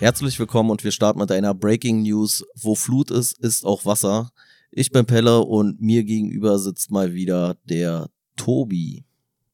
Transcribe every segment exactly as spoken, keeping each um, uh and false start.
Herzlich willkommen und wir starten mit einer Breaking News. Wo Flut ist, ist auch Wasser. Ich bin Pelle und mir gegenüber sitzt mal wieder der Tobi.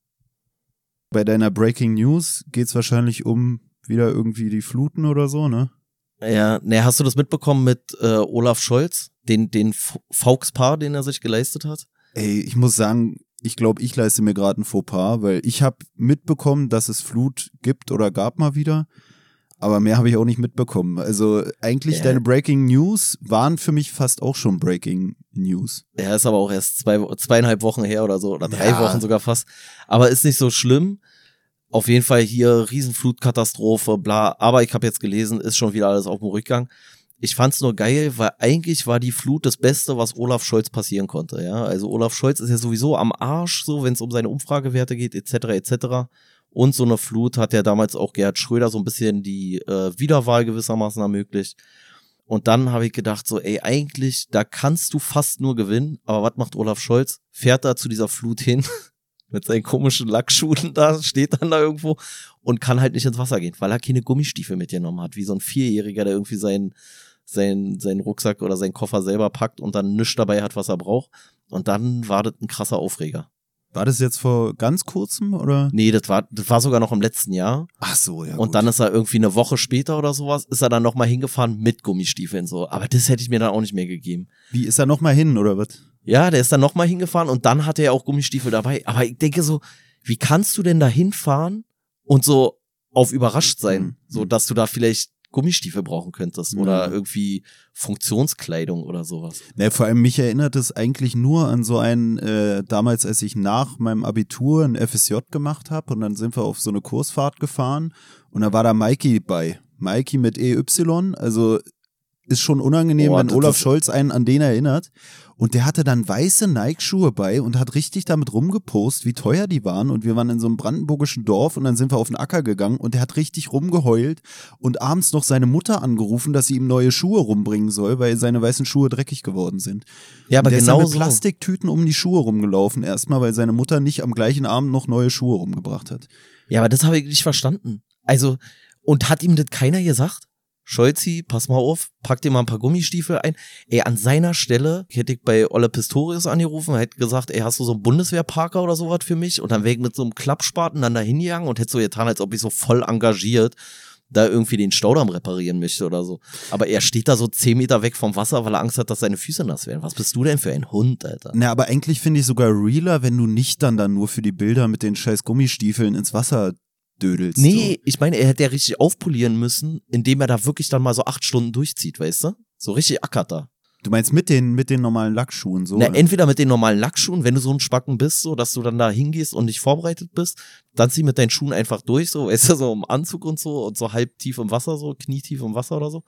Bei deiner Breaking News geht's wahrscheinlich um wieder irgendwie die Fluten oder so, ne? Ja, ne, hast du das mitbekommen mit äh, Olaf Scholz, den den Fauxpas, den er sich geleistet hat? Ey, ich muss sagen, ich glaube, ich leiste mir gerade ein Fauxpas, weil ich habe mitbekommen, dass es Flut gibt oder gab mal wieder. Aber mehr habe ich auch nicht mitbekommen. Also eigentlich ja. Deine Breaking News waren für mich fast auch schon Breaking News. Ja, ist aber auch erst zwei, zweieinhalb Wochen her oder so, oder drei ja. Wochen sogar fast. Aber ist nicht so schlimm. Auf jeden Fall hier Riesenflutkatastrophe, bla. Aber ich habe jetzt gelesen, ist schon wieder alles auf dem Rückgang. Ich fand's nur geil, weil eigentlich war die Flut das Beste, was Olaf Scholz passieren konnte. Ja, also Olaf Scholz ist ja sowieso am Arsch, so wenn es um seine Umfragewerte geht, et cetera et cetera. Und so eine Flut hat ja damals auch Gerhard Schröder so ein bisschen die äh, Wiederwahl gewissermaßen ermöglicht. Und dann habe ich gedacht so, ey, eigentlich, da kannst du fast nur gewinnen. Aber was macht Olaf Scholz? Fährt da zu dieser Flut hin mit seinen komischen Lackschuhen da, steht dann da irgendwo und kann halt nicht ins Wasser gehen, weil er keine Gummistiefel mitgenommen hat. Wie so ein Vierjähriger, der irgendwie seinen, seinen, seinen Rucksack oder seinen Koffer selber packt und dann nichts dabei hat, was er braucht. Und dann war das ein krasser Aufreger. War das jetzt vor ganz kurzem, oder? Nee, das war, das war sogar noch im letzten Jahr. Ach so, ja. Und gut. dann ist er irgendwie eine Woche später oder sowas, ist er dann nochmal hingefahren mit Gummistiefeln so. Aber das hätte ich mir dann auch nicht mehr gegeben. Wie, ist er nochmal hin, oder was? Ja, der ist dann nochmal hingefahren und dann hatte er auch Gummistiefel dabei. Aber ich denke so, wie kannst du denn da hinfahren und so auf überrascht sein, mhm. so dass du da vielleicht Gummistiefel brauchen könntest mhm. oder irgendwie Funktionskleidung oder sowas. Ja, vor allem mich erinnert es eigentlich nur an so einen, äh, damals, als ich nach meinem Abitur ein F S J gemacht habe und dann sind wir auf so eine Kursfahrt gefahren und da war da Mikey bei. Mikey mit E Y, also ist schon unangenehm, oh, wenn Olaf Scholz einen an den erinnert. Und der hatte dann weiße Nike-Schuhe bei und hat richtig damit rumgepost, wie teuer die waren. Und wir waren in so einem brandenburgischen Dorf und dann sind wir auf den Acker gegangen und der hat richtig rumgeheult und abends noch seine Mutter angerufen, dass sie ihm neue Schuhe rumbringen soll, weil seine weißen Schuhe dreckig geworden sind. Ja, aber und der genau ist dann mit so. Plastiktüten um die Schuhe rumgelaufen erstmal, weil seine Mutter nicht am gleichen Abend noch neue Schuhe rumgebracht hat. Ja, aber das habe ich nicht verstanden. Also, und hat ihm das keiner gesagt? Scholzi, pass mal auf, pack dir mal ein paar Gummistiefel ein. Ey, an seiner Stelle hätte ich bei Olle Pistorius angerufen, hätte gesagt, ey, hast du so einen Bundeswehrparker oder sowas für mich? Und dann wäre ich mit so einem Klappspaten dann da hingegangen und hätte so getan, als ob ich so voll engagiert da irgendwie den Staudamm reparieren möchte oder so. Aber er steht da so zehn Meter weg vom Wasser, weil er Angst hat, dass seine Füße nass werden. Was bist du denn für ein Hund, Alter? Na, aber eigentlich finde ich sogar realer, wenn du nicht dann dann nur für die Bilder mit den scheiß Gummistiefeln ins Wasser dödelst. Nee, so. Ich meine, er hätte ja richtig aufpolieren müssen, indem er da wirklich dann mal so acht Stunden durchzieht, weißt du? So richtig ackert da. Du meinst mit den, mit den normalen Lackschuhen so? Na, entweder mit den normalen Lackschuhen, wenn du so ein Spacken bist, so, dass du dann da hingehst und nicht vorbereitet bist, dann zieh mit deinen Schuhen einfach durch, so, weißt du, so im Anzug und so und so halb tief im Wasser, so, knietief im Wasser oder so.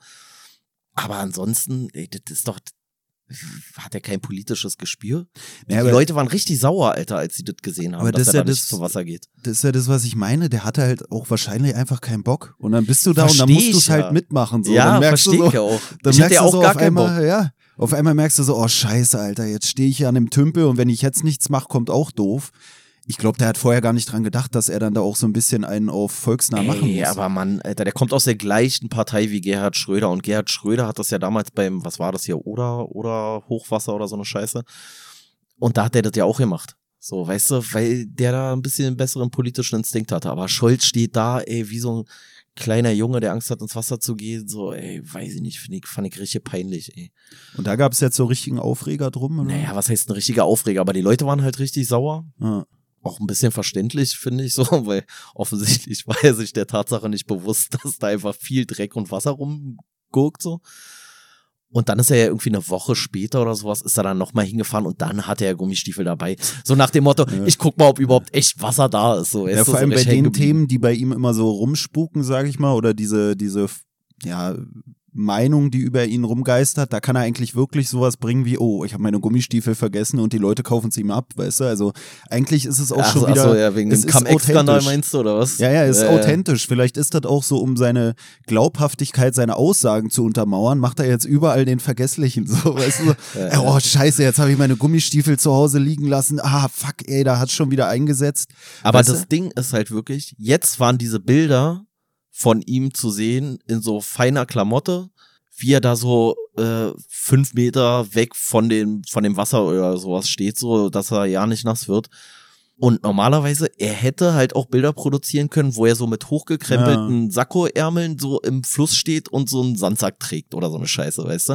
Aber ansonsten, ey, das ist doch, hat er kein politisches Gespür? Ja, die Leute waren richtig sauer, Alter, als sie das gesehen haben, aber dass das er ja da nicht das, zu Wasser geht. Das ist ja das, was ich meine. Der hatte halt auch wahrscheinlich einfach keinen Bock. Und dann bist du da Versteh und dann musst du es ja. halt mitmachen. So. Ja, dann merkst verstehe du so, ich ja auch. Dann Ich merkst hatte ja du auch so gar auf keinen einmal, Bock. ja, auf einmal merkst du so, oh scheiße, Alter, jetzt stehe ich hier an dem Tümpel und wenn ich jetzt nichts mache, kommt auch doof. Ich glaube, der hat vorher gar nicht dran gedacht, dass er dann da auch so ein bisschen einen auf volksnah machen Ey, muss. aber Mann, Alter, der kommt aus der gleichen Partei wie Gerhard Schröder und Gerhard Schröder hat das ja damals beim, was war das hier, oder, oder Hochwasser oder so eine Scheiße. Und da hat der das ja auch gemacht. So, weißt du, weil der da ein bisschen einen besseren politischen Instinkt hatte. Aber Scholz steht da, ey, wie so ein kleiner Junge, der Angst hat, ins Wasser zu gehen. So, ey, weiß ich nicht, find ich, fand ich richtig peinlich, ey. Und da gab es jetzt so richtigen Aufreger drum, oder? Naja, was heißt ein richtiger Aufreger? Aber die Leute waren halt richtig sauer. Ja. Auch ein bisschen verständlich, finde ich so, weil offensichtlich war er sich der Tatsache nicht bewusst, dass da einfach viel Dreck und Wasser rumgurkt, so. Und dann ist er ja irgendwie eine Woche später oder sowas, ist er dann nochmal hingefahren und dann hatte er Gummistiefel dabei. So nach dem Motto, ja. Ich guck mal, ob überhaupt echt Wasser da ist. So, ja, vor allem so bei den Themen, die bei ihm immer so rumspuken, sag ich mal, oder diese, diese, ja, Meinung, die über ihn rumgeistert, da kann er eigentlich wirklich sowas bringen wie, oh, ich habe meine Gummistiefel vergessen und die Leute kaufen sie ihm ab, weißt du? Also eigentlich ist es auch ach, schon wieder... Ach so, ja, wegen dem Cum-Ex-Skandal meinst du, oder was? Ja, ja, ist äh, authentisch. Vielleicht ist das auch so, um seine Glaubhaftigkeit, seine Aussagen zu untermauern, macht er jetzt überall den Vergesslichen, so, weißt du? ja, oh, scheiße, jetzt habe ich meine Gummistiefel zu Hause liegen lassen. Ah, fuck, ey, da hat's schon wieder eingesetzt. Aber weißt das du? Ding ist halt wirklich, jetzt waren diese Bilder von ihm zu sehen in so feiner Klamotte, wie er da so äh, fünf Meter weg von dem, von dem Wasser oder sowas steht, so dass er ja nicht nass wird. Und normalerweise, er hätte halt auch Bilder produzieren können, wo er so mit hochgekrempelten ja. Sakkoärmeln so im Fluss steht und so einen Sandsack trägt oder so eine Scheiße, weißt du?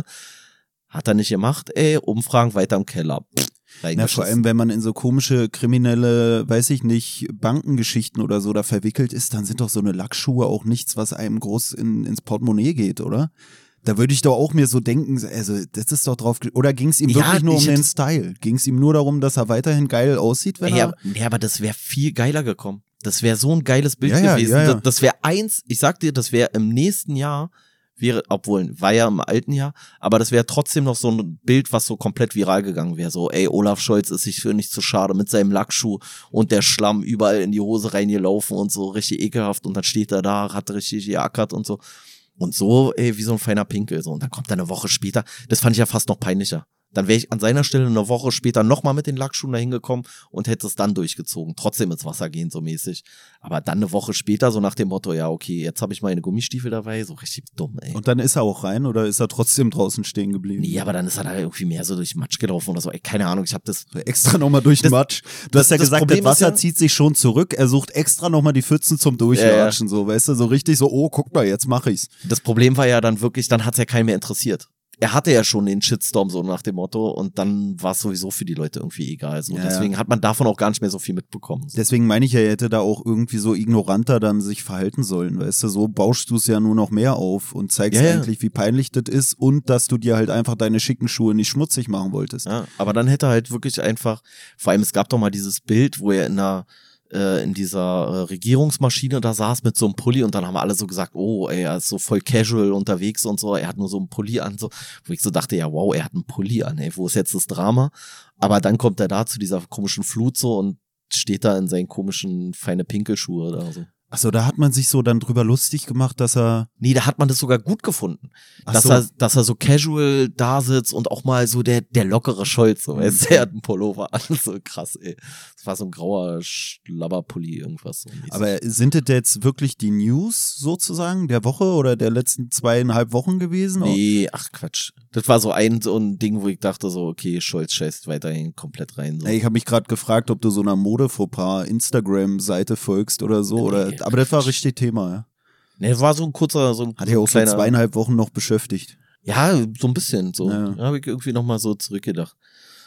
Hat er nicht gemacht, ey, Umfragen weiter im Keller. Pff, Na, vor allem, wenn man in so komische kriminelle, weiß ich nicht, Bankengeschichten oder so da verwickelt ist, dann sind doch so eine Lackschuhe auch nichts, was einem groß in, ins Portemonnaie geht, oder? Da würde ich doch auch mir so denken, also das ist doch drauf, oder ging es ihm Ja, wirklich nur um ich- den Style? Ging es ihm nur darum, dass er weiterhin geil aussieht, wenn Ey, er... aber, nee, aber das wäre viel geiler gekommen. Das wäre so ein geiles Bild Ja, ja, gewesen. ja, ja. Das, das wäre eins, ich sag dir, das wäre im nächsten Jahr, wäre, obwohl, war ja im alten Jahr, aber das wäre trotzdem noch so ein Bild, was so komplett viral gegangen wäre. So, ey, Olaf Scholz ist sich für nicht zu schade mit seinem Lackschuh und der Schlamm überall in die Hose reingelaufen und so richtig ekelhaft und dann steht er da, hat richtig geackert und so. Und so, ey, wie so ein feiner Pinkel. So. Und dann kommt er eine Woche später. Das fand ich ja fast noch peinlicher. Dann wäre ich an seiner Stelle eine Woche später nochmal mit den Lackschuhen da hingekommen und hätte es dann durchgezogen. Trotzdem ins Wasser gehen, so mäßig. Aber dann eine Woche später, so nach dem Motto, ja, okay, jetzt habe ich meine Gummistiefel dabei. So richtig dumm, ey. Und dann ist er auch rein oder ist er trotzdem draußen stehen geblieben? Nee, aber dann ist er da irgendwie mehr so durch Matsch gelaufen oder so. Ey, keine Ahnung, ich habe das... Extra nochmal durch den Das- Matsch. Du das- hast ja das gesagt, Problem das ist Wasser ja- zieht sich schon zurück. Er sucht extra nochmal die Pfützen zum Durchlatschen, so, weißt du, so richtig so, oh, guck mal, jetzt mach ich's. Das Problem war ja dann wirklich, dann hat's ja keinen mehr interessiert. Er hatte ja schon den Shitstorm so nach dem Motto und dann war es sowieso für die Leute irgendwie egal. So. Ja, Deswegen ja. hat man davon auch gar nicht mehr so viel mitbekommen. So. Deswegen meine ich ja, er hätte da auch irgendwie so ignoranter dann sich verhalten sollen, weißt du, so bauschst du es ja nur noch mehr auf und zeigst Ja, ja. eigentlich, wie peinlich das ist und dass du dir halt einfach deine schicken Schuhe nicht schmutzig machen wolltest. Ja, aber dann hätte er halt wirklich einfach, vor allem es gab doch mal dieses Bild, wo er in einer äh, in dieser äh, Regierungsmaschine da saß mit so einem Pulli und dann haben alle so gesagt, oh, ey, er ist so voll casual unterwegs und so, er hat nur so einen Pulli an, so, wo ich so dachte, ja, wow, er hat einen Pulli an, ey, wo ist jetzt das Drama? Aber dann kommt er da zu dieser komischen Flut so und steht da in seinen komischen feine Pinkelschuhe oder so. Achso, da hat man sich so dann drüber lustig gemacht, dass er... Nee, da hat man das sogar gut gefunden. Ach Dass so. er, dass er so casual da sitzt und auch mal so der, der lockere Scholz, so, weißt du, er hat einen Pullover an, so krass, ey. Das war so ein grauer Schlabberpulli, irgendwas so. mäßig. Aber sind das jetzt wirklich die News sozusagen der Woche oder der letzten zweieinhalb Wochen gewesen? Nee, ach Quatsch. Das war so ein, so ein Ding, wo ich dachte so, okay, Scholz scheißt weiterhin komplett rein, so. Ey, Ich habe mich gerade gefragt, ob du so einer Modefauxpas Instagram-Seite folgst oder so. Oder, Nee, aber das war Quatsch. richtig Thema, ja. Nee, das war so ein kurzer, so ein, Hat so ja ein auch so kleiner, zweieinhalb Wochen noch beschäftigt. Ja, so ein bisschen, so. Ja. Da habe ich irgendwie nochmal so zurückgedacht.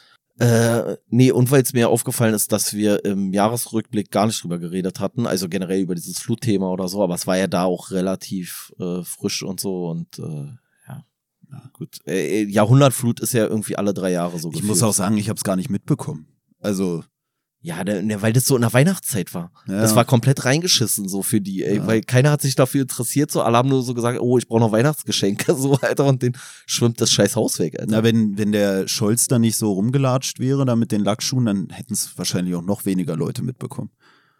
Äh, nee, und weil es mir aufgefallen ist, dass wir im Jahresrückblick gar nicht drüber geredet hatten, also generell über dieses Flutthema oder so, aber es war ja da auch relativ äh, frisch und so und äh, ja, gut. Äh, Jahrhundertflut ist ja irgendwie alle drei Jahre so Ich gefühlt. muss auch sagen, ich habe es gar nicht mitbekommen. Also, Ja, ne, ne, weil das so in der Weihnachtszeit war. Ja. Das war komplett reingeschissen so für die, ey, Ja. weil keiner hat sich dafür interessiert, so alle haben nur so gesagt, oh, ich brauche noch Weihnachtsgeschenke, so, Alter, und den schwimmt das scheiß Haus weg, Alter. na, wenn, wenn der Scholz da nicht so rumgelatscht wäre, da mit den Lackschuhen, dann hätten es wahrscheinlich auch noch weniger Leute mitbekommen.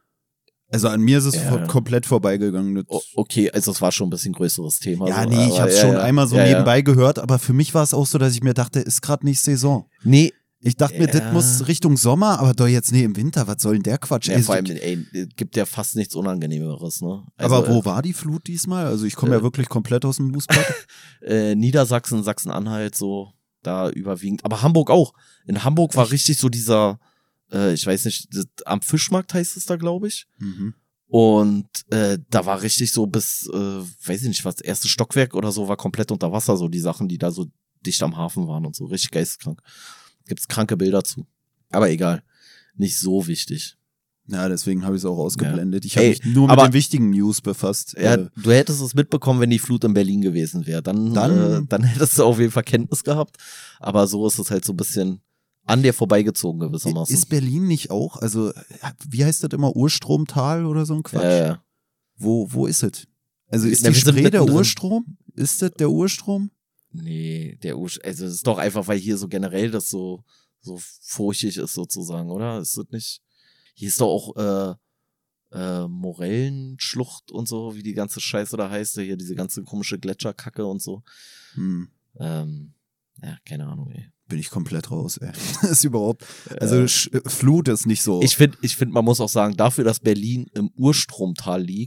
Also an mir ist es Ja. vor, komplett vorbeigegangen. Das- O- Okay, also es war schon ein bisschen größeres Thema. ja, so, nee, ich aber habe es ja, schon ja, einmal so ja, nebenbei gehört, aber für mich war es auch so, dass ich mir dachte, ist gerade nicht Saison. Ja. Nee, Ich dachte mir, Ja. das muss Richtung Sommer, aber doch jetzt nee, im Winter, was soll denn der Quatsch? ja, Ey, vor allem, so- ey, es gibt ja fast nichts Unangenehmeres, ne? Also, aber wo war die Flut diesmal? Also ich komme ja äh, wirklich komplett aus dem Fußball. Äh, Niedersachsen, Sachsen-Anhalt, so, da überwiegend. Aber Hamburg auch. In Hamburg war richtig so dieser, äh, ich weiß nicht, das, am Fischmarkt heißt es da, glaube ich. mhm. Und äh, da war richtig so bis, äh, weiß ich nicht, was, erste Stockwerk oder so war komplett unter Wasser, so die Sachen, die da so dicht am Hafen waren und so, richtig geisteskrank. Gibt's kranke Bilder zu. Aber egal, nicht so wichtig. Ja, deswegen habe ich es auch ausgeblendet. Ich Ey, habe mich nur mit aber- den wichtigen News befasst. Ja, Äh, du hättest es mitbekommen, wenn die Flut in Berlin gewesen wäre. Dann, Dann- äh, dann hättest du auf jeden Fall Kenntnis gehabt. Aber so ist es halt so ein bisschen an dir vorbeigezogen gewissermaßen. ist Berlin nicht auch, also wie heißt das immer, Urstromtal oder so ein Quatsch? Ja, ja. Wo, wo ist es? Also ist Na, die wir sind Spree der mittendrin. Urstrom? Ist das der Urstrom? Nee, der Ur also es ist doch einfach, weil hier so generell das so, so furchtig ist sozusagen, oder? Ist das nicht? Hier ist doch auch äh, äh, Morellenschlucht und so, wie die ganze Scheiße da heißt, hier diese ganze komische Gletscherkacke und so. Hm, Ähm, ja, keine Ahnung, ey. bin ich komplett raus, ey. Das ist überhaupt, also Äh, Sch- Flut ist nicht so. Ich finde, ich find, man muss auch sagen, dafür, dass Berlin im Urstromtal liegt,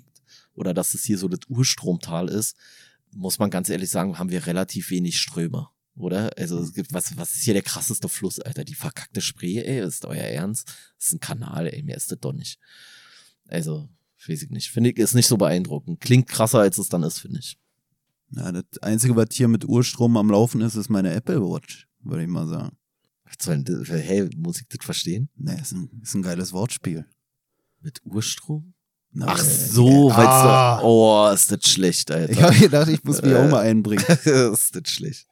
oder dass es hier so das Urstromtal ist, muss man ganz ehrlich sagen, haben wir relativ wenig Ströme, oder? Also es gibt, was, was ist hier der krasseste Fluss, Alter? Die verkackte Spree, ey, ist euer Ernst? Das ist ein Kanal, ey, mehr ist das doch nicht. Also, weiß ich nicht. Finde ich, ist nicht so beeindruckend. Klingt krasser, als es dann ist, finde ich. Ja, das Einzige, was hier mit Urstrom am Laufen ist, ist meine Apple Watch, würde ich mal sagen. Hey, muss ich das verstehen? Nee, ist ein, ist ein geiles Wortspiel. Mit Urstrom? Na, Ach äh, so, äh, weil ah. du, oh, ist das schlecht, Alter. Ich habe gedacht, ich muss mich Äh, auch mal einbringen. ist das schlecht.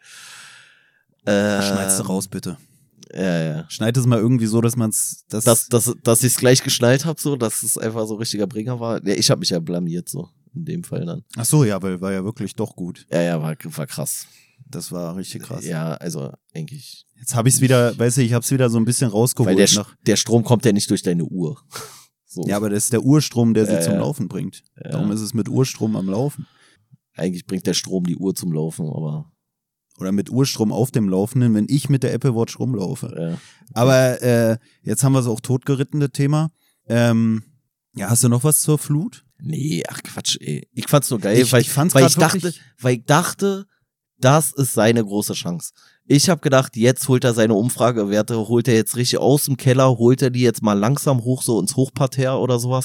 Ähm, Schneid's raus, bitte. Ja, ja. Schneid es mal irgendwie so, dass man's das, Dass, dass, dass ich es gleich geschnallt habe, so, dass es einfach so richtiger Bringer war. Ja, ich habe mich ja blamiert, so, in dem Fall dann. Ach so, ja, weil war ja wirklich doch gut. Ja, ja, war, war krass. Das war richtig krass. Ja, also eigentlich. Jetzt habe ich es wieder, weißt du, ich habe es wieder so ein bisschen rausgeholt. Weil der, nach, der Strom kommt ja nicht durch deine Uhr. So. ja, aber das ist der Urstrom, der sie Ja, zum ja. Laufen bringt. Ja. Darum ist es mit Urstrom am Laufen. Eigentlich bringt der Strom die Uhr zum Laufen, aber Oder mit Urstrom auf dem Laufenden, wenn ich mit der Apple Watch rumlaufe. ja. Aber äh, jetzt haben wir es auch totgeritten, das Thema. Ähm, ja, hast du noch was zur Flut? Nee, ach Quatsch, ey. Ich fand's nur geil, Ich- weil, ich fand's weil grad ich dachte, wirklich- weil ich dachte, das ist seine große Chance. Ich habe gedacht, jetzt holt er seine Umfragewerte, holt er jetzt richtig aus dem Keller, holt er die jetzt mal langsam hoch, so ins Hochparterre oder sowas.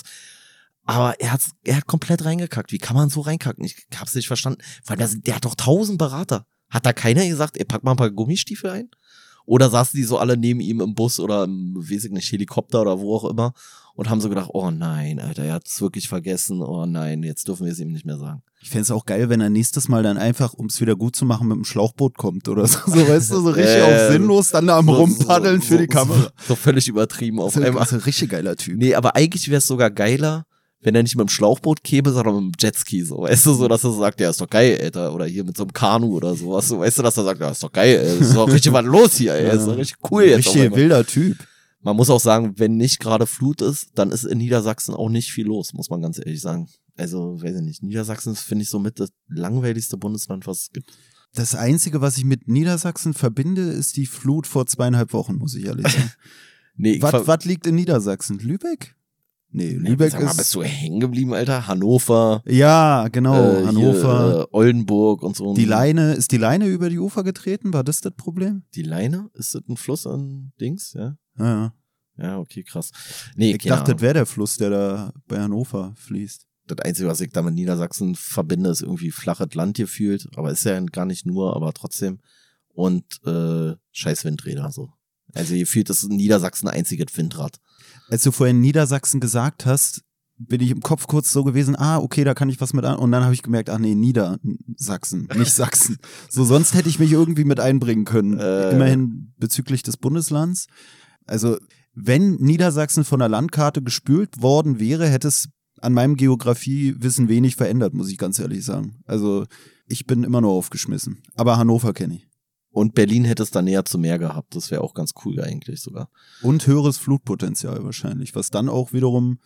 Aber er, hat's, er hat komplett reingekackt. Wie kann man so reinkacken? Ich hab's nicht verstanden. Weil der, der hat doch tausend Berater. Hat da keiner gesagt, ey, pack mal ein paar Gummistiefel ein? Oder saßen die so alle neben ihm im Bus oder im, weiß ich nicht, Helikopter oder wo auch immer und haben so gedacht, oh nein, Alter, er hat's wirklich vergessen, oh nein, jetzt dürfen wir es ihm nicht mehr sagen. Ich fände es auch geil, wenn er nächstes Mal dann einfach, um es wieder gut zu machen, mit dem Schlauchboot kommt oder so. So, weißt du, so richtig Äh, auf sinnlos dann da am So- Rumpaddeln so- für die so- Kamera. So, so völlig übertrieben auf Das ist ein- einmal. das ist ein richtig geiler Typ. Nee, aber eigentlich wäre es sogar geiler, wenn er nicht mit dem Schlauchboot käme, sondern mit dem Jetski, so, weißt du, so, dass er so sagt, ja, ist doch geil, Alter, oder hier mit so einem Kanu oder sowas, so, weißt du, dass er sagt, ja, ist doch geil, ey, ist doch richtig was los hier, ey, ist doch richtig cool jetzt. auf Richtig einmal. wilder Typ. Man muss auch sagen, wenn nicht gerade Flut ist, dann ist in Niedersachsen auch nicht viel los, muss man ganz ehrlich sagen. Also, weiß ich nicht, Niedersachsen ist, finde ich, somit das langweiligste Bundesland, was es gibt. Das Einzige, was ich mit Niedersachsen verbinde, ist die Flut vor zweieinhalb Wochen, muss ich ehrlich sagen. Nee, ich Was ver- was liegt in Niedersachsen? Lübeck? Nee, Nee, Lübeck sag mal, ist... bist du hängen geblieben, Alter? Hannover, Ja, genau, äh, Hannover. hier, äh, Oldenburg und so. Die Leine, ist die Leine über die Ufer getreten? War das das Problem? Die Leine? Ist das ein Fluss an Dings? Ja. Ja, ja. Ja, okay, krass. Nee, Ich keine dachte, das Ahnung. wäre der Fluss, der da bei Hannover fließt. Das Einzige, was ich da mit Niedersachsen verbinde, ist irgendwie flaches Land gefühlt. Aber ist ja gar nicht nur, aber trotzdem. Und äh, scheiß Windräder so. Also gefühlt ist Niedersachsen ein einziges Windrad. Als du vorhin Niedersachsen gesagt hast, bin ich im Kopf kurz so gewesen, ah, okay, da kann ich was mit an. Und dann habe ich gemerkt, ach nee, Niedersachsen, nicht Sachsen. So, sonst hätte ich mich irgendwie mit einbringen können. Äh. Immerhin bezüglich des Bundeslands. Also, wenn Niedersachsen von der Landkarte gespült worden wäre, hätte es an meinem Geografiewissen wenig verändert, muss ich ganz ehrlich sagen. Also, ich bin immer nur aufgeschmissen. Aber Hannover kenne ich. Und Berlin hätte es da näher zum Meer gehabt. Das wäre auch ganz cool eigentlich sogar. Und höheres Flutpotenzial wahrscheinlich, was dann auch wiederum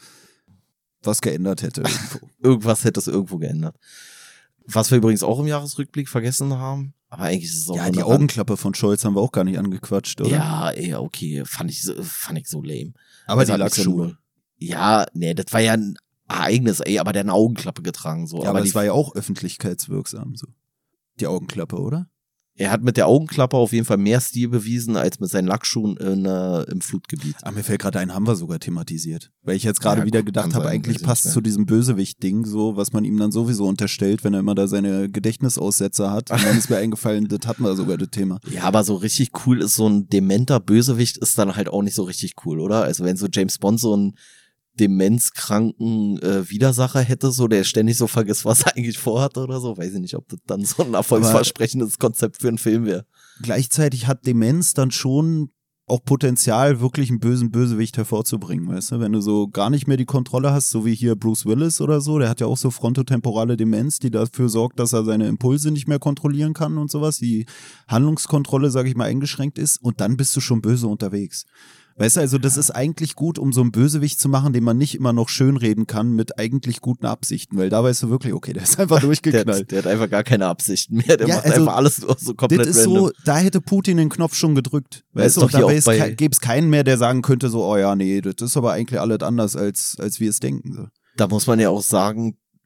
was geändert hätte irgendwo. Irgendwas hätte es irgendwo geändert. Was wir übrigens auch im Jahresrückblick vergessen haben. Aber eigentlich ist es auch Ja, nur die eine Rand- Augenklappe von Scholz haben wir auch gar nicht angequatscht, oder? Ja, ey, okay. Fand ich, so- fand ich so lame. aber Also die hat mich so Lackschuhe. nur- Ja, nee, das war ja ein Ereignis, ey, aber der hat eine Augenklappe getragen, so. Ja, aber aber die, das war ja auch öffentlichkeitswirksam, so. Die Augenklappe, oder? er hat mit der Augenklappe auf jeden Fall mehr Stil bewiesen, als mit seinen Lackschuhen in, äh, im Flutgebiet. Ah, mir fällt gerade ein, haben wir sogar thematisiert. Weil ich jetzt gerade Ja, wieder kann gedacht sein, habe, eigentlich weiß ich passt nicht, zu ja. diesem Bösewicht-Ding so, was man ihm dann sowieso unterstellt, wenn er immer da seine Gedächtnisaussetzer hat. Und dann ist mir eingefallen, das hatten wir sogar, das Thema. Ja, aber so richtig cool ist so ein dementer Bösewicht ist dann halt auch nicht so richtig cool, oder? Also wenn so James Bond so einen demenzkranken äh, Widersacher hätte, so der ständig so vergisst, was er eigentlich vorhat oder so, weiß ich nicht, ob das dann so ein erfolgsversprechendes Konzept für einen Film wäre. Gleichzeitig hat Demenz dann schon auch Potenzial, wirklich einen bösen Bösewicht hervorzubringen, weißt du? Wenn du so gar nicht mehr die Kontrolle hast, so wie hier Bruce Willis oder so, der hat ja auch so frontotemporale Demenz, die dafür sorgt, dass er seine Impulse nicht mehr kontrollieren kann und sowas, die Handlungskontrolle, sag ich mal, eingeschränkt ist und dann bist du schon böse unterwegs. Weißt du, also das ist eigentlich gut, um so einen Bösewicht zu machen, den man nicht immer noch schönreden kann mit eigentlich guten Absichten, weil da weißt du wirklich, okay, der ist einfach Der, durchgeknallt. hat- der hat einfach gar keine Absichten mehr, der Ja, macht also, einfach alles so so komplett Das ist random. so, da hätte Putin den Knopf schon gedrückt. Ja, Weißt ist du, doch hier und auch da bei- gäbe es keinen mehr, der sagen könnte, so, oh ja, nee, das ist aber eigentlich alles anders, als, als wir es denken. So. Da muss man ja auch sagen,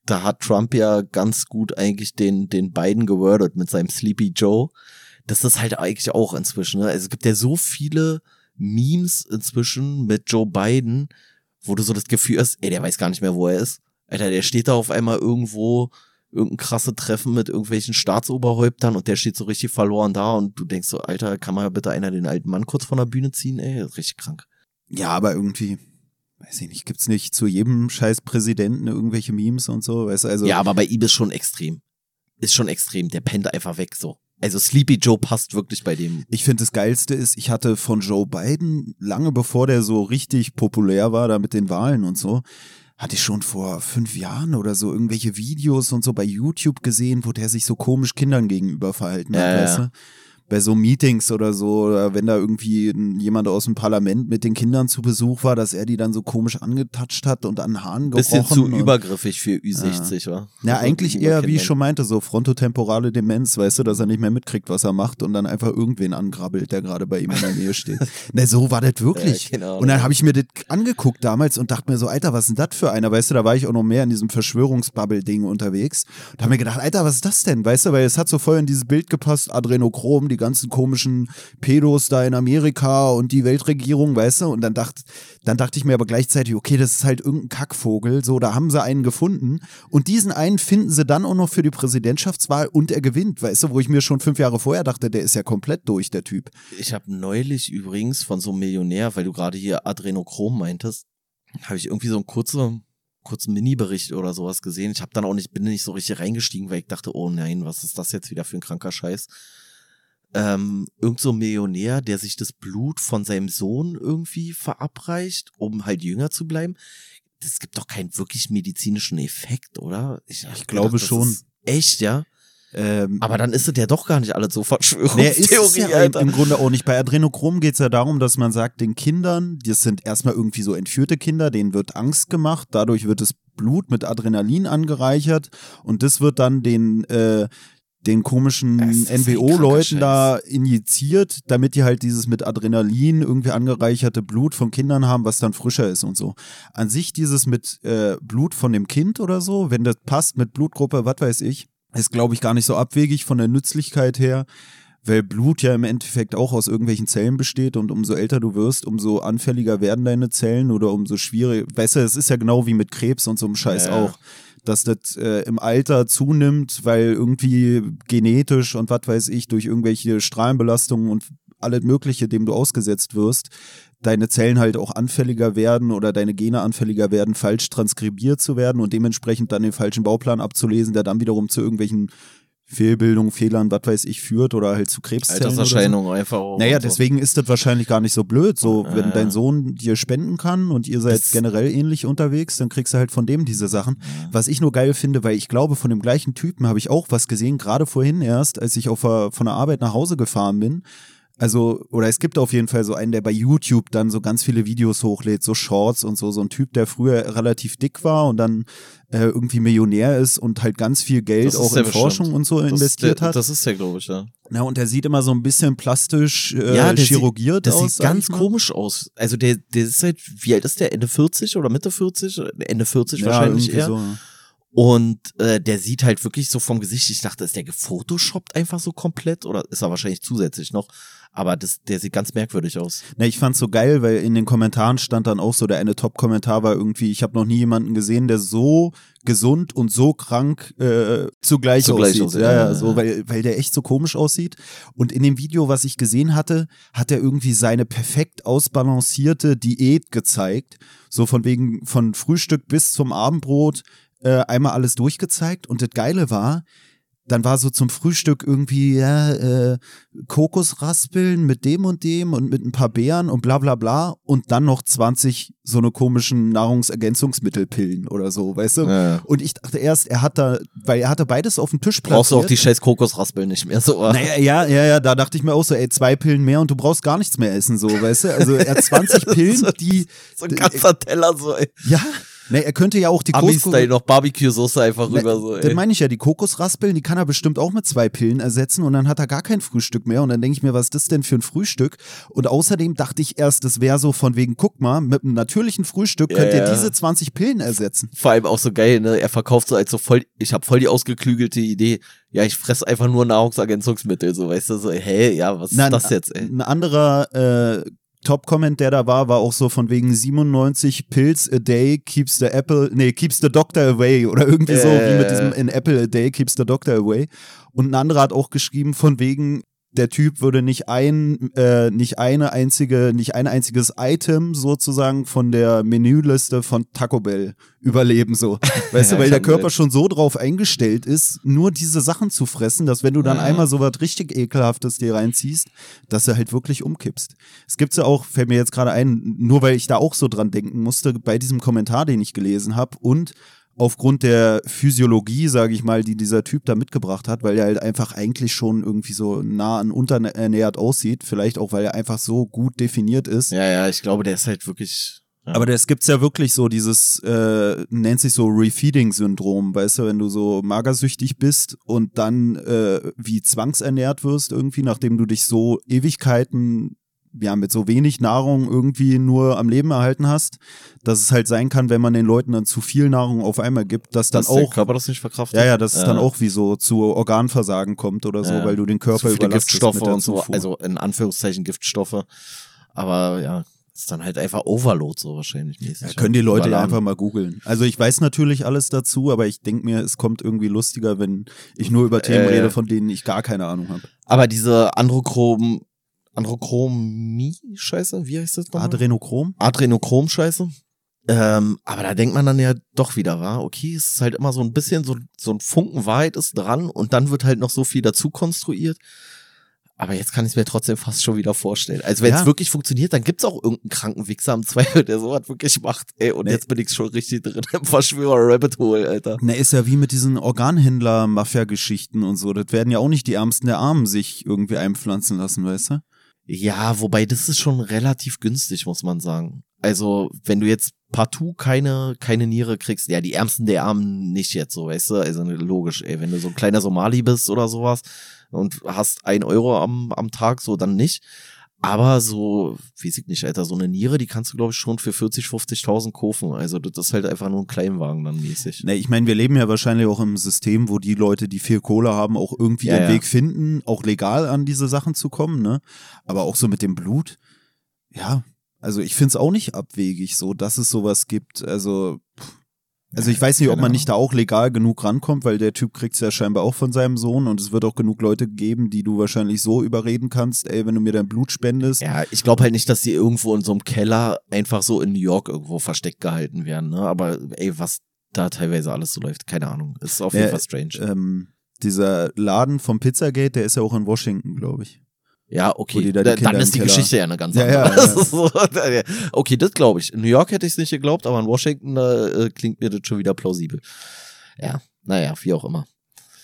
da hat Trump ja ganz gut eigentlich den, den Biden gewordet mit seinem Sleepy Joe. Das ist halt eigentlich auch inzwischen, ne? Also es gibt ja so viele Memes inzwischen mit Joe Biden, wo du so das Gefühl hast, ey, der weiß gar nicht mehr, wo er ist. Alter, der steht da auf einmal irgendwo, irgendein krasse Treffen mit irgendwelchen Staatsoberhäuptern und der steht so richtig verloren da und du denkst so, Alter, kann mal bitte einer den alten Mann kurz von der Bühne ziehen, ey, das ist richtig krank. Ja, aber irgendwie, weiß ich nicht, gibt's nicht zu jedem scheiß Präsidenten irgendwelche Memes und so, weißt du, also. Ja, aber bei ihm ist schon extrem. Ist schon extrem, der pennt einfach weg so. Also Sleepy Joe passt wirklich bei dem. Ich finde, das Geilste ist, ich hatte von Joe Biden, lange bevor der so richtig populär war, da mit den Wahlen und so, hatte ich schon vor fünf Jahren oder so irgendwelche Videos und so bei YouTube gesehen, wo der sich so komisch Kindern gegenüber verhalten hat, ja, weißt du? Ja. Bei so Meetings oder so, oder wenn da irgendwie jemand aus dem Parlament mit den Kindern zu Besuch war, dass er die dann so komisch angetatscht hat und an den Haaren gerochen. Bisschen zu und, übergriffig für Ü sechzig, ja. wa? Ja, also eigentlich eher, wie ich schon meinte, so frontotemporale Demenz, weißt du, dass er nicht mehr mitkriegt, was er macht und dann einfach irgendwen angrabbelt, der gerade bei ihm in der Nähe steht. Na, so war das wirklich. Ja, genau, und dann habe ich mir das angeguckt damals und dachte mir so, Alter, was ist denn das für einer? Weißt du, da war ich auch noch mehr in diesem Verschwörungsbubble-Ding unterwegs und habe mir gedacht, Alter, was ist das denn? Weißt du, weil es hat so voll in dieses Bild gepasst, Adrenochrom, die ganzen komischen Pedos da in Amerika und die Weltregierung, weißt du, und dann dachte, dann dachte ich mir aber gleichzeitig, okay, das ist halt irgendein Kackvogel, so, da haben sie einen gefunden und diesen einen finden sie dann auch noch für die Präsidentschaftswahl und er gewinnt, weißt du, wo ich mir schon fünf Jahre vorher dachte, der ist ja komplett durch, der Typ. Ich habe neulich übrigens von so einem Millionär, weil du gerade hier Adrenochrom meintest, habe ich irgendwie so einen kurzen, kurzen Mini-Bericht oder sowas gesehen. Ich habe dann auch nicht, bin nicht so richtig reingestiegen, weil ich dachte, oh nein, was ist das jetzt wieder für ein kranker Scheiß? Ähm, irgend so ein Millionär, der sich das Blut von seinem Sohn irgendwie verabreicht, um halt jünger zu bleiben. Das gibt doch keinen wirklich medizinischen Effekt, oder? Ich, ich glaube gedacht, schon. Echt, ja? Ähm, Aber dann ist es ja doch gar nicht alles so Verschwörungstheorie, nee, ja im Grunde auch nicht. Bei Adrenochrom geht es ja darum, dass man sagt, den Kindern, das sind erstmal irgendwie so entführte Kinder, denen wird Angst gemacht, dadurch wird das Blut mit Adrenalin angereichert und das wird dann den äh, den komischen N W O-Leuten da injiziert, damit die halt dieses mit Adrenalin irgendwie angereicherte Blut von Kindern haben, was dann frischer ist und so. An sich dieses mit äh, Blut von dem Kind oder so, wenn das passt mit Blutgruppe, was weiß ich, ist, glaube ich, gar nicht so abwegig von der Nützlichkeit her, weil Blut ja im Endeffekt auch aus irgendwelchen Zellen besteht und umso älter du wirst, umso anfälliger werden deine Zellen oder umso schwieriger, weißt du, es ist ja genau wie mit Krebs und so einem Scheiß ja. auch. Dass das äh, im Alter zunimmt, weil irgendwie genetisch und was weiß ich, durch irgendwelche Strahlenbelastungen und alles Mögliche, dem du ausgesetzt wirst, deine Zellen halt auch anfälliger werden oder deine Gene anfälliger werden, falsch transkribiert zu werden und dementsprechend dann den falschen Bauplan abzulesen, der dann wiederum zu irgendwelchen Fehlbildung, Fehlern, was weiß ich, führt oder halt zu Krebszellen. Alterserscheinungen so. einfach auch. Naja, so. Deswegen ist das wahrscheinlich gar nicht so blöd. So, ja, wenn ja. dein Sohn dir spenden kann und ihr seid das generell ähnlich unterwegs, dann kriegst du halt von dem diese Sachen. Ja. Was ich nur geil finde, weil ich glaube, von dem gleichen Typen habe ich auch was gesehen, gerade vorhin erst, als ich auf der, von der Arbeit nach Hause gefahren bin. Also, oder es gibt auf jeden Fall so einen, der bei YouTube dann so ganz viele Videos hochlädt, so Shorts und so, so ein Typ, der früher relativ dick war und dann äh, irgendwie Millionär ist und halt ganz viel Geld auch in Forschung bestimmt. und so das investiert der, hat. Das ist der, glaube ich, ja. Ja, und der sieht immer so ein bisschen plastisch äh, ja, chirurgiert sieht, aus. Das sieht ganz komisch aus. Also der, der ist halt, wie alt ist der? Ende vierzig oder Mitte vierzig? Ende vierzig ja, wahrscheinlich eher. So, ja. Und äh, der sieht halt wirklich so vom Gesicht, ich dachte, ist der gefotoshoppt einfach so komplett oder ist er wahrscheinlich zusätzlich noch? Aber das, der sieht ganz merkwürdig aus. Ne, ich fand's so geil, weil in den Kommentaren stand dann auch so, der eine Top-Kommentar war irgendwie, ich habe noch nie jemanden gesehen, der so gesund und so krank äh, zugleich, zugleich aussieht. aussieht. Ja, ja, so, weil, weil der echt so komisch aussieht. Und in dem Video, was ich gesehen hatte, hat er irgendwie seine perfekt ausbalancierte Diät gezeigt. So von wegen von Frühstück bis zum Abendbrot äh, einmal alles durchgezeigt. Und das Geile war, dann war so zum Frühstück irgendwie ja, äh, Kokosraspeln mit dem und dem und mit ein paar Beeren und bla bla bla und dann noch zwanzig so eine komischen Nahrungsergänzungsmittelpillen oder so, weißt du? Ja. Und ich dachte erst, er hat da, weil er hatte beides auf dem Tisch platziert. Brauchst du auch die scheiß Kokosraspeln nicht mehr so? Naja, ja, ja, ja, da dachte ich mir auch so, ey, zwei Pillen mehr und du brauchst gar nichts mehr essen, so, weißt du? Also er hat zwanzig Pillen, die... So ein ganzer Teller so, ey. Ja, Ne, er könnte ja auch die Ami-Style noch Barbecue-Soße einfach ne, rüber. So, ey. Dann meine ich ja, die Kokosraspeln, die kann er bestimmt auch mit zwei Pillen ersetzen und dann hat er gar kein Frühstück mehr und dann denke ich mir, was ist das denn für ein Frühstück? Und außerdem dachte ich erst, das wäre so von wegen, guck mal, mit einem natürlichen Frühstück Ja, könnt ihr ja. diese zwanzig Pillen ersetzen. Vor allem auch so geil, ne? Er verkauft so als so voll, ich habe voll die ausgeklügelte Idee. Ja, ich fresse einfach nur Nahrungsergänzungsmittel, so, weißt du, so, hä, ja, was Na, ist das jetzt, ey? Ein anderer äh, Top-Comment, der da war, war auch so von wegen siebenundneunzig Pills a day keeps the apple, nee, keeps the doctor away oder irgendwie so, Äh. wie mit diesem in Apple a day keeps the doctor away. Und ein anderer hat auch geschrieben von wegen, der Typ würde nicht ein, äh, nicht eine einzige, nicht ein einziges Item sozusagen von der Menüliste von Taco Bell überleben, so. Weißt du, weil der Körper schon so drauf eingestellt ist, nur diese Sachen zu fressen, dass wenn du dann Ja. einmal so was richtig Ekelhaftes dir reinziehst, dass du halt wirklich umkippst. Es gibt's ja auch, fällt mir jetzt gerade ein, nur weil ich da auch so dran denken musste, bei diesem Kommentar, den ich gelesen habe und aufgrund der Physiologie, sage ich mal, die dieser Typ da mitgebracht hat, weil er halt einfach eigentlich schon irgendwie so nah an unterernährt aussieht, vielleicht auch, weil er einfach so gut definiert ist. Ja, ja, ich glaube, der ist halt wirklich. Ja. Aber das gibt's ja wirklich so, dieses, äh, nennt sich so Refeeding-Syndrom, weißt du, wenn du so magersüchtig bist und dann äh, wie zwangsernährt wirst irgendwie, nachdem du dich so Ewigkeiten ja, mit so wenig Nahrung irgendwie nur am Leben erhalten hast, dass es halt sein kann, wenn man den Leuten dann zu viel Nahrung auf einmal gibt, dass dann dass der auch, Körper das nicht verkraftet. ja, ja, dass ja. es dann auch wie so zu Organversagen kommt oder so, Ja. weil du den Körper Zu viele überlastest Giftstoffe mit der und so, Zufuhr. also in Anführungszeichen Giftstoffe. Aber ja, ist dann halt einfach Overload so wahrscheinlich mäßig. Ja, können die Leute ja Überladen. einfach mal googeln. Also ich weiß natürlich alles dazu, aber ich denke mir, es kommt irgendwie lustiger, wenn ich nur über Themen Äh. rede, von denen ich gar keine Ahnung habe. Aber diese Androchrom, Androchromie-Scheiße, wie heißt das nochmal? Adrenochrom? Adrenochrom-Scheiße. Ähm, aber da denkt man dann ja doch wieder, wa? Okay, es ist halt immer so ein bisschen so, so ein Funken Wahrheit ist dran und dann wird halt noch so viel dazu konstruiert. Aber jetzt kann ich es mir trotzdem fast schon wieder vorstellen. Also wenn es Ja. wirklich funktioniert, dann gibt's auch irgendeinen kranken Wichser am Zweifel, der sowas wirklich macht. Ey, und Nee. jetzt bin ich schon richtig drin im Verschwörer-Rabbit Hole, Alter. Na, ist ja wie mit diesen Organhändler-Mafia-Geschichten und so. Das werden ja auch nicht die Ärmsten der Armen sich irgendwie einpflanzen lassen, weißt du? Ja, wobei das ist schon relativ günstig, muss man sagen. Also, wenn du jetzt partout keine, keine Niere kriegst, ja, die Ärmsten der Armen nicht jetzt so, weißt du? Also logisch, ey, wenn du so ein kleiner Somali bist oder sowas und hast ein Euro am, am Tag, so dann nicht. Aber so, weiß ich nicht, Alter, so eine Niere, die kannst du, glaube ich, schon für vierzig, fünfzigtausend kaufen. Also das ist halt einfach nur ein Kleinwagen dann mäßig. Ne, ich meine, wir leben ja wahrscheinlich auch im System, wo die Leute, die viel Kohle haben, auch irgendwie Ja, einen ja. Weg finden, auch legal an diese Sachen zu kommen, ne? Aber auch so mit dem Blut, ja, also ich find's auch nicht abwegig, so, dass es sowas gibt. Also, pff. also ich weiß nicht, ob Keine man nicht da auch legal genug rankommt, weil der Typ kriegt's ja scheinbar auch von seinem Sohn und es wird auch genug Leute geben, die du wahrscheinlich so überreden kannst, ey, wenn du mir dein Blut spendest. Ja, ich glaube halt nicht, dass die irgendwo in so einem Keller einfach so in New York irgendwo versteckt gehalten werden, ne? Aber ey, was da teilweise alles so läuft, keine Ahnung. Ist auf jeden Ja, Fall strange. Ähm, dieser Laden vom Pizzagate, der ist ja auch in Washington, glaube ich. Ja, Wo okay, die da die da, Kinder dann im ist die Keller- Geschichte ja eine ganz Ja, andere. ja, ja. Das ist so, okay, das glaube ich. In New York hätte ich es nicht geglaubt, aber in Washington äh, klingt mir das schon wieder plausibel. Ja, naja, wie auch immer.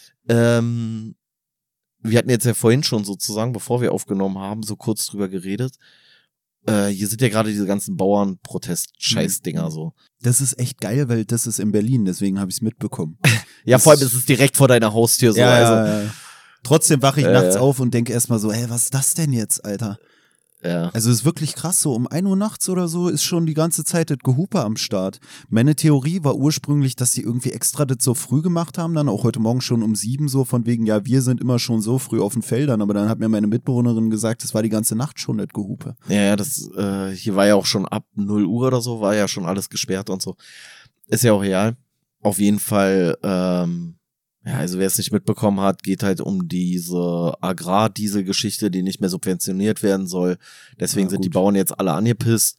Ähm, wir hatten jetzt ja vorhin schon sozusagen, bevor wir aufgenommen haben, so kurz drüber geredet. Äh, hier sind ja gerade diese ganzen Bauernprotest-Scheiß-Dinger Mhm. so. Das ist echt geil, weil das ist in Berlin, deswegen habe ich es mitbekommen. Ja, Das vor allem ist- ist es direkt vor deiner Haustür so. also, ja, ja. Trotzdem wache ich Äh, nachts auf und denke erstmal so, hey, was ist das denn jetzt, Alter? ja. Also es ist wirklich krass so, um ein Uhr nachts oder so ist schon die ganze Zeit das Gehupe am Start. Meine Theorie war ursprünglich, dass sie irgendwie extra das so früh gemacht haben, dann auch heute Morgen schon um sieben so von wegen, ja, wir sind immer schon so früh auf den Feldern, aber dann hat mir meine Mitbewohnerin gesagt, es war die ganze Nacht schon das Gehupe. Ja, ja, das, äh, hier war ja auch schon ab null Uhr oder so, war ja schon alles gesperrt und so. Ist ja auch real. Auf jeden Fall, ähm, ja, also wer es nicht mitbekommen hat, geht halt um diese Agrardiesel-Geschichte, die nicht mehr subventioniert werden soll. Deswegen Ja, sind die gut. Bauern jetzt alle angepisst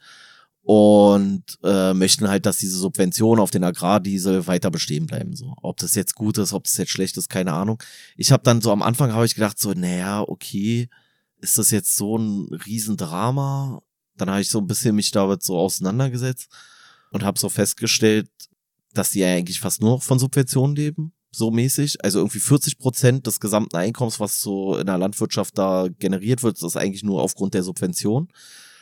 und äh, möchten halt, dass diese Subventionen auf den Agrardiesel weiter bestehen bleiben. So, ob das jetzt gut ist, ob das jetzt schlecht ist, keine Ahnung. Ich habe dann so am Anfang habe ich gedacht so, naja, okay, ist das jetzt so ein Riesendrama? Dann habe ich so ein bisschen mich damit so auseinandergesetzt und habe so festgestellt, dass die ja eigentlich fast nur noch von Subventionen leben, so mäßig. Also irgendwie vierzig Prozent des gesamten Einkommens, was so in der Landwirtschaft da generiert wird, ist eigentlich nur aufgrund der Subvention.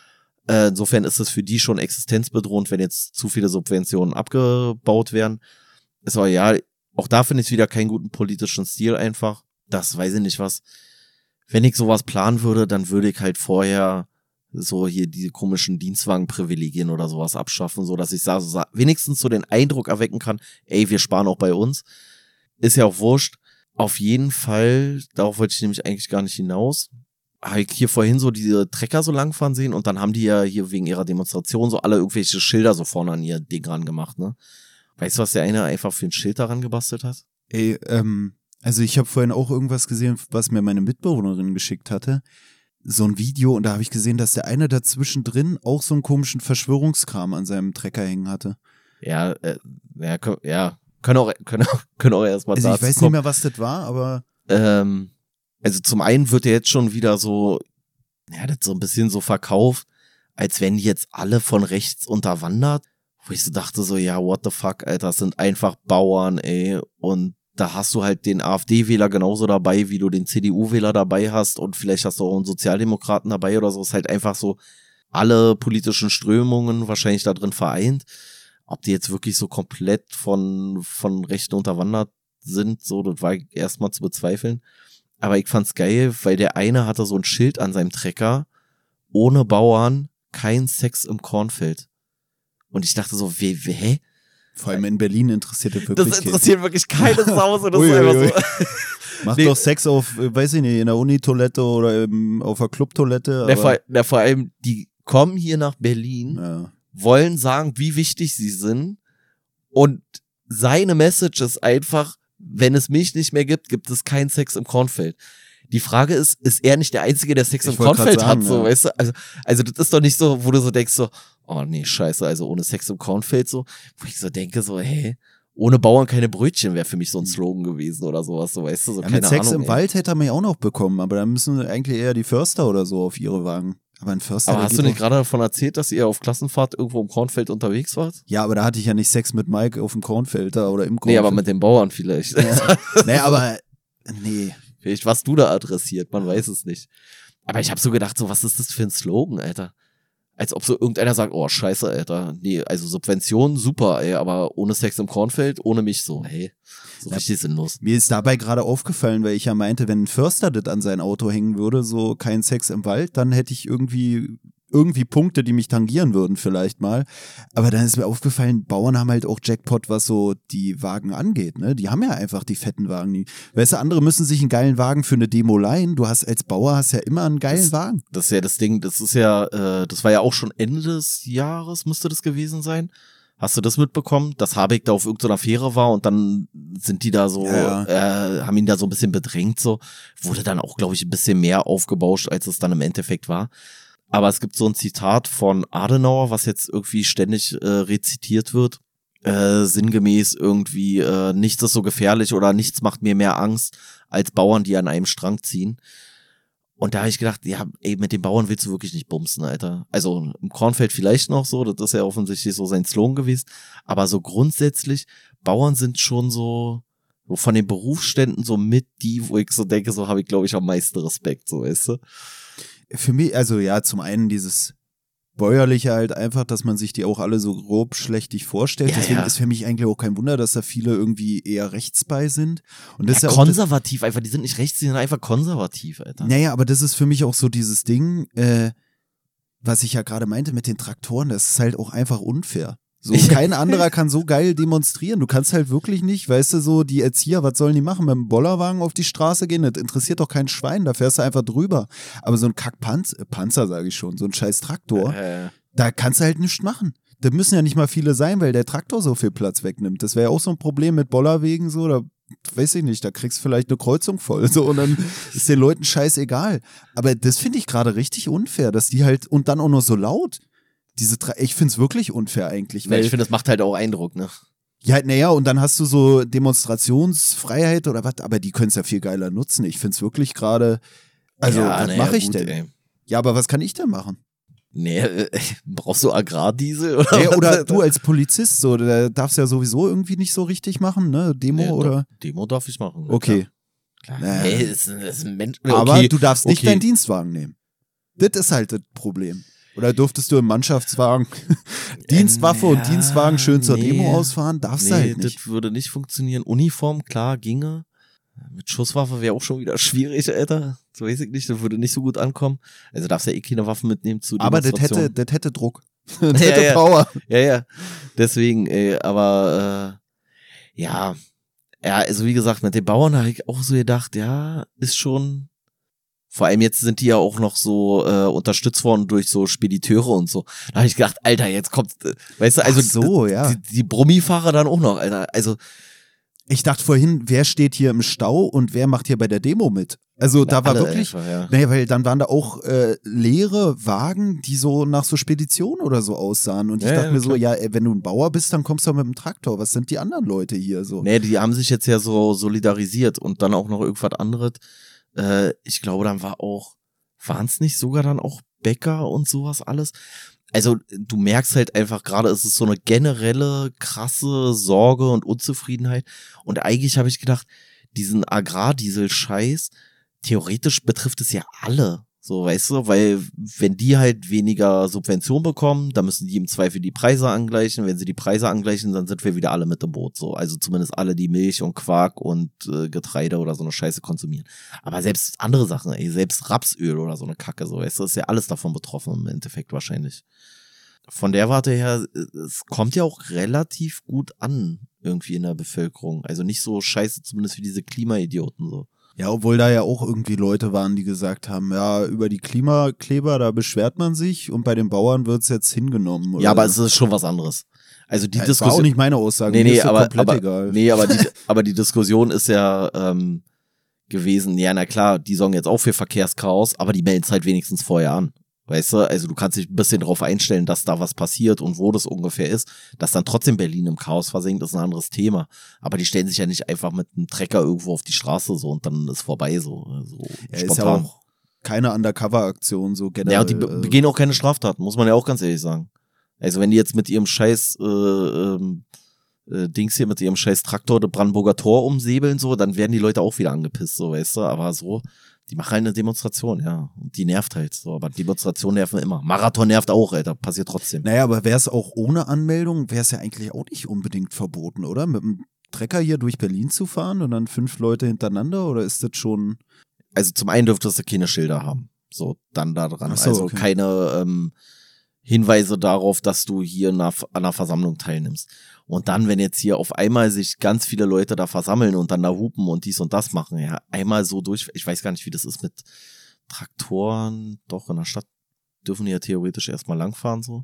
Äh, insofern ist es für die schon existenzbedrohend, wenn jetzt zu viele Subventionen abgebaut werden. Ist aber ja, auch da finde ich wieder keinen guten politischen Stil einfach. Das weiß ich nicht was. Wenn ich sowas planen würde, dann würde ich halt vorher so hier diese komischen Dienstwagenprivilegien oder sowas abschaffen, so dass ich so, so, wenigstens so den Eindruck erwecken kann, ey, wir sparen auch bei uns. Ist ja auch wurscht. Auf jeden Fall, darauf wollte ich nämlich eigentlich gar nicht hinaus, habe ich hier vorhin so diese Trecker so langfahren sehen und dann haben die ja hier wegen ihrer Demonstration so alle irgendwelche Schilder so vorne an ihr Ding ran gemacht, ne? Weißt du, was der eine einfach für ein Schild daran gebastelt hat? Ey, ähm, also ich habe vorhin auch irgendwas gesehen, was mir meine Mitbewohnerin geschickt hatte. So ein Video und da habe ich gesehen, dass der eine dazwischen drin auch so einen komischen Verschwörungskram an seinem Trecker hängen hatte. Ja, äh, ja, ja, können auch, können auch, können auch erstmal Also ich weiß kommen. nicht mehr, was das war, aber ähm, also zum einen wird er jetzt schon wieder so, ja, das so ein bisschen so verkauft, als wenn die jetzt alle von rechts unterwandert, wo ich so dachte so, ja, what the fuck, Alter, das sind einfach Bauern, ey, und da hast du halt den AfD-Wähler genauso dabei, wie du den C D U-Wähler dabei hast und vielleicht hast du auch einen Sozialdemokraten dabei oder so. Es ist halt einfach so alle politischen Strömungen wahrscheinlich da drin vereint. Ob die jetzt wirklich so komplett von von Rechten unterwandert sind, so, das war erstmal zu bezweifeln. Aber ich fand's geil, weil der eine hatte so ein Schild an seinem Trecker, ohne Bauern, kein Sex im Kornfeld. Und ich dachte so, wie, wie hä? Vor allem in Berlin interessiert das wirklich Das interessiert wirklich keine Sau. So, das ui, ist einfach ui, ui. so. Mach nee. doch Sex auf, weiß ich nicht, in der Uni-Toilette oder im, auf der Club-Toilette. Der vor, der vor allem, die kommen hier nach Berlin, ja. wollen sagen, wie wichtig sie sind und seine Message ist einfach, wenn es mich nicht mehr gibt, gibt es keinen Sex im Kornfeld. Die Frage ist, ist er nicht der Einzige, der Sex ich im Kornfeld sagen, hat, so, ja. weißt du? Also, also das ist doch nicht so, wo du so denkst so, oh nee, scheiße, also ohne Sex im Kornfeld so, wo ich so denke so, hey, ohne Bauern keine Brötchen wäre für mich so ein Slogan gewesen oder sowas, so, weißt du, so ja, keine mit Sex Ahnung, im ey. Wald hätte er mich auch noch bekommen, aber dann müssen eigentlich eher die Förster oder so auf ihre Wagen. Aber ein Förster. Aber hast du nicht gerade davon erzählt, dass ihr auf Klassenfahrt irgendwo im Kornfeld unterwegs wart? Ja, aber da hatte ich ja nicht Sex mit Mike auf dem Kornfeld da oder im Kornfeld. Nee, aber mit den Bauern vielleicht. Ja. Nee, aber, nee. Vielleicht warst du da adressiert, man weiß es nicht. Aber ich habe so gedacht, so, was ist das für ein Slogan, Alter? Als ob so irgendeiner sagt, oh, scheiße, Alter. Nee, also Subventionen, super, ey, aber ohne Sex im Kornfeld, ohne mich so, hey, so ja, richtig sinnlos. Mir ist dabei gerade aufgefallen, weil ich ja meinte, wenn ein Förster das an sein Auto hängen würde, so kein Sex im Wald, dann hätte ich irgendwie irgendwie Punkte, die mich tangieren würden vielleicht mal. Aber dann ist mir aufgefallen, Bauern haben halt auch Jackpot, was so die Wagen angeht, ne? Die haben ja einfach die fetten Wagen. Die, weißt du, andere müssen sich einen geilen Wagen für eine Demo leihen. Du hast als Bauer hast ja immer einen geilen das, Wagen. Das ist ja das Ding, das ist ja, äh, das war ja auch schon Ende des Jahres, müsste das gewesen sein. Hast du das mitbekommen, dass Habeck da auf irgendeiner Fähre war und dann sind die da so, ja, ja. Äh, haben ihn da so ein bisschen bedrängt, so. Wurde dann auch, glaube ich, ein bisschen mehr aufgebauscht, als es dann im Endeffekt war. Aber es gibt so ein Zitat von Adenauer, was jetzt irgendwie ständig äh, rezitiert wird. Äh, sinngemäß irgendwie, äh, nichts ist so gefährlich oder nichts macht mir mehr Angst als Bauern, die an einem Strang ziehen. Und da habe ich gedacht, ja, ey, mit den Bauern willst du wirklich nicht bumsen, Alter. Also im Kornfeld vielleicht noch so, das ist ja offensichtlich so sein Slogan gewesen. Aber so grundsätzlich, Bauern sind schon so, so von den Berufsständen so mit die, wo ich so denke, so habe ich, glaube ich, am meisten Respekt, so, weißt du. Für mich, also ja, zum einen dieses Bäuerliche halt einfach, dass man sich die auch alle so grob schlechtig vorstellt. Ja, Deswegen ja. ist für mich eigentlich auch kein Wunder, dass da viele irgendwie eher rechts bei sind. Und das Ja, ist ja auch konservativ einfach, die sind nicht rechts, die sind einfach konservativ, Alter. das, naja, aber das ist für mich auch so dieses Ding, äh, was ich ja gerade meinte mit den Traktoren, das ist halt auch einfach unfair. So, kein anderer kann so geil demonstrieren. Du kannst halt wirklich nicht, weißt du, so die Erzieher, was sollen die machen? Mit dem Bollerwagen auf die Straße gehen? Das interessiert doch kein Schwein, da fährst du einfach drüber. Aber so ein Kackpanzer, Panzer sage ich schon, so ein scheiß Traktor, Äh. da kannst du halt nichts machen. Da müssen ja nicht mal viele sein, weil der Traktor so viel Platz wegnimmt. Das wäre ja auch so ein Problem mit Bollerwegen so, da weiß ich nicht, da kriegst du vielleicht eine Kreuzung voll so und dann ist den Leuten scheißegal. Aber das finde ich gerade richtig unfair, dass die halt, und dann auch noch so laut, diese, ich finde es wirklich unfair eigentlich. Weil, ich finde, das macht halt auch Eindruck, ne? Ja, naja, und dann hast du so Demonstrationsfreiheit oder was, aber die können es ja viel geiler nutzen. Ich finde es wirklich gerade, also ja, was naja, mache ich gut, denn? Ey. Ja, aber was kann ich denn machen? Nee, äh, brauchst du Agrardiesel? Oder, Nee, oder du als Polizist, so, da darfst du ja sowieso irgendwie nicht so richtig machen, ne? Demo nee, oder? Demo darf ich machen. Okay. Klar. Naja. Nee, das ist, das ist ein Mensch. Okay. Aber du darfst nicht okay. deinen Dienstwagen nehmen. Das ist halt das Problem. Oder durftest du im Mannschaftswagen Dienstwaffe äh, und Dienstwagen schön zur nee, Demo ausfahren? Darfst nee, du halt nicht. Das würde nicht funktionieren. Uniform, klar, ginge. Mit Schusswaffe wäre auch schon wieder schwierig, Alter. Das weiß ich nicht, das würde nicht so gut ankommen. Also darfst ja eh keine Waffen mitnehmen zu Aber das hätte, Demonstrationen. das hätte Druck. Das Ja, hätte ja. Power. Ja, ja. Deswegen, ey, aber äh, ja, ja, also wie gesagt, mit den Bauern habe ich auch so gedacht, ja, ist schon. Vor allem jetzt sind die ja auch noch so äh, unterstützt worden durch so Spediteure und so. Da habe ich gedacht, Alter, jetzt kommt, äh, weißt du, also Ach so, ja. die, die Brummifahrer dann auch noch, Alter. Also Ich dachte vorhin, wer steht hier im Stau und wer macht hier bei der Demo mit? Also da war alle wirklich, einfach, ja. naja, weil dann waren da auch äh, leere Wagen, die so nach so Spedition oder so aussahen. Und ich Ja, dachte ja, mir so, klar. ja, ey, wenn du ein Bauer bist, dann kommst du mit dem Traktor. Was sind die anderen Leute hier so? Nee, die haben sich jetzt ja so solidarisiert und dann auch noch irgendwas anderes. Äh, ich glaube, dann war auch, waren es nicht sogar dann auch Bäcker und sowas alles? Also du merkst halt einfach gerade, es ist so eine generelle krasse Sorge und Unzufriedenheit. Und eigentlich habe ich gedacht, diesen Agrardiesel-Scheiß, theoretisch betrifft es ja alle. So, weißt du, weil wenn die halt weniger Subvention bekommen, dann müssen die im Zweifel die Preise angleichen. Wenn sie die Preise angleichen, dann sind wir wieder alle mit im Boot. So, also zumindest alle, die Milch und Quark und äh, Getreide oder so eine Scheiße konsumieren. Aber selbst andere Sachen, ey, selbst Rapsöl oder so eine Kacke, so, weißt du, ist ja alles davon betroffen im Endeffekt wahrscheinlich. Von der Warte her, es kommt ja auch relativ gut an, irgendwie in der Bevölkerung. Also nicht so scheiße, zumindest wie diese Klimaidioten so. Ja, obwohl da ja auch irgendwie Leute waren, die gesagt haben, ja, über die Klimakleber, da beschwert man sich und bei den Bauern wird's jetzt hingenommen. Oder? Ja, aber es ist schon was anderes. Also die ja, das war Diskussion. auch nicht meine Aussage, Nee, mir nee, ist so aber, komplett aber, egal. nee, aber die, aber die Diskussion ist ja ähm, gewesen, ja, na klar, die sorgen jetzt auch für Verkehrschaos, aber die melden es halt wenigstens vorher an. Weißt du, also du kannst dich ein bisschen darauf einstellen, dass da was passiert und wo das ungefähr ist. Dass dann trotzdem Berlin im Chaos versinkt, ist ein anderes Thema. Aber die stellen sich ja nicht einfach mit einem Trecker irgendwo auf die Straße so und dann ist vorbei so. so Ja, ist ja auch keine Undercover-Aktion so generell. Ja, und die be begehen auch keine Straftaten, muss man ja auch ganz ehrlich sagen. Also wenn die jetzt mit ihrem scheiß äh, ähm, äh, Dings hier, mit ihrem scheiß Traktor das Brandenburger Tor umsäbeln so, dann werden die Leute auch wieder angepisst, so, weißt du, aber so, die machen halt eine Demonstration, ja, und die nervt halt so, aber Demonstrationen nerven immer. Marathon nervt auch, Alter, passiert trotzdem. Naja, aber wäre es auch ohne Anmeldung, wäre es ja eigentlich auch nicht unbedingt verboten, oder? Mit dem Trecker hier durch Berlin zu fahren und dann fünf Leute hintereinander, oder ist das schon... Also zum einen dürftest du keine Schilder haben, so, dann da dran, Ach so, also okay. keine ähm, Hinweise darauf, dass du hier an einer Versammlung teilnimmst. Und dann, wenn jetzt hier auf einmal sich ganz viele Leute da versammeln und dann da hupen und dies und das machen, ja, einmal so durch, ich weiß gar nicht, wie das ist mit Traktoren, doch, in der Stadt dürfen die ja theoretisch erstmal langfahren, so.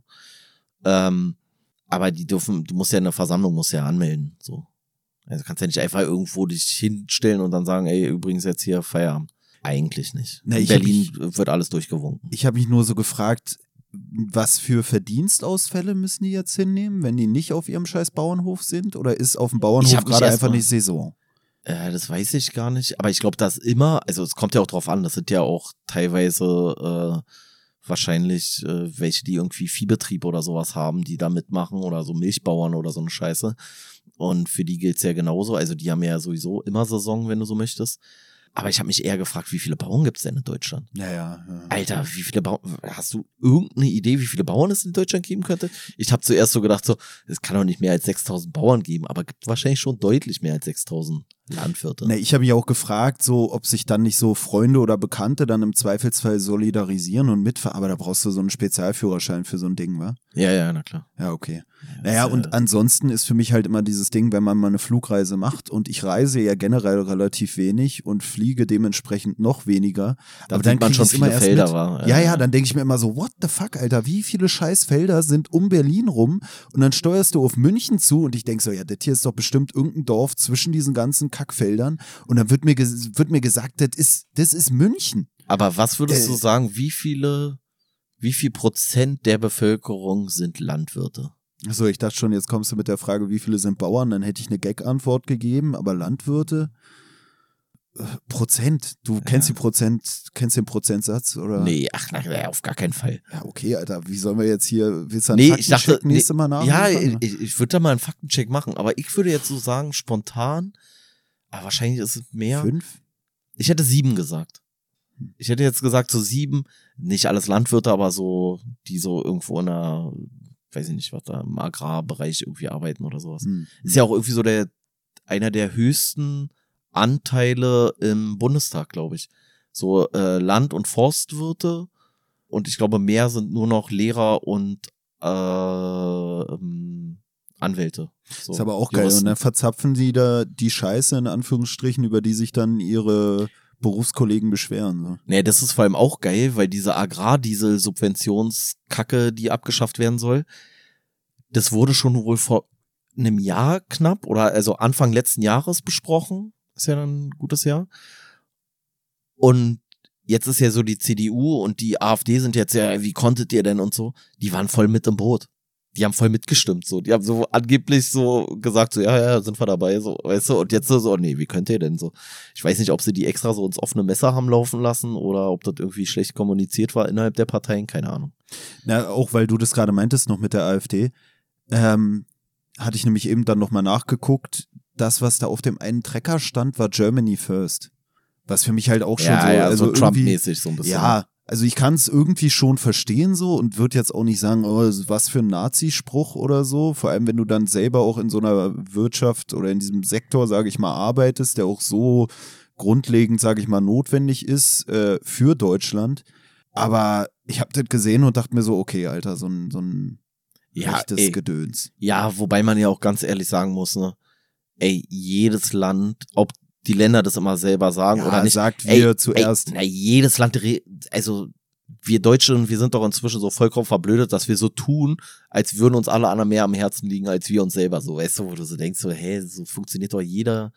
Ähm, aber die dürfen, du musst ja eine Versammlung, musst ja anmelden, so. Also kannst ja nicht einfach irgendwo dich hinstellen und dann sagen, ey, übrigens jetzt hier Feierabend. Eigentlich nicht. Na, In ich hab Berlin wird alles durchgewunken. Ich habe mich nur so gefragt, was für Verdienstausfälle müssen die jetzt hinnehmen, wenn die nicht auf ihrem scheiß Bauernhof sind? Oder ist auf dem Ich Bauernhof hab mich gerade erst einfach mal- nicht Saison? Äh, das weiß ich gar nicht, aber ich glaube, dass immer, also es kommt ja auch drauf an, das sind ja auch teilweise äh, wahrscheinlich äh, welche, die irgendwie Viehbetrieb oder sowas haben, die da mitmachen oder so Milchbauern oder so eine Scheiße. Und für die gilt's ja genauso, also die haben ja sowieso immer Saison, wenn du so möchtest. Aber ich habe mich eher gefragt, wie viele Bauern gibt's denn in Deutschland? Ja, ja. ja. Alter, wie viele Bauern, hast du irgendeine Idee, wie viele Bauern es in Deutschland geben könnte? Ich habe zuerst so gedacht, so, es kann doch nicht mehr als sechstausend Bauern geben, aber gibt wahrscheinlich schon deutlich mehr als sechstausend Landwirte. Ne, ich habe mich auch gefragt, so, ob sich dann nicht so Freunde oder Bekannte dann im Zweifelsfall solidarisieren und mitfahren. Aber da brauchst du so einen Spezialführerschein für so ein Ding, wa? Ja, ja, na klar. Ja, okay. Ja, Naja, das, äh, und ansonsten ist für mich halt immer dieses Ding, wenn man mal eine Flugreise macht und ich reise ja generell relativ wenig und fliege dementsprechend noch weniger. Dann aber dann sieht man krieg schon ich's immer viele erst Felder, mit. wa? Ja, Ja, ja, ja. dann denke ich mir immer so, what the fuck, Alter, wie viele scheiß Felder sind um Berlin rum und dann steuerst du auf München zu und ich denke so, ja, das hier ist doch bestimmt irgendein Dorf zwischen diesen ganzen Kackfeldern und dann wird mir, ges- wird mir gesagt, das ist, das ist München. Aber was würdest Äh, du sagen, wie viele, wie viel Prozent der Bevölkerung sind Landwirte? Achso, ich dachte schon, jetzt kommst du mit der Frage, wie viele sind Bauern, dann hätte ich eine Gag-Antwort gegeben, aber Landwirte? Äh, Prozent. Du kennst die Prozent, kennst den Prozentsatz, oder? Nee, ach, na, na, auf gar keinen Fall. Ja, okay, Alter, wie sollen wir jetzt hier, willst du einen Nee, ich Faktencheck dachte, nächste nee, Mal nach? ja, ich, ich würde da mal einen Faktencheck machen, aber ich würde jetzt so sagen, spontan, aber wahrscheinlich ist es mehr. Fünf? Ich hätte sieben gesagt. Ich hätte jetzt gesagt so sieben, nicht alles Landwirte, aber so, die so irgendwo in einer, weiß ich nicht, was da im Agrarbereich irgendwie arbeiten oder sowas. Hm. Ist ja auch irgendwie so der, einer der höchsten Anteile im Bundestag, glaube ich. So äh, Land- und Forstwirte und ich glaube, mehr sind nur noch Lehrer und äh, ähm, Anwälte. So, ist aber auch Juristen. geil. Und dann verzapfen die da die Scheiße in Anführungsstrichen, über die sich dann ihre Berufskollegen beschweren. So. Nee, das ist vor allem auch geil, weil diese Agrardiesel-Subventionskacke, die abgeschafft werden soll, das wurde schon wohl vor einem Jahr knapp oder also Anfang letzten Jahres besprochen. Ist ja dann ein gutes Jahr. Und jetzt ist ja so die C D U und die AfD sind jetzt ja, wie konntet ihr denn und so, die waren voll mit im Boot. Die haben voll mitgestimmt, so. Die haben so angeblich so gesagt, so, ja, ja, sind wir dabei, so, weißt du, und jetzt so, so, nee, wie könnt ihr denn so? Ich weiß nicht, ob sie die extra so ins offene Messer haben laufen lassen oder ob das irgendwie schlecht kommuniziert war innerhalb der Parteien, keine Ahnung. Na, auch weil du das gerade meintest noch mit der AfD, ähm, hatte ich nämlich eben dann nochmal nachgeguckt, das, was da auf dem einen Trecker stand, war Germany First. Was für mich halt auch schon ja, so, ja, also so Trump-mäßig so ein bisschen. Ja, also ich kann es irgendwie schon verstehen so und würde jetzt auch nicht sagen, oh, was für ein Nazispruch oder so. Vor allem, wenn du dann selber auch in so einer Wirtschaft oder in diesem Sektor, sage ich mal, arbeitest, der auch so grundlegend, sage ich mal, notwendig ist äh, für Deutschland. Aber ich habe das gesehen und dachte mir so, okay, Alter, so ein, so ein ja, rechtes ey. Gedöns. Ja, wobei man ja auch ganz ehrlich sagen muss, ne, ey, jedes Land, ob die Länder das immer selber sagen Ja, oder nicht. sagt ey, wir zuerst. Ey, na, jedes Land, also wir Deutschen, wir sind doch inzwischen so vollkommen verblödet, dass wir so tun, als würden uns alle anderen mehr am Herzen liegen, als wir uns selber. So, weißt du, wo du so denkst, so, hey, so funktioniert doch jeder,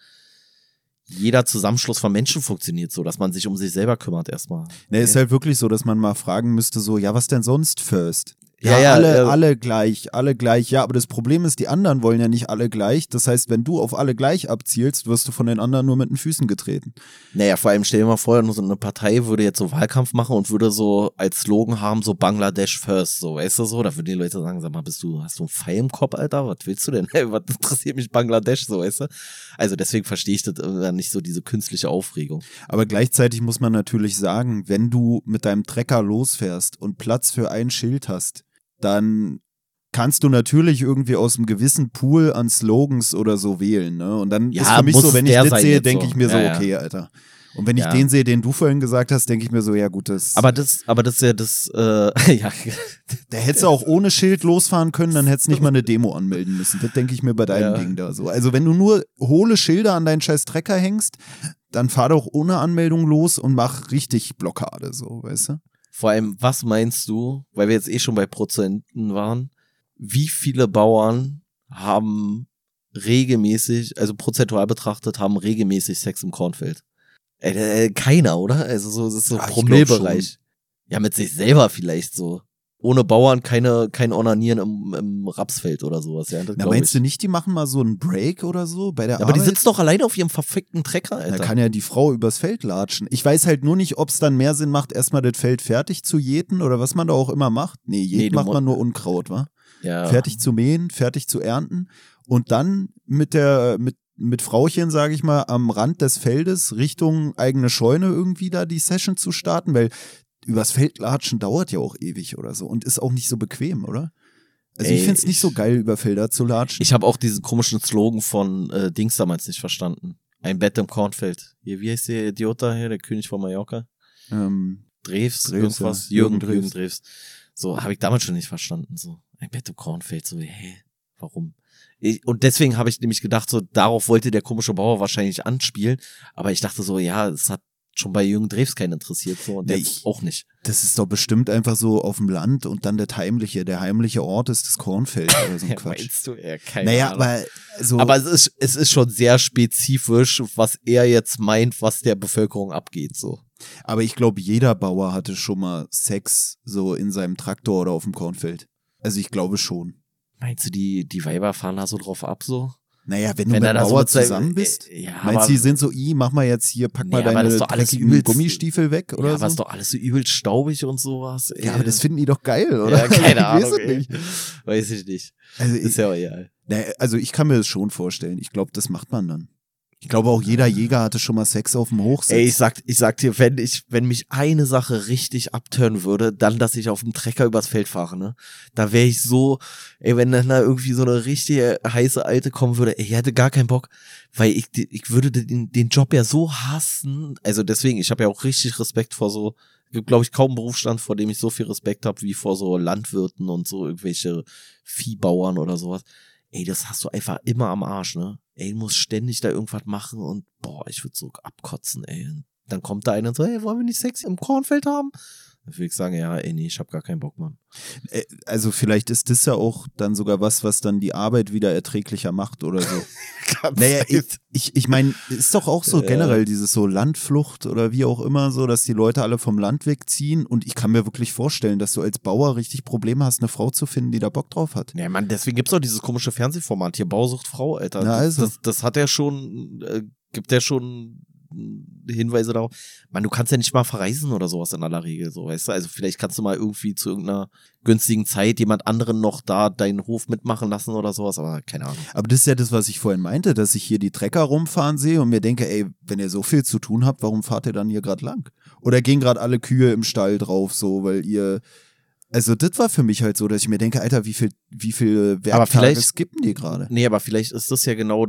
jeder Zusammenschluss von Menschen funktioniert so, dass man sich um sich selber kümmert erstmal. Ne, ist halt wirklich so, dass man mal fragen müsste, so, ja, was denn sonst first? Ja, Ja, ja, alle, äh, alle gleich, alle gleich. Ja, aber das Problem ist, die anderen wollen ja nicht alle gleich. Das heißt, wenn du auf alle gleich abzielst, wirst du von den anderen nur mit den Füßen getreten. Naja, vor allem stell dir mal vor, so eine Partei würde jetzt so Wahlkampf machen und würde so als Slogan haben, so Bangladesch first, so, weißt du so? Da würden die Leute sagen, sag mal, bist du, hast du einen Pfeil im Kopf, Alter? Was willst du denn? Hey, was interessiert mich Bangladesch, so, weißt du? Also deswegen verstehe ich das äh, nicht so, diese künstliche Aufregung. Aber gleichzeitig muss man natürlich sagen, wenn du mit deinem Trecker losfährst und Platz für ein Schild hast, dann kannst du natürlich irgendwie aus einem gewissen Pool an Slogans oder so wählen, ne? Und dann Ja, ist für mich muss so, es wenn ich der das sein sehe, jetzt denke so. ich mir so, Ja, ja. okay, Alter. Und wenn ich Ja. den sehe, den du vorhin gesagt hast, denke ich mir so, ja gut, das. Aber das, aber das ist ja das, äh, ja. Da hättest du auch ohne Schild losfahren können, dann hättest du nicht mal eine Demo anmelden müssen. Das denke ich mir bei deinem Ja. Ding da so. Also wenn du nur hohle Schilder an deinen scheiß Trecker hängst, dann fahr doch ohne Anmeldung los und mach richtig Blockade, so, weißt du? Vor allem, was meinst du, weil wir jetzt eh schon bei Prozenten waren, wie viele Bauern haben regelmäßig, also prozentual betrachtet, haben regelmäßig Sex im Kornfeld? Äh, äh, keiner, oder? Also so, das ist so Ja, ich Promillebereich. Ja, mit sich selber vielleicht so. Ohne Bauern keine, kein Onanieren im, im Rapsfeld oder sowas. Ja, das Na, glaub meinst ich. du nicht, die machen mal so einen Break oder so bei der Ja, aber die Arbeit? sitzt doch alleine auf ihrem verfickten Trecker, Alter. Da kann ja die Frau übers Feld latschen. Ich weiß halt nur nicht, ob es dann mehr Sinn macht, erstmal das Feld fertig zu jäten oder was man da auch immer macht. Nee, jäten Nee, du macht mu- man nur Unkraut, wa? ja. Fertig zu mähen, fertig zu ernten und dann mit der, mit, mit Frauchen, sage ich mal, am Rand des Feldes Richtung eigene Scheune irgendwie da die Session zu starten, weil übers Feld latschen dauert ja auch ewig oder so und ist auch nicht so bequem, oder? Also Ey, ich find's nicht ich- so geil, über Felder zu latschen. Ich habe auch diesen komischen Slogan von äh, Dings damals nicht verstanden. Ein Bett im Kornfeld. Hier, wie heißt der Idiot da hier, der König von Mallorca? ähm, Drews, Drews, irgendwas? ja. Jürgen, Jürgen Jürgen Drews. Drews. So, habe ich damals schon nicht verstanden. So, ein Bett im Kornfeld. So, hä? Warum? Ich, und deswegen habe ich nämlich gedacht, so, darauf wollte der komische Bauer wahrscheinlich anspielen. Aber ich dachte so, ja, es hat schon bei Jürgen Drews keinen interessiert. So, und Nee, jetzt ich- auch nicht. Das ist doch bestimmt einfach so auf dem Land und dann das heimliche, der heimliche Ort ist das Kornfeld oder so ein Ja, Quatsch. meinst du? Ja, keine Naja, Ahnung. aber so. Aber es ist, es ist schon sehr spezifisch, was er jetzt meint, was der Bevölkerung abgeht, so. Aber ich glaube, jeder Bauer hatte schon mal Sex so in seinem Traktor oder auf dem Kornfeld. Also ich glaube schon. Meinst du, die, die Weiber fahren da so drauf ab, so? Naja, wenn du Wenn mit er dem da so Bauer mit seinem- zusammen bist, äh, ja, meinst aber- du, die sind so, i, mach mal jetzt hier, pack mal Nee, aber das deine ist doch alles dreckigen übelst- Gummistiefel weg oder ja, aber so. ist doch alles so übel staubig und sowas. Ey. Ja, aber das finden die doch geil, oder? Ja, keine Ich Ahnung. weiß es ey. nicht. Weiß ich nicht. Also Ist ich, ja auch egal. naja, also ich kann mir das schon vorstellen. Ich glaube, das macht man dann. Ich glaube auch jeder Jäger hatte schon mal Sex auf dem Hochsitz. Ey, ich sag, ich sag dir, wenn ich, wenn mich eine Sache richtig abtören würde, dann, dass ich auf dem Trecker übers Feld fahre, ne? Da wäre ich so, ey, wenn dann da irgendwie so eine richtige heiße Alte kommen würde, ey, ich hätte gar keinen Bock, weil ich, ich würde den, den Job ja so hassen. Also deswegen, ich habe ja auch richtig Respekt vor so, gibt, glaube ich, kaum einen Berufsstand, vor dem ich so viel Respekt habe, wie vor so Landwirten und so irgendwelche Viehbauern oder sowas. Ey, das hast du einfach immer am Arsch, ne? Ey, du musst ständig da irgendwas machen und boah, ich würde so abkotzen, ey. Und dann kommt da einer und so, ey, wollen wir nicht Sex im Kornfeld haben? Dann würde ich sagen, ja, ey, nee, ich hab gar keinen Bock, Mann. Also vielleicht ist das ja auch dann sogar was, was dann die Arbeit wieder erträglicher macht oder so. Naja, ich, ich, ich meine, ist doch auch so generell dieses so Landflucht oder wie auch immer so, dass die Leute alle vom Land wegziehen und ich kann mir wirklich vorstellen, dass du als Bauer richtig Probleme hast, eine Frau zu finden, die da Bock drauf hat. Ja, Mann, deswegen gibt's auch dieses komische Fernsehformat hier, Bausucht Frau, Alter. Ja, also. Das, das hat ja schon, äh, gibt ja schon Hinweise darauf. Man, du kannst ja nicht mal verreisen oder sowas in aller Regel, so, weißt du? Also vielleicht kannst du mal irgendwie zu irgendeiner günstigen Zeit jemand anderen noch da deinen Hof mitmachen lassen oder sowas, aber keine Ahnung. Aber das ist ja das, was ich vorhin meinte, dass ich hier die Trecker rumfahren sehe und mir denke, ey, wenn ihr so viel zu tun habt, warum fahrt ihr dann hier gerade lang? Oder gehen gerade alle Kühe im Stall drauf, so, weil ihr also das war für mich halt so, dass ich mir denke, Alter, wie viel, wie viel Werktage skippen die gerade? Nee, aber vielleicht ist das ja genau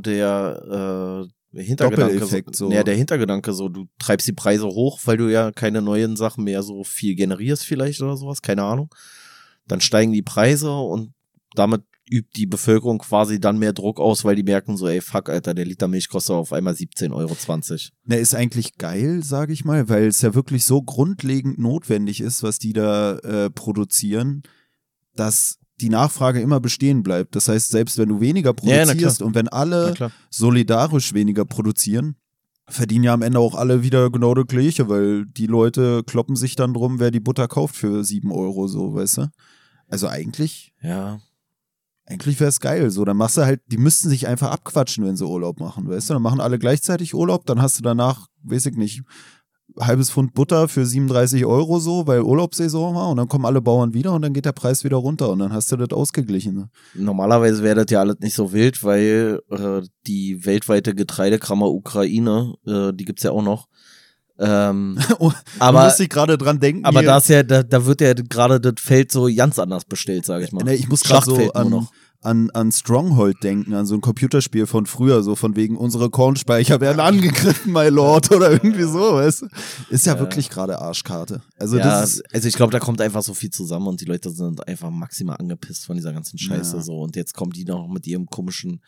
der äh, Hintergedanke, so, ja, der Hintergedanke so, du treibst die Preise hoch, weil du ja keine neuen Sachen mehr so viel generierst vielleicht oder sowas, keine Ahnung. Dann steigen die Preise und damit übt die Bevölkerung quasi dann mehr Druck aus, weil die merken so, ey, fuck, Alter, der Liter Milch kostet auf einmal siebzehn Euro zwanzig. Na, ist eigentlich geil, sage ich mal, weil es ja wirklich so grundlegend notwendig ist, was die da äh, produzieren, dass die Nachfrage immer bestehen bleibt. Das heißt, selbst wenn du weniger produzierst ja, und wenn alle solidarisch weniger produzieren, verdienen ja am Ende auch alle wieder genau das Gleiche, weil die Leute kloppen sich dann drum, wer die Butter kauft für sieben Euro, so, weißt du? Also eigentlich, ja, eigentlich wäre es geil, so, dann machst du halt, die müssten sich einfach abquatschen, wenn sie Urlaub machen, weißt du? Dann machen alle gleichzeitig Urlaub, dann hast du danach, weiß ich nicht, halbes Pfund Butter für siebenunddreißig Euro so, weil Urlaubssaison war und dann kommen alle Bauern wieder und dann geht der Preis wieder runter und dann hast du das ausgeglichen. Ne? Normalerweise wäre das ja alles nicht so wild, weil äh, die weltweite Getreidekammer Ukraine, äh, die gibt's ja auch noch. Ähm, oh, aber muss ich gerade dran denken. Aber da ist ja, da, da wird ja gerade das Feld so ganz anders bestellt, sage ich mal. Ne, ich muss gerade so an, noch. An, an Stronghold denken, an so ein Computerspiel von früher, so von wegen unsere Kornspeicher werden angegriffen, my Lord, oder irgendwie so, weißt du? Ist ja, ja. wirklich gerade Arschkarte. Also, ja, das ist, also ich glaube, da kommt einfach so viel zusammen und die Leute sind einfach maximal angepisst von dieser ganzen Scheiße, ja. so. Und jetzt kommen die noch mit ihrem komischen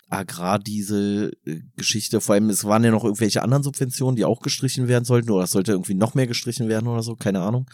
Agrardiesel-Geschichte. Vor allem, es waren ja noch irgendwelche anderen Subventionen, die auch gestrichen werden sollten, oder es sollte irgendwie noch mehr gestrichen werden oder so, keine Ahnung.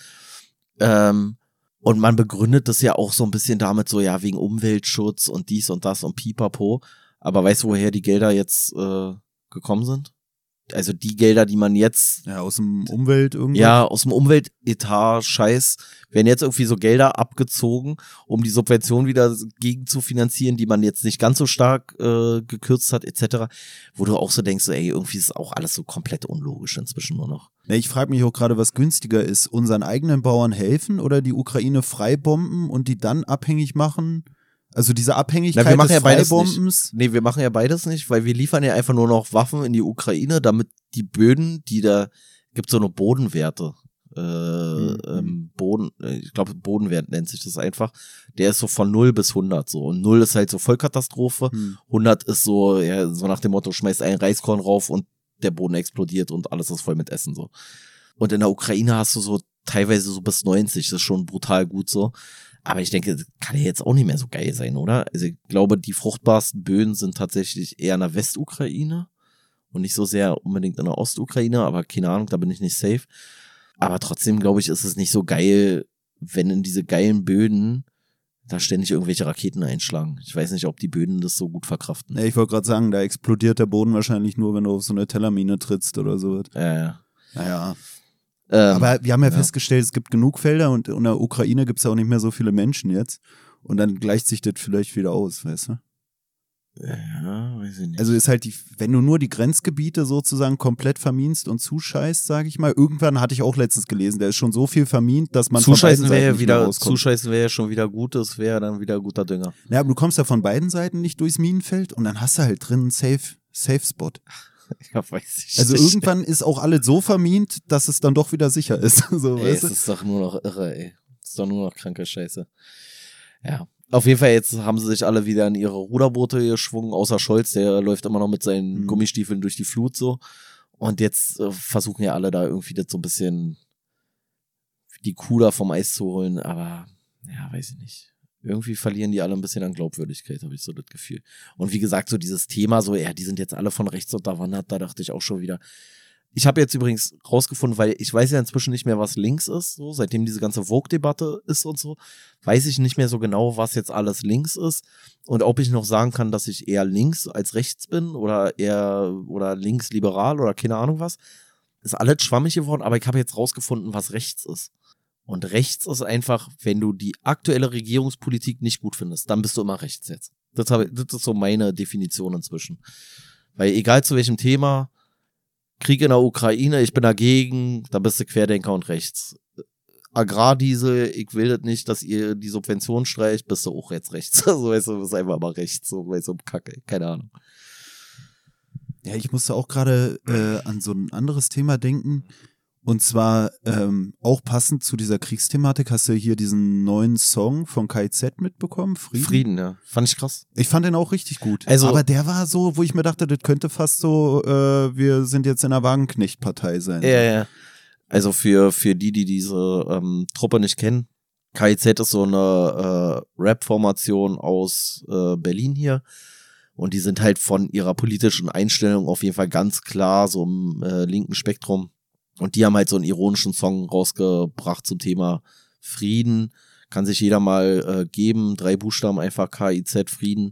Ähm, Und man begründet das ja auch so ein bisschen damit so, ja, wegen Umweltschutz und dies und das und pipapo. Aber weißt du, woher die Gelder jetzt äh, gekommen sind? Also die Gelder, die man jetzt... Ja, aus dem Umwelt irgendwie. Ja, aus dem Umweltetat, Scheiß, werden jetzt irgendwie so Gelder abgezogen, um die Subvention wieder gegen zu finanzieren, die man jetzt nicht ganz so stark äh, gekürzt hat, et cetera. Wo du auch so denkst, so, ey, irgendwie ist auch alles so komplett unlogisch inzwischen nur noch. Ich frage mich auch gerade, was günstiger ist, unseren eigenen Bauern helfen oder die Ukraine freibomben und die dann abhängig machen? Also diese Abhängigkeit Na, wir machen des ja beides Freibombens? Nicht. Nee, wir machen ja beides nicht, weil wir liefern ja einfach nur noch Waffen in die Ukraine, damit die Böden, die da, gibt so eine Bodenwerte, äh, mhm. ähm, Boden, ich glaube Bodenwert nennt sich das einfach, der ist so von null bis hundert so und null ist halt so Vollkatastrophe, mhm. hundert ist so, ja, so nach dem Motto, schmeißt ein Reiskorn rauf und der Boden explodiert und alles ist voll mit Essen so. Und in der Ukraine hast du so teilweise so bis neunzig, das ist schon brutal gut so. Aber ich denke, das kann ja jetzt auch nicht mehr so geil sein, oder? Also ich glaube, die fruchtbarsten Böden sind tatsächlich eher in der Westukraine und nicht so sehr unbedingt in der Ostukraine, aber keine Ahnung, da bin ich nicht safe. Aber trotzdem, glaube ich, ist es nicht so geil, wenn in diese geilen Böden da ständig irgendwelche Raketen einschlagen. Ich weiß nicht, ob die Böden das so gut verkraften. Ja, ich wollte gerade sagen, da explodiert der Boden wahrscheinlich nur, wenn du auf so eine Tellermine trittst oder so. Ja, ja. Naja. Ähm, Aber wir haben ja, ja festgestellt, es gibt genug Felder und in der Ukraine gibt es ja auch nicht mehr so viele Menschen jetzt. Und dann gleicht sich das vielleicht wieder aus, weißt du? Ja, weiß ich nicht. Also ist halt die, wenn du nur die Grenzgebiete sozusagen komplett verminst und zuscheißt, sage ich mal, irgendwann hatte ich auch letztens gelesen, der ist schon so viel vermint, dass man zuscheißen wäre ja wieder, zuscheißen wäre ja schon wieder gut, das wäre dann wieder guter Dünger. Ja, aber du kommst ja von beiden Seiten nicht durchs Minenfeld und dann hast du halt drin einen Safe, Safe Spot. Ja, weiß ich Also nicht. irgendwann ist auch alles so vermint, dass es dann doch wieder sicher ist. So, Ey, weißt es du? ist doch nur noch irre, ey. Es ist doch nur noch kranke Scheiße. Ja. Auf jeden Fall, jetzt haben sie sich alle wieder in ihre Ruderboote geschwungen, außer Scholz, der läuft immer noch mit seinen Mhm. Gummistiefeln durch die Flut so. Und jetzt äh, versuchen ja alle da irgendwie das so ein bisschen die Kuh da vom Eis zu holen, aber ja, weiß ich nicht. Irgendwie verlieren die alle ein bisschen an Glaubwürdigkeit, habe ich so das Gefühl. Und wie gesagt, so dieses Thema, so, ja, die sind jetzt alle von rechts unterwandert, da dachte ich auch schon wieder. Ich habe jetzt übrigens rausgefunden, weil ich weiß ja inzwischen nicht mehr, was links ist, so, seitdem diese ganze Vogue-Debatte ist und so, weiß ich nicht mehr so genau, was jetzt alles links ist und ob ich noch sagen kann, dass ich eher links als rechts bin oder eher oder links-liberal oder keine Ahnung was. Ist alles schwammig geworden, aber ich habe jetzt rausgefunden, was rechts ist. Und rechts ist einfach, wenn du die aktuelle Regierungspolitik nicht gut findest, dann bist du immer rechts jetzt. Das, habe, das ist so meine Definition inzwischen. Weil egal zu welchem Thema, Krieg in der Ukraine, ich bin dagegen, dann bist du Querdenker und rechts. Agrardiesel, ich will das nicht, dass ihr die Subvention streicht, bist du auch jetzt rechts. Also weißt du, bist einfach mal rechts, so weißt du, Kacke, keine Ahnung. Ja, ich musste auch gerade äh, an so ein anderes Thema denken. Und zwar ähm, auch passend zu dieser Kriegsthematik, hast du hier diesen neuen Song von K I Z mitbekommen? Frieden? Frieden, ja. Fand ich krass. Ich fand den auch richtig gut. Also, aber der war so, wo ich mir dachte, das könnte fast so, äh, wir sind jetzt in einer Wagenknecht-Partei sein. Ja, ja. Also für, für die, die diese ähm, Truppe nicht kennen, K I Z ist so eine äh, Rap-Formation aus äh, Berlin hier. Und die sind halt von ihrer politischen Einstellung auf jeden Fall ganz klar so im äh, linken Spektrum. Und die haben halt so einen ironischen Song rausgebracht zum Thema Frieden. Kann sich jeder mal äh, geben. Drei Buchstaben einfach K I Z, Frieden.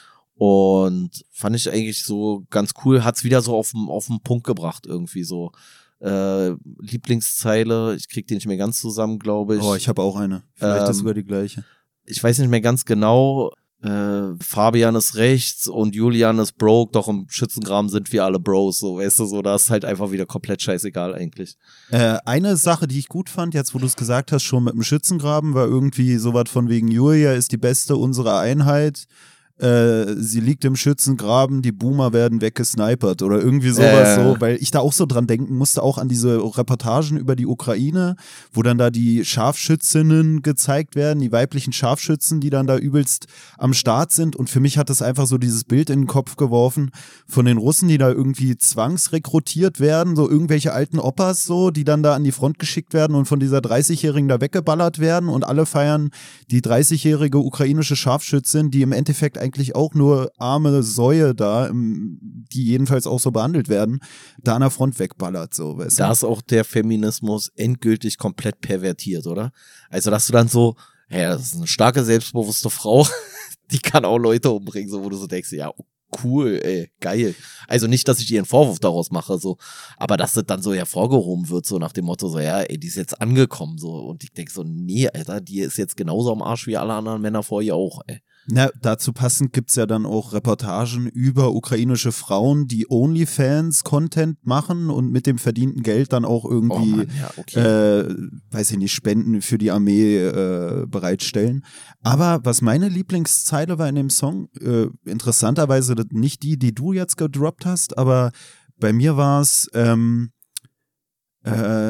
Und fand ich eigentlich so ganz cool. Hat's wieder so auf den auf den Punkt gebracht irgendwie so. Äh, Lieblingszeile, ich krieg die nicht mehr ganz zusammen, glaube ich. Oh, ich habe auch eine. Vielleicht Ähm, ist sogar die gleiche. Ich weiß nicht mehr ganz genau. Äh, Fabian ist rechts und Julian ist broke, doch im Schützengraben sind wir alle Bros, so, weißt du, so, da ist halt einfach wieder komplett scheißegal eigentlich. Äh, eine Sache, die ich gut fand, jetzt wo du es gesagt hast, schon mit dem Schützengraben, war irgendwie sowas von wegen Julia ist die beste unserer Einheit. Äh, sie liegt im Schützengraben, die Boomer werden weggesnipert oder irgendwie sowas äh. so, weil ich da auch so dran denken musste, auch an diese Reportagen über die Ukraine, wo dann da die Scharfschützinnen gezeigt werden, die weiblichen Scharfschützen, die dann da übelst am Start sind und für mich hat das einfach so dieses Bild in den Kopf geworfen von den Russen, die da irgendwie zwangsrekrutiert werden, so irgendwelche alten Opas so, die dann da an die Front geschickt werden und von dieser dreißigjährigen da weggeballert werden und alle feiern die dreißigjährige ukrainische Scharfschützin, die im Endeffekt eigentlich auch nur arme Säue da, die jedenfalls auch so behandelt werden, da an der Front wegballert, so, weißt du? Da ist auch der Feminismus endgültig komplett pervertiert, oder? Also, dass du dann so, ja, das ist eine starke, selbstbewusste Frau, die kann auch Leute umbringen, so, wo du so denkst, ja, cool, ey, geil. Also nicht, dass ich ihr einen Vorwurf daraus mache, so, aber dass das dann so hervorgehoben wird, so nach dem Motto, so, ja, ey, die ist jetzt angekommen, so, und ich denk so, nee, Alter, die ist jetzt genauso am Arsch wie alle anderen Männer vor ihr auch, ey. Na, dazu passend gibt's ja dann auch Reportagen über ukrainische Frauen, die OnlyFans-Content machen und mit dem verdienten Geld dann auch irgendwie, oh Mann, ja, okay. äh, weiß ich nicht, Spenden für die Armee äh, bereitstellen. Aber was meine Lieblingszeile war in dem Song, äh, interessanterweise nicht die, die du jetzt gedroppt hast, aber bei mir war es, ähm, äh,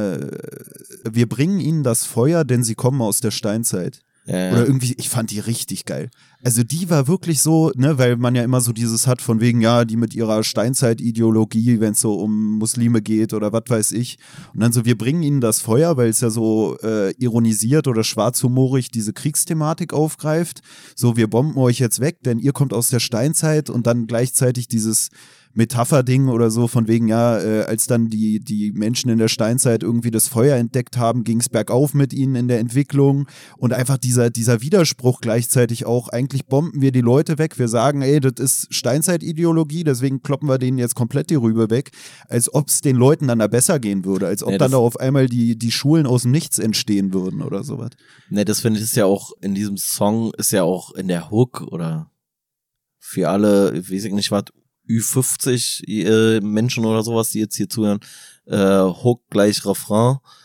wir bringen ihnen das Feuer, denn sie kommen aus der Steinzeit. Ja, ja. Oder irgendwie, ich fand die richtig geil. Also die war wirklich so, ne, weil man ja immer so dieses hat von wegen, ja, die mit ihrer Steinzeit-Ideologie, wenn es so um Muslime geht oder was weiß ich. Und dann so, wir bringen ihnen das Feuer, weil es ja so äh, ironisiert oder schwarzhumorig diese Kriegsthematik aufgreift. So, wir bomben euch jetzt weg, denn ihr kommt aus der Steinzeit und dann gleichzeitig dieses Metapher-Ding oder so, von wegen, ja, äh, als dann die, die Menschen in der Steinzeit irgendwie das Feuer entdeckt haben, ging es bergauf mit ihnen in der Entwicklung und einfach dieser, dieser Widerspruch gleichzeitig auch, eigentlich bomben wir die Leute weg, wir sagen, ey, das ist Steinzeit-Ideologie, deswegen kloppen wir denen jetzt komplett die Rübe weg, als ob es den Leuten dann da besser gehen würde, als ob ja, dann da auf einmal die, die Schulen aus dem Nichts entstehen würden oder sowas. Ne, das finde ich ist ja auch, in diesem Song ist ja auch in der Hook oder für alle, weiß ich nicht was, Ü fünfzig äh, Menschen oder sowas, die jetzt hier zuhören, äh, Hook gleich Refrain,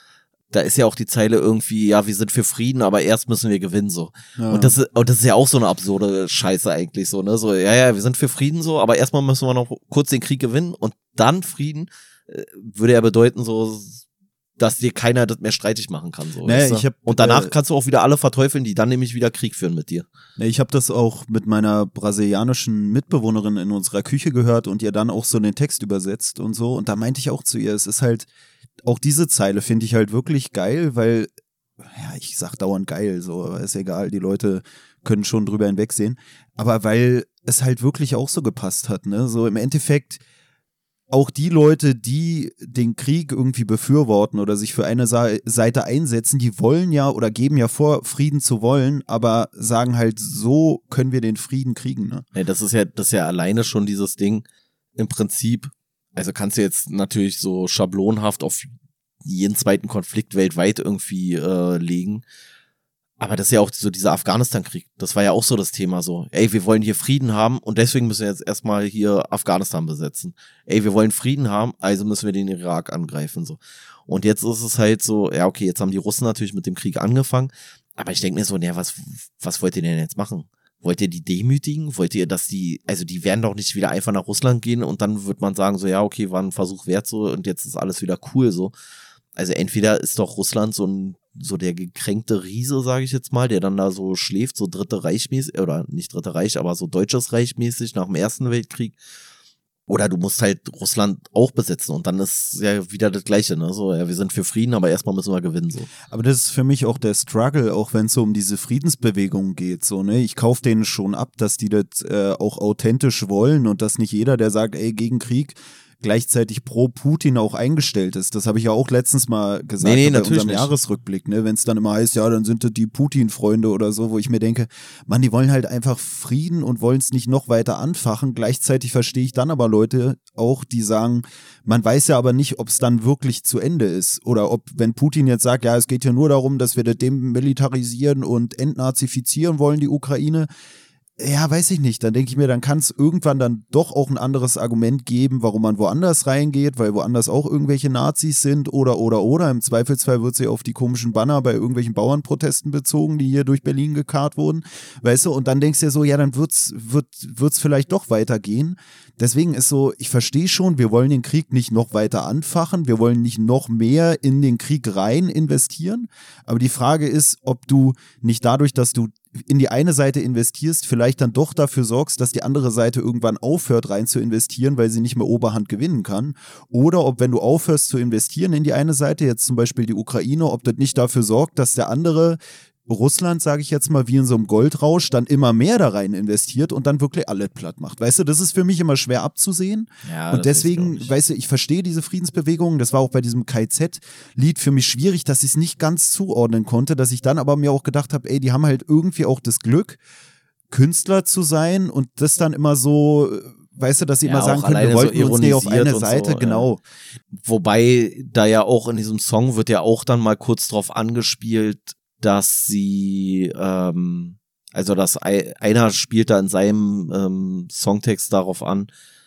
da ist ja auch die Zeile irgendwie, ja, wir sind für Frieden, aber erst müssen wir gewinnen, so. Ja. Und das ist, und das ist ja auch so eine absurde Scheiße eigentlich, so, ne, so, ja, ja, wir sind für Frieden, so, aber erstmal müssen wir noch kurz den Krieg gewinnen und dann Frieden, äh, würde ja bedeuten, so, dass dir keiner das mehr streitig machen kann, so. Naja, weißt du? ich hab, und danach äh, kannst du auch wieder alle verteufeln, die dann nämlich wieder Krieg führen mit dir. Ich habe das auch mit meiner brasilianischen Mitbewohnerin in unserer Küche gehört und ihr dann auch so den Text übersetzt und so. Und da meinte ich auch zu ihr, es ist halt, auch diese Zeile finde ich halt wirklich geil, weil, ja, ich sag dauernd geil, so, aber ist egal, die Leute können schon drüber hinwegsehen. Aber weil es halt wirklich auch so gepasst hat, ne? So im Endeffekt, auch die Leute, die den Krieg irgendwie befürworten oder sich für eine Seite einsetzen, die wollen ja oder geben ja vor, Frieden zu wollen, aber sagen halt, so können wir den Frieden kriegen. Ne? Ja, das ist ja, das ist ja alleine schon dieses Ding im Prinzip, also kannst du jetzt natürlich so schablonhaft auf jeden zweiten Konflikt weltweit irgendwie äh, legen. Aber das ist ja auch so dieser Afghanistan-Krieg. Das war ja auch so das Thema so. Ey, wir wollen hier Frieden haben und deswegen müssen wir jetzt erstmal hier Afghanistan besetzen. Ey, wir wollen Frieden haben, also müssen wir den Irak angreifen, so. Und jetzt ist es halt so, ja, okay, jetzt haben die Russen natürlich mit dem Krieg angefangen. Aber ich denke mir so, naja, was, was wollt ihr denn jetzt machen? Wollt ihr die demütigen? Wollt ihr, dass die, also die werden doch nicht wieder einfach nach Russland gehen und dann wird man sagen so, ja, okay, war ein Versuch wert so und jetzt ist alles wieder cool so. Also entweder ist doch Russland so ein so der gekränkte Riese, sage ich jetzt mal, der dann da so schläft, so Dritte Reich mäßig, oder nicht Dritte Reich, aber so Deutsches Reich mäßig nach dem Ersten Weltkrieg. Oder du musst halt Russland auch besetzen und dann ist ja wieder das Gleiche, ne? So, ja, wir sind für Frieden, aber erstmal müssen wir gewinnen, so. Aber das ist für mich auch der Struggle, auch wenn es so um diese Friedensbewegung geht, so, ne? Ich kaufe denen schon ab, dass die das äh, auch authentisch wollen und dass nicht jeder, der sagt, ey, gegen Krieg, gleichzeitig pro Putin auch eingestellt ist. Das habe ich ja auch letztens mal gesagt nee, nee, bei unserem nicht. Jahresrückblick, ne? Wenn es dann immer heißt, ja, dann sind das die Putin-Freunde oder so, wo ich mir denke, Mann, die wollen halt einfach Frieden und wollen es nicht noch weiter anfachen. Gleichzeitig verstehe ich dann aber Leute auch, die sagen, man weiß ja aber nicht, ob es dann wirklich zu Ende ist oder ob, wenn Putin jetzt sagt, ja, es geht ja nur darum, dass wir das demilitarisieren und entnazifizieren wollen, die Ukraine. Ja, weiß ich nicht. Dann denke ich mir, dann kann es irgendwann dann doch auch ein anderes Argument geben, warum man woanders reingeht, weil woanders auch irgendwelche Nazis sind oder, oder, oder. Im Zweifelsfall wird sie auf die komischen Banner bei irgendwelchen Bauernprotesten bezogen, die hier durch Berlin gekarrt wurden. Weißt du, und dann denkst du dir so, ja, dann wird's, wird, wird's vielleicht doch weitergehen. Deswegen ist so, ich verstehe schon, wir wollen den Krieg nicht noch weiter anfachen, wir wollen nicht noch mehr in den Krieg rein investieren. Aber die Frage ist, ob du nicht dadurch, dass du in die eine Seite investierst, vielleicht dann doch dafür sorgst, dass die andere Seite irgendwann aufhört rein zu investieren, weil sie nicht mehr Oberhand gewinnen kann. Oder ob, wenn du aufhörst zu investieren in die eine Seite, jetzt zum Beispiel die Ukraine, ob das nicht dafür sorgt, dass der andere, Russland, sage ich jetzt mal, wie in so einem Goldrausch, dann immer mehr da rein investiert und dann wirklich alles platt macht. Weißt du, das ist für mich immer schwer abzusehen. Ja, und deswegen, weißt du, ich verstehe diese Friedensbewegung. Das war auch bei diesem K Z-Lied für mich schwierig, dass ich es nicht ganz zuordnen konnte, dass ich dann aber mir auch gedacht habe, ey, die haben halt irgendwie auch das Glück, Künstler zu sein und das dann immer so, weißt du, dass sie ja, immer sagen können, wir wollten so uns nicht auf eine Seite, so, genau. Ja. Wobei da ja auch in diesem Song wird ja auch dann mal kurz drauf angespielt, dass sie, ähm, also dass einer spielt da in seinem ähm, Songtext darauf an,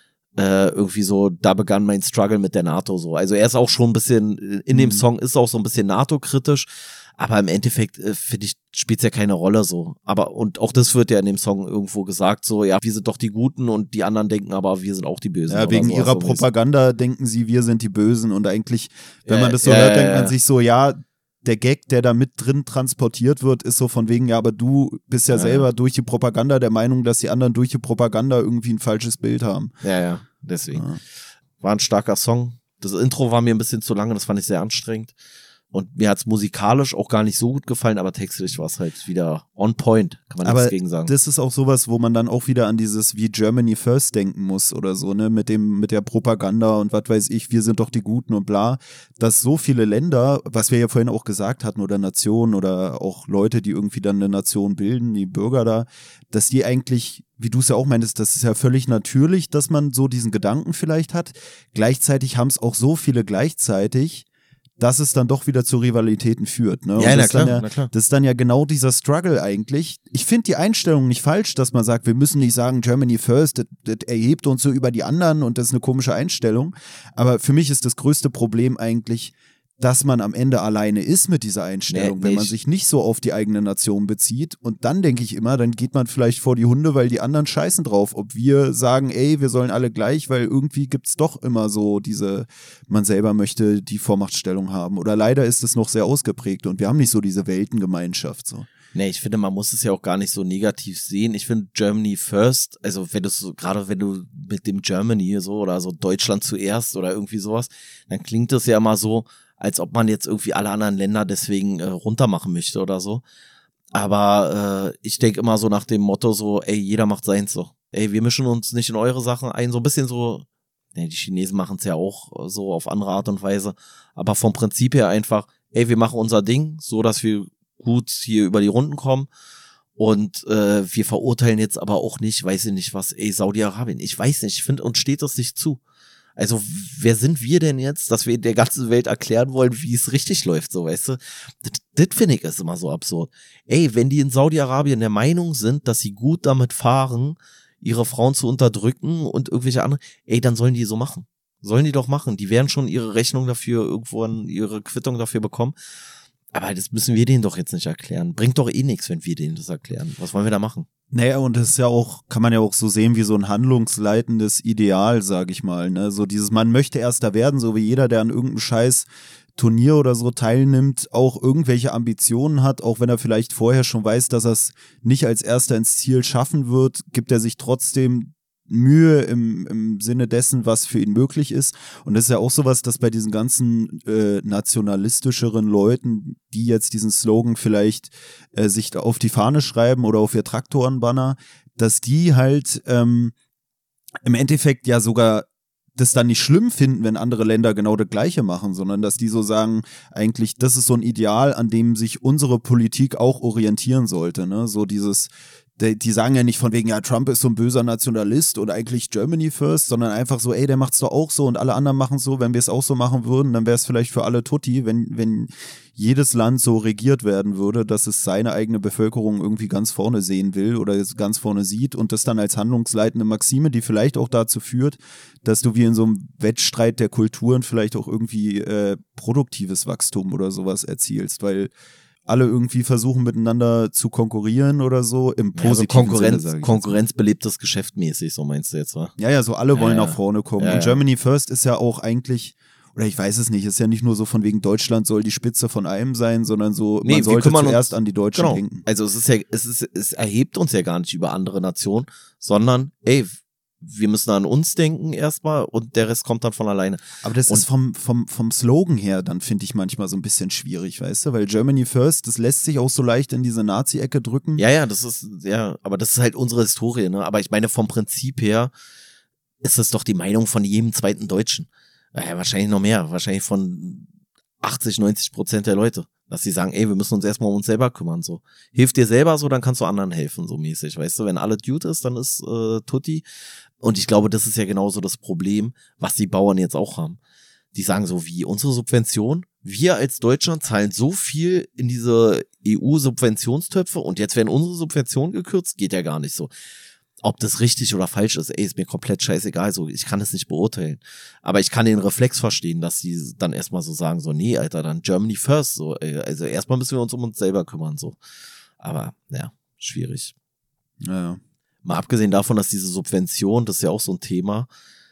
äh, irgendwie so, da begann mein Struggle mit der NATO so. Also er ist auch schon ein bisschen, in dem Song ist auch so ein bisschen NATO-kritisch, aber im Endeffekt, äh, finde ich, spielt es ja keine Rolle so. Aber, und auch das wird ja in dem Song irgendwo gesagt, so, ja, wir sind doch die Guten und die anderen denken aber, wir sind auch die Bösen. Ja, wegen so, ihrer so Propaganda denken sie, wir sind die Bösen und eigentlich, wenn ja, man das so ja, hört, ja, denkt man ja. sich so, ja, der Gag, der da mit drin transportiert wird, ist so von wegen, ja, aber du bist ja, Ja, selber ja. durch die Propaganda der Meinung, dass die anderen durch die Propaganda irgendwie ein falsches Bild haben. Ja, ja, deswegen. Ja. War ein starker Song. Das Intro war mir ein bisschen zu lange, das fand ich sehr anstrengend. Und mir hat's musikalisch auch gar nicht so gut gefallen, aber textlich war es halt wieder on point, kann man Aber nichts gegen sagen. das ist auch sowas, wo man dann auch wieder an dieses wie Germany First denken muss oder so, ne, mit dem, mit der Propaganda und was weiß ich, wir sind doch die Guten und bla, dass so viele Länder, was wir ja vorhin auch gesagt hatten, oder Nationen oder auch Leute, die irgendwie dann eine Nation bilden, die Bürger da, dass die eigentlich, wie du es ja auch meintest, das ist ja völlig natürlich, dass man so diesen Gedanken vielleicht hat. Gleichzeitig haben es auch so viele gleichzeitig, dass es dann doch wieder zu Rivalitäten führt. Ne? Ja, und na das, klar, dann ja, na klar. das ist dann ja genau dieser Struggle eigentlich. Ich finde die Einstellung nicht falsch, dass man sagt, wir müssen nicht sagen Germany first, das, das erhebt uns so über die anderen und das ist eine komische Einstellung. Aber für mich ist das größte Problem eigentlich, dass man am Ende alleine ist mit dieser Einstellung, Nee, wenn man nicht. sich nicht so auf die eigene Nation bezieht. Und dann denke ich immer, dann geht man vielleicht vor die Hunde, weil die anderen scheißen drauf. Ob wir sagen, ey, wir sollen alle gleich, weil irgendwie gibt's doch immer so diese, man selber möchte die Vormachtstellung haben. Oder leider ist es noch sehr ausgeprägt und wir haben nicht so diese Weltengemeinschaft. So. Nee, ich finde, man muss es ja auch gar nicht so negativ sehen. Ich finde Germany first, also wenn du so, gerade wenn du mit dem Germany so oder so Deutschland zuerst oder irgendwie sowas, dann klingt das ja immer so, als ob man jetzt irgendwie alle anderen Länder deswegen äh, runtermachen möchte oder so. Aber äh, ich denke immer so nach dem Motto so, ey, jeder macht seins so. Ey, wir mischen uns nicht in eure Sachen ein. So ein bisschen so, ne, die Chinesen machen es ja auch so auf andere Art und Weise. Aber vom Prinzip her einfach, ey, wir machen unser Ding, so dass wir gut hier über die Runden kommen. Und äh, wir verurteilen jetzt aber auch nicht, weiß ich nicht was, ey, Saudi-Arabien. Ich weiß nicht, ich finde, uns steht das nicht zu. Also, wer sind wir denn jetzt, dass wir der ganzen Welt erklären wollen, wie es richtig läuft, so, weißt du? Das, das finde ich ist immer so absurd. Ey, wenn die in Saudi-Arabien der Meinung sind, dass sie gut damit fahren, ihre Frauen zu unterdrücken und irgendwelche andere, ey, dann sollen die so machen. Sollen die doch machen. Die werden schon ihre Rechnung dafür, irgendwo ihre Quittung dafür bekommen. Aber das müssen wir denen doch jetzt nicht erklären. Bringt doch eh nichts, wenn wir denen das erklären. Was wollen wir da machen? Naja, und das ist ja auch, kann man ja auch so sehen wie so ein handlungsleitendes Ideal, sag ich mal. Ne? So dieses, man möchte Erster werden, so wie jeder, der an irgendeinem Scheiß Turnier oder so teilnimmt, auch irgendwelche Ambitionen hat, auch wenn er vielleicht vorher schon weiß, dass er es nicht als Erster ins Ziel schaffen wird, gibt er sich trotzdem Mühe im, im Sinne dessen, was für ihn möglich ist. Und das ist ja auch sowas, dass bei diesen ganzen äh, nationalistischeren Leuten, die jetzt diesen Slogan vielleicht äh, sich auf die Fahne schreiben oder auf ihr Traktorenbanner, dass die halt ähm, im Endeffekt ja sogar das dann nicht schlimm finden, wenn andere Länder genau das Gleiche machen, sondern dass die so sagen, eigentlich, das ist so ein Ideal, an dem sich unsere Politik auch orientieren sollte, ne? So dieses, die, die sagen ja nicht von wegen, ja, Trump ist so ein böser Nationalist oder eigentlich Germany first, sondern einfach so, ey, der macht's doch auch so und alle anderen machen so, wenn wir es auch so machen würden, dann wäre es vielleicht für alle Tutti, wenn, wenn jedes Land so regiert werden würde, dass es seine eigene Bevölkerung irgendwie ganz vorne sehen will oder ganz vorne sieht und das dann als handlungsleitende Maxime, die vielleicht auch dazu führt, dass du wie in so einem Wettstreit der Kulturen vielleicht auch irgendwie äh, produktives Wachstum oder sowas erzielst, weil alle irgendwie versuchen miteinander zu konkurrieren oder so im positiven ja, also Konkurrenz, Sinne, sag ich konkurrenzbelebtes Geschäft mäßig, so meinst du jetzt, wa? Ja, ja, so alle wollen ja, nach vorne kommen. ja, und ja. Germany First ist ja auch eigentlich, oder ich weiß es nicht, ist ja nicht nur so von wegen Deutschland soll die Spitze von allem sein, sondern so, Nee, man wir sollte kümmern zuerst uns- an die Deutschen Genau. denken. Also es ist ja, es ist, es erhebt uns ja gar nicht über andere Nationen, sondern, ey, wir müssen an uns denken erstmal und der Rest kommt dann von alleine. Aber das Und- ist vom, vom, vom Slogan her dann, finde ich, manchmal so ein bisschen schwierig, weißt du? Weil Germany First, das lässt sich auch so leicht in diese Nazi-Ecke drücken. Ja, ja, das ist, ja, aber das ist halt unsere Historie, ne? Aber ich meine, vom Prinzip her ist es doch die Meinung von jedem zweiten Deutschen. Ja, wahrscheinlich noch mehr, wahrscheinlich von achtzig, neunzig Prozent der Leute, dass sie sagen, ey, wir müssen uns erstmal um uns selber kümmern, so. Hilf dir selber so, dann kannst du anderen helfen, so mäßig, weißt du? Wenn alles gut ist, dann ist äh, Tutti. Und ich glaube, das ist ja genauso das Problem, was die Bauern jetzt auch haben. Die sagen so, wie unsere Subvention, wir als Deutschland zahlen so viel in diese E U-Subventionstöpfe und jetzt werden unsere Subventionen gekürzt, geht ja gar nicht so. Ob das richtig oder falsch ist, ey, ist mir komplett scheißegal, so, ich kann es nicht beurteilen. Aber ich kann den Reflex verstehen, dass sie dann erstmal so sagen, so, nee, Alter, dann Germany first, so, ey, also erstmal müssen wir uns um uns selber kümmern, so. Aber, ja, schwierig. Ja. Mal abgesehen davon, dass diese Subvention, das ist ja auch so ein Thema,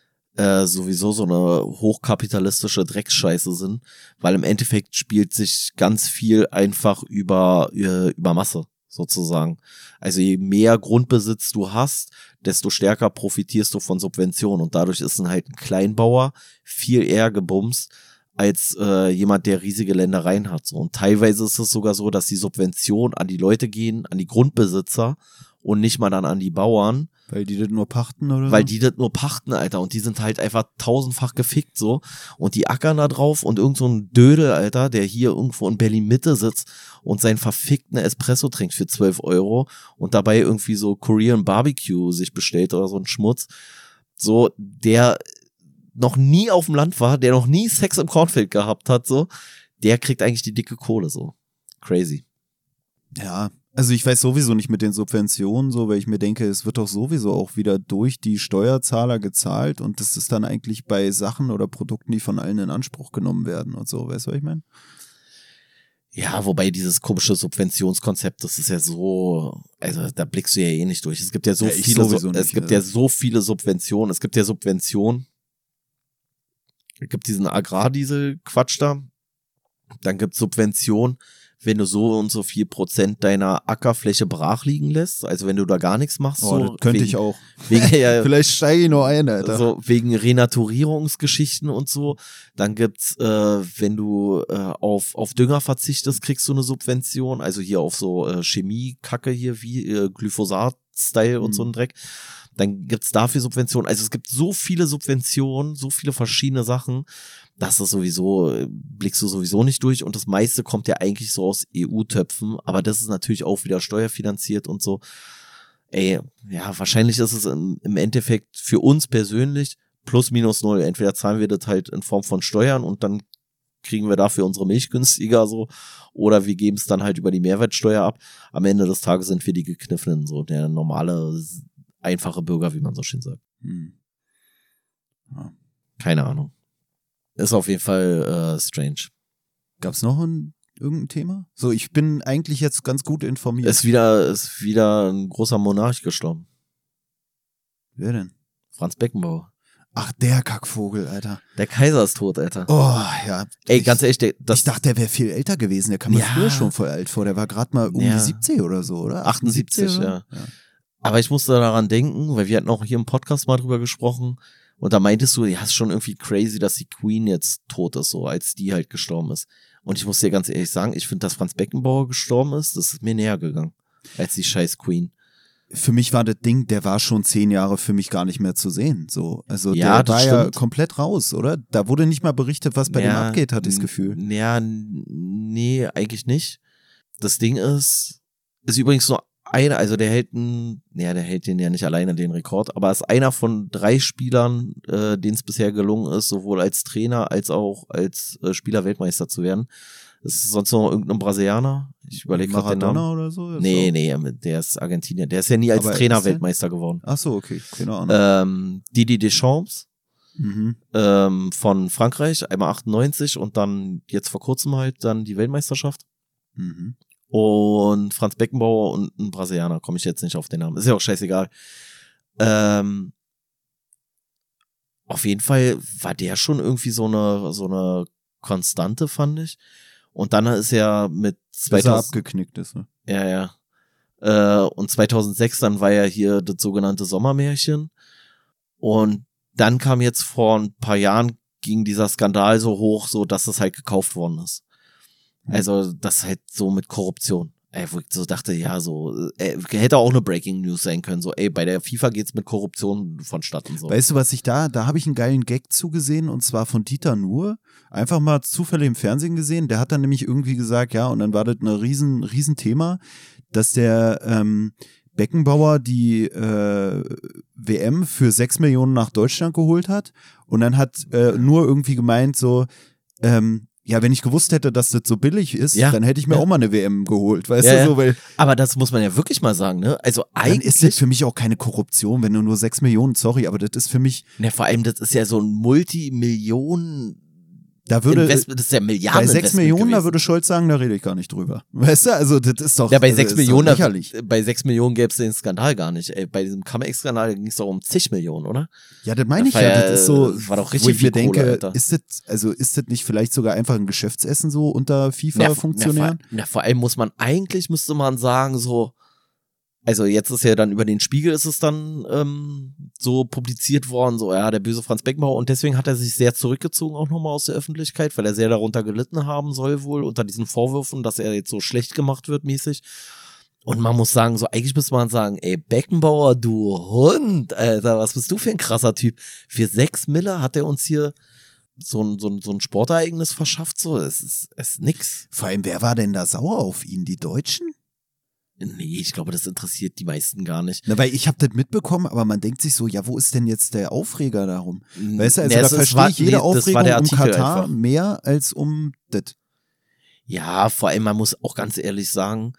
äh, sowieso so eine hochkapitalistische Drecksscheiße sind, weil im Endeffekt spielt sich ganz viel einfach über, äh, über Masse, sozusagen. Also je mehr Grundbesitz du hast, desto stärker profitierst du von Subventionen und dadurch ist dann halt ein Kleinbauer viel eher gebumst als äh, jemand, der riesige Ländereien hat. So. Und teilweise ist es sogar so, dass die Subventionen an die Leute gehen, an die Grundbesitzer und nicht mal dann an die Bauern, Weil die das nur pachten oder weil so? die das nur pachten, Alter, und die sind halt einfach tausendfach gefickt, so, und die ackern da drauf und irgend so ein Dödel, Alter, der hier irgendwo in Berlin-Mitte sitzt und seinen verfickten Espresso trinkt für zwölf Euro und dabei irgendwie so Korean Barbecue sich bestellt oder so ein Schmutz, so, der noch nie auf dem Land war, der noch nie Sex im Kornfeld gehabt hat, so, der kriegt eigentlich die dicke Kohle, so. Crazy. Ja, Also ich weiß sowieso nicht mit den Subventionen so, weil ich mir denke, es wird doch sowieso auch wieder durch die Steuerzahler gezahlt und das ist dann eigentlich bei Sachen oder Produkten, die von allen in Anspruch genommen werden und so, weißt du, was ich meine? Ja, wobei dieses komische Subventionskonzept, das ist ja so, also da blickst du ja eh nicht durch. Es gibt ja so Ja, ich viele, sowieso es nicht, gibt ja. ja so viele Subventionen. Es gibt ja Subventionen. Es gibt diesen Agrardiesel-Quatsch da. Dann gibt es Subventionen, wenn du so und so viel Prozent deiner Ackerfläche brach liegen lässt. Also wenn du da gar nichts machst. Oh, so, das könnte wegen, ich auch. Wegen, ja, Vielleicht steige ich noch ein, Alter. so wegen Renaturierungsgeschichten und so. Dann gibt's, äh, wenn du äh, auf auf Dünger verzichtest, kriegst du eine Subvention. Also hier auf so äh, Chemie-Kacke hier wie äh, Glyphosat-Style und Mhm. so ein Dreck. Dann gibt's dafür Subventionen. Also es gibt so viele Subventionen, so viele verschiedene Sachen, dass das sowieso, äh, blickst du sowieso nicht durch. Und das meiste kommt ja eigentlich so aus E U-Töpfen. Aber das ist natürlich auch wieder steuerfinanziert und so. Ey, ja, wahrscheinlich ist es im, im Endeffekt für uns persönlich plus minus null. Entweder zahlen wir das halt in Form von Steuern und dann kriegen wir dafür unsere Milch günstiger so, oder wir geben es dann halt über die Mehrwertsteuer ab. Am Ende des Tages sind wir die Gekniffenen, so der normale, einfache Bürger, wie man so schön sagt. Hm. Ja. Keine Ahnung. Ist auf jeden Fall äh, strange. Gab's noch ein irgendein Thema? So, ich bin eigentlich jetzt ganz gut informiert. Ist wieder, ist wieder ein großer Monarch gestorben. Wer denn? Franz Beckenbauer. Ach, der Kackvogel, Alter. Der Kaiser ist tot, Alter. Oh, ja. Ey, ich, ganz ehrlich, der, das ich dachte, der wäre viel älter gewesen. Der kam mir Ja. früher schon voll alt vor. Der war gerade mal um Ja. die siebzig oder so, oder? achtundsiebzig, oder? ja. Aber ich musste daran denken, weil wir hatten auch hier im Podcast mal drüber gesprochen und da meintest du, ja, ist schon irgendwie crazy, dass die Queen jetzt tot ist, so als die halt gestorben ist. Und ich muss dir ganz ehrlich sagen, ich finde, dass Franz Beckenbauer gestorben ist, das ist mir näher gegangen als die scheiß Queen. Für mich war das Ding, der war schon zehn Jahre für mich gar nicht mehr zu sehen. So, also Ja, der das war ja stimmt. komplett raus, oder? Da wurde nicht mal berichtet, was bei dem Ja, abgeht, hatte ich das n- Gefühl. Ja, n- nee, eigentlich nicht. Das Ding ist, ist übrigens nur einer, also der hält einen, ja, der hält den ja nicht alleine, den Rekord, aber ist einer von drei Spielern, äh, denen es bisher gelungen ist, sowohl als Trainer als auch als äh, Spieler Weltmeister zu werden. Das ist sonst noch irgendein Brasilianer. Ich überlege gerade den Namen. Maradona oder so? Ist Nee, auch- nee, der ist Argentinier. Der ist ja nie als Aber Trainer ist der? Weltmeister geworden. Ach so, okay, keine Ahnung. Ähm, Didi Deschamps Mhm. ähm, von Frankreich, einmal achtundneunzig und dann jetzt vor kurzem halt dann die Weltmeisterschaft. Mhm. Und Franz Beckenbauer und ein Brasilianer, komme ich jetzt nicht auf den Namen. Ist ja auch scheißegal. Ähm, auf jeden Fall war der schon irgendwie so eine, so eine Konstante, fand ich. Und dann ist er mit Bis er zweitausend, abgeknickt ist. Ne? ja, ja. Äh, und zweitausendsechs, dann war ja hier das sogenannte Sommermärchen. Und dann kam jetzt vor ein paar Jahren, ging dieser Skandal so hoch, so dass es halt gekauft worden ist. Also das halt so mit Korruption. Ey, wo ich so dachte, ja, so, ey, hätte auch eine Breaking News sein können. So, ey, bei der FIFA geht's mit Korruption vonstatten. So. Weißt du, was ich da, da habe ich einen geilen Gag zugesehen und zwar von Dieter Nuhr. Einfach mal zufällig im Fernsehen gesehen. Der hat dann nämlich irgendwie gesagt, ja, und dann war das ein riesen, riesen Thema, dass der ähm, Beckenbauer die äh, W M für sechs Millionen nach Deutschland geholt hat und dann hat äh, Nuhr irgendwie gemeint so, ähm, ja, wenn ich gewusst hätte, dass das so billig ist, Ja, dann hätte ich mir ja. auch mal eine W M geholt, weißt Ja, du, ja. so, weil Aber das muss man ja wirklich mal sagen, ne? Also dann eigentlich, ist das für mich auch keine Korruption, wenn du nur sechs Millionen, sorry, aber das ist für mich, ne, vor allem, das ist ja so ein Multimillionen da würde, Investment, das ist ja Milliarden bei sechs Millionen, da würde Scholz sagen, da rede ich gar nicht drüber. Weißt du, also das ist doch, Ja, bei also, sechs ist doch Millionen, da, lächerlich. bei sechs Millionen gäbe es den Skandal gar nicht. Ey, bei diesem Cum-Ex-Skandal ging es doch um zig Millionen, oder? Ja, das meine ich Das ja, war ja- das ist so, das war doch wo richtig ich mir viel Kohle, denke, Alter. ist das, also ist das nicht vielleicht sogar einfach ein Geschäftsessen so unter FIFA-Funktionären? Na, vor, na, vor allem muss man, eigentlich müsste man sagen, so, also jetzt ist ja dann über den Spiegel ist es dann ähm, so publiziert worden, so, ja, der böse Franz Beckenbauer, und deswegen hat er sich sehr zurückgezogen auch nochmal aus der Öffentlichkeit, weil er sehr darunter gelitten haben soll wohl, unter diesen Vorwürfen, dass er jetzt so schlecht gemacht wird mäßig. Und man muss sagen, so eigentlich müsste man sagen, ey, Beckenbauer, du Hund, Alter, was bist du für ein krasser Typ? Für sechs Mille hat er uns hier so ein, so ein, so ein Sportereignis verschafft, so, es ist, es ist nix. Vor allem, wer war denn da sauer auf ihn? Die Deutschen? Nee, ich glaube, das interessiert die meisten gar nicht. Na, weil ich habe das mitbekommen, aber man denkt sich so, ja, wo ist denn jetzt der Aufreger darum? Weißt du, also Nee, da es- es verstehe war- ich jede nee, das war Aufregung der um Artikel Katar einfach. mehr als um das. Ja, vor allem, man muss auch ganz ehrlich sagen,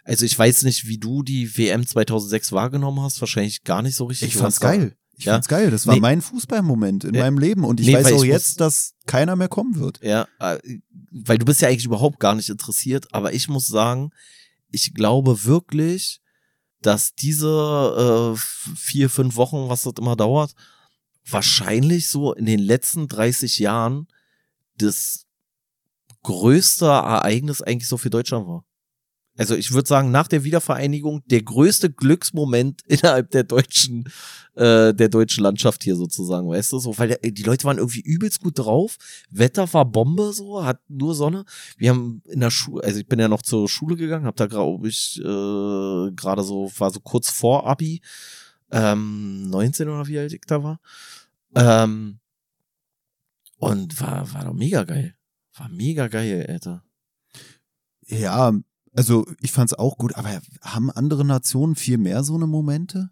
Also ich weiß nicht, wie du die W M zweitausendsechs wahrgenommen hast, wahrscheinlich gar nicht so richtig. Ich fand's geil. Ich ja? fand's geil. Das war nee. mein Fußballmoment in ja. meinem Leben und ich nee, weiß auch ich jetzt, muss, dass keiner mehr kommen wird. Ja, weil du bist ja eigentlich überhaupt gar nicht interessiert, aber ich muss sagen, ich glaube wirklich, dass diese äh, vier, fünf Wochen, was das immer dauert, wahrscheinlich so in den letzten dreißig Jahren das größte Ereignis eigentlich so für Deutschland war. Also ich würde sagen, nach der Wiedervereinigung der größte Glücksmoment innerhalb der deutschen äh, der deutschen Landschaft hier sozusagen, weißt du, so, weil der, die Leute waren irgendwie übelst gut drauf, Wetter war Bombe, so, hat nur Sonne. Wir haben in der Schule, also ich bin ja noch zur Schule gegangen, hab da glaube ich äh, gerade so, war so kurz vor Abi, ähm, neunzehn oder wie alt ich da war, ähm, und war war doch mega geil, war mega geil, Alter. Ja. Also ich fand's auch gut, aber haben andere Nationen viel mehr so eine Momente?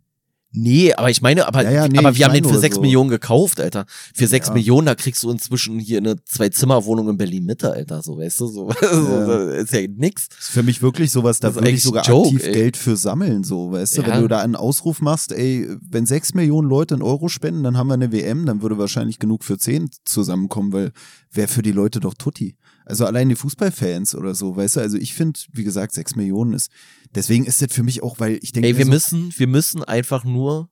Nee, aber ich meine, aber, ja, ja, nee, aber wir haben den für sechs so. Millionen gekauft, Alter. Für sechs ja. Millionen, da kriegst du inzwischen hier eine Zwei-Zimmer-Wohnung in Berlin-Mitte, Alter, so, weißt du, so, ja. so ist ja nix. Das ist für mich wirklich sowas, da würde ich sogar Joke, aktiv ey. Geld für sammeln, so, weißt du, ja. wenn du da einen Ausruf machst, ey, wenn sechs Millionen Leute in Euro spenden, dann haben wir eine W M, dann würde wahrscheinlich genug für zehn zusammenkommen, weil wäre für die Leute doch Tutti. Also allein die Fußballfans oder so, weißt du, also ich finde, wie gesagt, sechs Millionen ist, deswegen ist das für mich auch, weil ich denke. Ey, wir so, müssen, wir müssen einfach nur,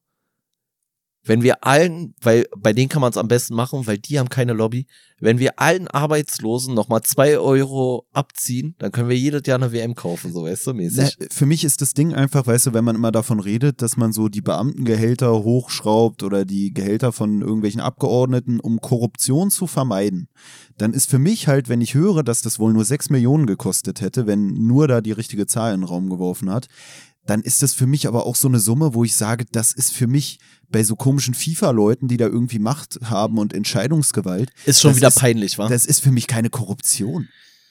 wenn wir allen, weil bei denen kann man es am besten machen, weil die haben keine Lobby, wenn wir allen Arbeitslosen nochmal zwei Euro abziehen, dann können wir jedes Jahr eine W M kaufen, so, weißt du, mäßig. Na, für mich ist das Ding einfach, weißt du, wenn man immer davon redet, dass man so die Beamtengehälter hochschraubt oder die Gehälter von irgendwelchen Abgeordneten, um Korruption zu vermeiden, dann ist für mich halt, wenn ich höre, dass das wohl nur sechs Millionen gekostet hätte, wenn nur da die richtige Zahl in den Raum geworfen hat, dann ist das für mich aber auch so eine Summe, wo ich sage, das ist für mich bei so komischen FIFA-Leuten, die da irgendwie Macht haben und Entscheidungsgewalt. Ist schon wieder ist, peinlich, wa? Das ist für mich keine Korruption.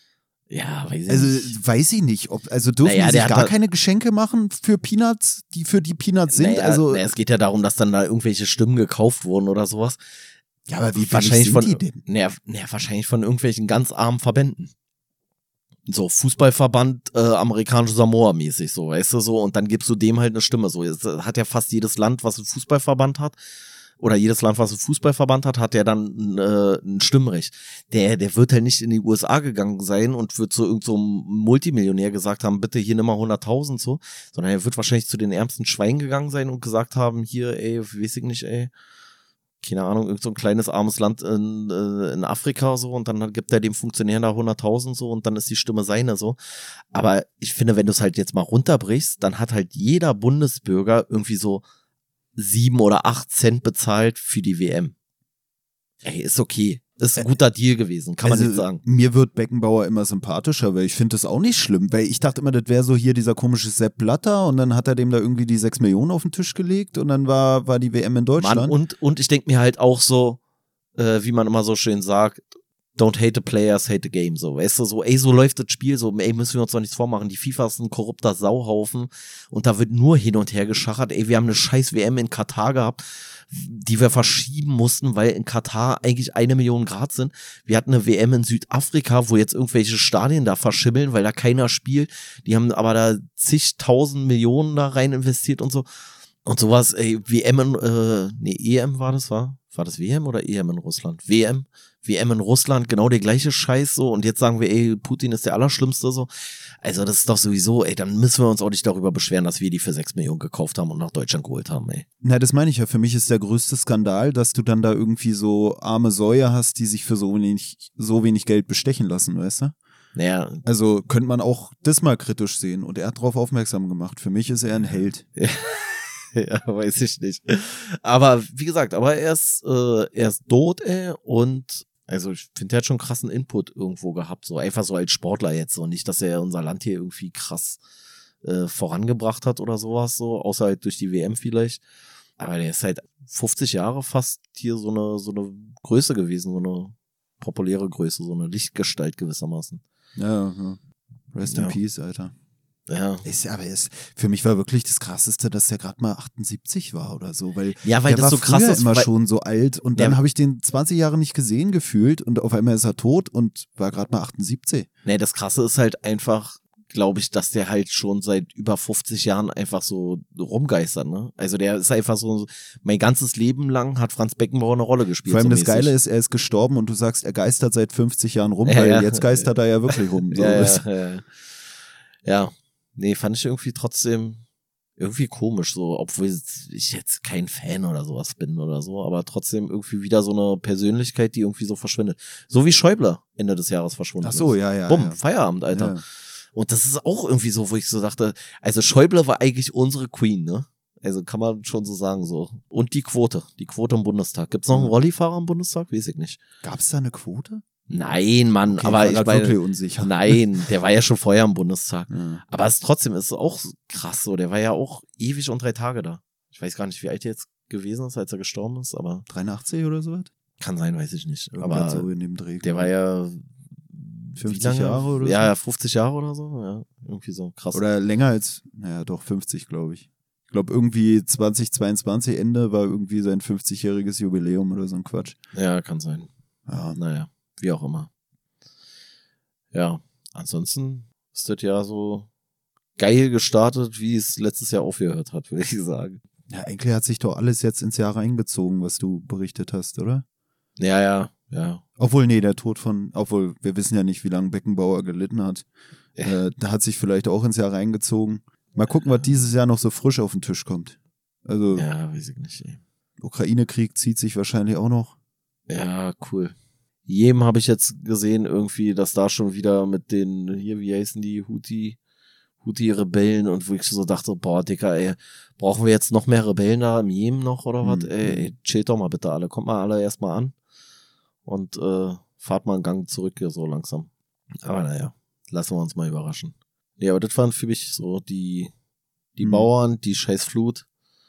Ja, weiß ich also, nicht. Also weiß ich nicht. Ob, also dürfen naja, die sich gar keine Geschenke machen für Peanuts, die für die Peanuts sind? Naja, also naja, es geht ja darum, dass dann da irgendwelche Stimmen gekauft wurden oder sowas. Ja, aber wie wahrscheinlich sind von, die denn? Naja, naja, wahrscheinlich von irgendwelchen ganz armen Verbänden. So, Fußballverband, äh, amerikanische Samoa-mäßig, so, weißt du, so, und dann gibst du dem halt eine Stimme, so, es hat ja fast jedes Land, was einen Fußballverband hat, oder jedes Land, was einen Fußballverband hat, hat ja dann äh, ein Stimmrecht. Der, der wird halt nicht in die U S A gegangen sein und wird zu irgendeinem so Multimillionär gesagt haben, bitte hier nimm mal hunderttausend, so, sondern er wird wahrscheinlich zu den ärmsten Schweinen gegangen sein und gesagt haben, hier, ey, weiß ich nicht, ey, keine Ahnung, irgend so ein kleines armes Land in, äh, in Afrika so und dann gibt er dem Funktionär da hunderttausend so und dann ist die Stimme seine so. Aber ich finde, wenn du es halt jetzt mal runterbrichst, dann hat halt jeder Bundesbürger irgendwie so sieben oder acht Cent bezahlt für die W M. Ey, ist okay. Ist ein guter Deal gewesen, kann man also, nicht sagen. Mir wird Beckenbauer immer sympathischer, weil ich finde das auch nicht schlimm, weil ich dachte immer, das wäre so hier dieser komische Sepp Blatter und dann hat er dem da irgendwie die sechs Millionen auf den Tisch gelegt und dann war, war die W M in Deutschland. Mann, und, und ich denke mir halt auch so, äh, wie man immer so schön sagt, don't hate the players, hate the game, so, weißt du, so, ey, so läuft das Spiel, so, ey, müssen wir uns doch nichts vormachen, die FIFA ist ein korrupter Sauhaufen und da wird nur hin und her geschachert, ey, wir haben eine scheiß W M in Katar gehabt, die wir verschieben mussten, weil in Katar eigentlich eine Million Grad sind. Wir hatten eine W M in Südafrika, wo jetzt irgendwelche Stadien da verschimmeln, weil da keiner spielt. Die haben aber da zigtausend Millionen da rein investiert und so. Und sowas, ey, W M in, äh, nee, E M war das, war? War das W M oder E M in Russland? W M. W M in Russland, genau der gleiche Scheiß so. Und jetzt sagen wir, ey, Putin ist der Allerschlimmste so. Also das ist doch sowieso, ey, dann müssen wir uns auch nicht darüber beschweren, dass wir die für sechs Millionen gekauft haben und nach Deutschland geholt haben, ey. Na, das meine ich ja. Für mich ist der größte Skandal, dass du dann da irgendwie so arme Säue hast, die sich für so wenig, so wenig Geld bestechen lassen, weißt du? Naja. Also könnte man auch das mal kritisch sehen. Und er hat darauf aufmerksam gemacht. Für mich ist er ein Held. Ja. Ja, weiß ich nicht. Aber wie gesagt, aber er ist, äh, er ist tot, ey, und also ich finde, der hat schon krassen Input irgendwo gehabt, so einfach so als Sportler jetzt, so nicht, dass er unser Land hier irgendwie krass äh, vorangebracht hat oder sowas, so, außer halt durch die W M vielleicht. Aber der ist halt fünfzig Jahre fast hier so eine, so eine Größe gewesen, so eine populäre Größe, so eine Lichtgestalt gewissermaßen. Ja, ja. Rest ja. in Peace, Alter. Ja. Ist, aber ist, für mich war wirklich das Krasseste, dass der gerade mal achtundsiebzig war oder so, weil, ja, weil der das war so krass früher ist, immer weil, schon so alt und dann ja. habe ich den zwanzig Jahre nicht gesehen gefühlt und auf einmal ist er tot und war gerade mal achtundsiebzig. Nee, das Krasse ist halt einfach, glaube ich, dass der halt schon seit über fünfzig Jahren einfach so rumgeistert, ne? Also der ist einfach so, mein ganzes Leben lang hat Franz Beckenbauer eine Rolle gespielt. Vor allem so das mäßig. Geile ist, er ist gestorben und du sagst, er geistert seit fünfzig Jahren rum, Ja, weil ja. jetzt geistert er ja wirklich rum. So. ja, ja, ja. ja, nee, fand ich irgendwie trotzdem irgendwie komisch, so, obwohl ich jetzt kein Fan oder sowas bin oder so, aber trotzdem irgendwie wieder so eine Persönlichkeit, die irgendwie so verschwindet. So wie Schäuble Ende des Jahres verschwunden Ach so, ist. ja, ja. Bumm, ja. Feierabend, Alter. Ja. Und das ist auch irgendwie so, wo ich so dachte, also Schäuble war eigentlich unsere Queen, ne? Also kann man schon so sagen, so. Und die Quote, die Quote im Bundestag. Gibt's noch einen Rollifahrer im Bundestag? Weiß ich nicht. Gab's da eine Quote? Nein, Mann, Okay, aber ich war ich meine, wirklich unsicher. nein, der war ja schon vorher im Bundestag. Ja. Aber es trotzdem ist auch krass so, der war ja auch ewig und drei Tage da. Ich weiß gar nicht, wie alt er jetzt gewesen ist, als er gestorben ist, aber dreiundachtzig oder so was? kann sein, weiß ich nicht. Irgendwas Aber so in dem Dreh. der war ja fünfzig wie lange? Jahre oder so? Ja, ja, fünfzig Jahre oder so, ja, irgendwie so, krass. Oder länger als, naja, doch fünfzig, glaube ich. Ich glaube, irgendwie zwanzig zweiundzwanzig Ende war irgendwie sein fünfzigjähriges Jubiläum oder so ein Quatsch. Ja, kann sein. Ja. Naja, wie auch immer. Ja, ansonsten ist das Jahr so geil gestartet, wie es letztes Jahr aufgehört hat, würde ich sagen. Ja, eigentlich hat sich doch alles jetzt ins Jahr reingezogen, was du berichtet hast, oder? Ja, ja, ja. Obwohl, nee, der Tod von, obwohl, wir wissen ja nicht, wie lange Beckenbauer gelitten hat. Ja. Äh, da hat sich vielleicht auch ins Jahr reingezogen. Mal gucken, was dieses Jahr noch so frisch auf den Tisch kommt. Also, Ja, weiß ich nicht, ey. Ukraine-Krieg zieht sich wahrscheinlich auch noch. Ja, cool. Jedem habe ich jetzt gesehen, irgendwie, dass da schon wieder mit den, hier, wie heißen die, Houthi, Houthi-Rebellen und wo ich so dachte, boah, Dicker, ey, brauchen wir jetzt noch mehr Rebellen da im Jemen noch oder was? Mhm. Ey, ey, chillt doch mal bitte alle, kommt mal alle erstmal an und äh, fahrt mal einen Gang zurück hier so langsam. Aber naja, lassen wir uns mal überraschen. Ja, aber das waren für mich so die, die Mhm. Bauern, die scheiß Flut,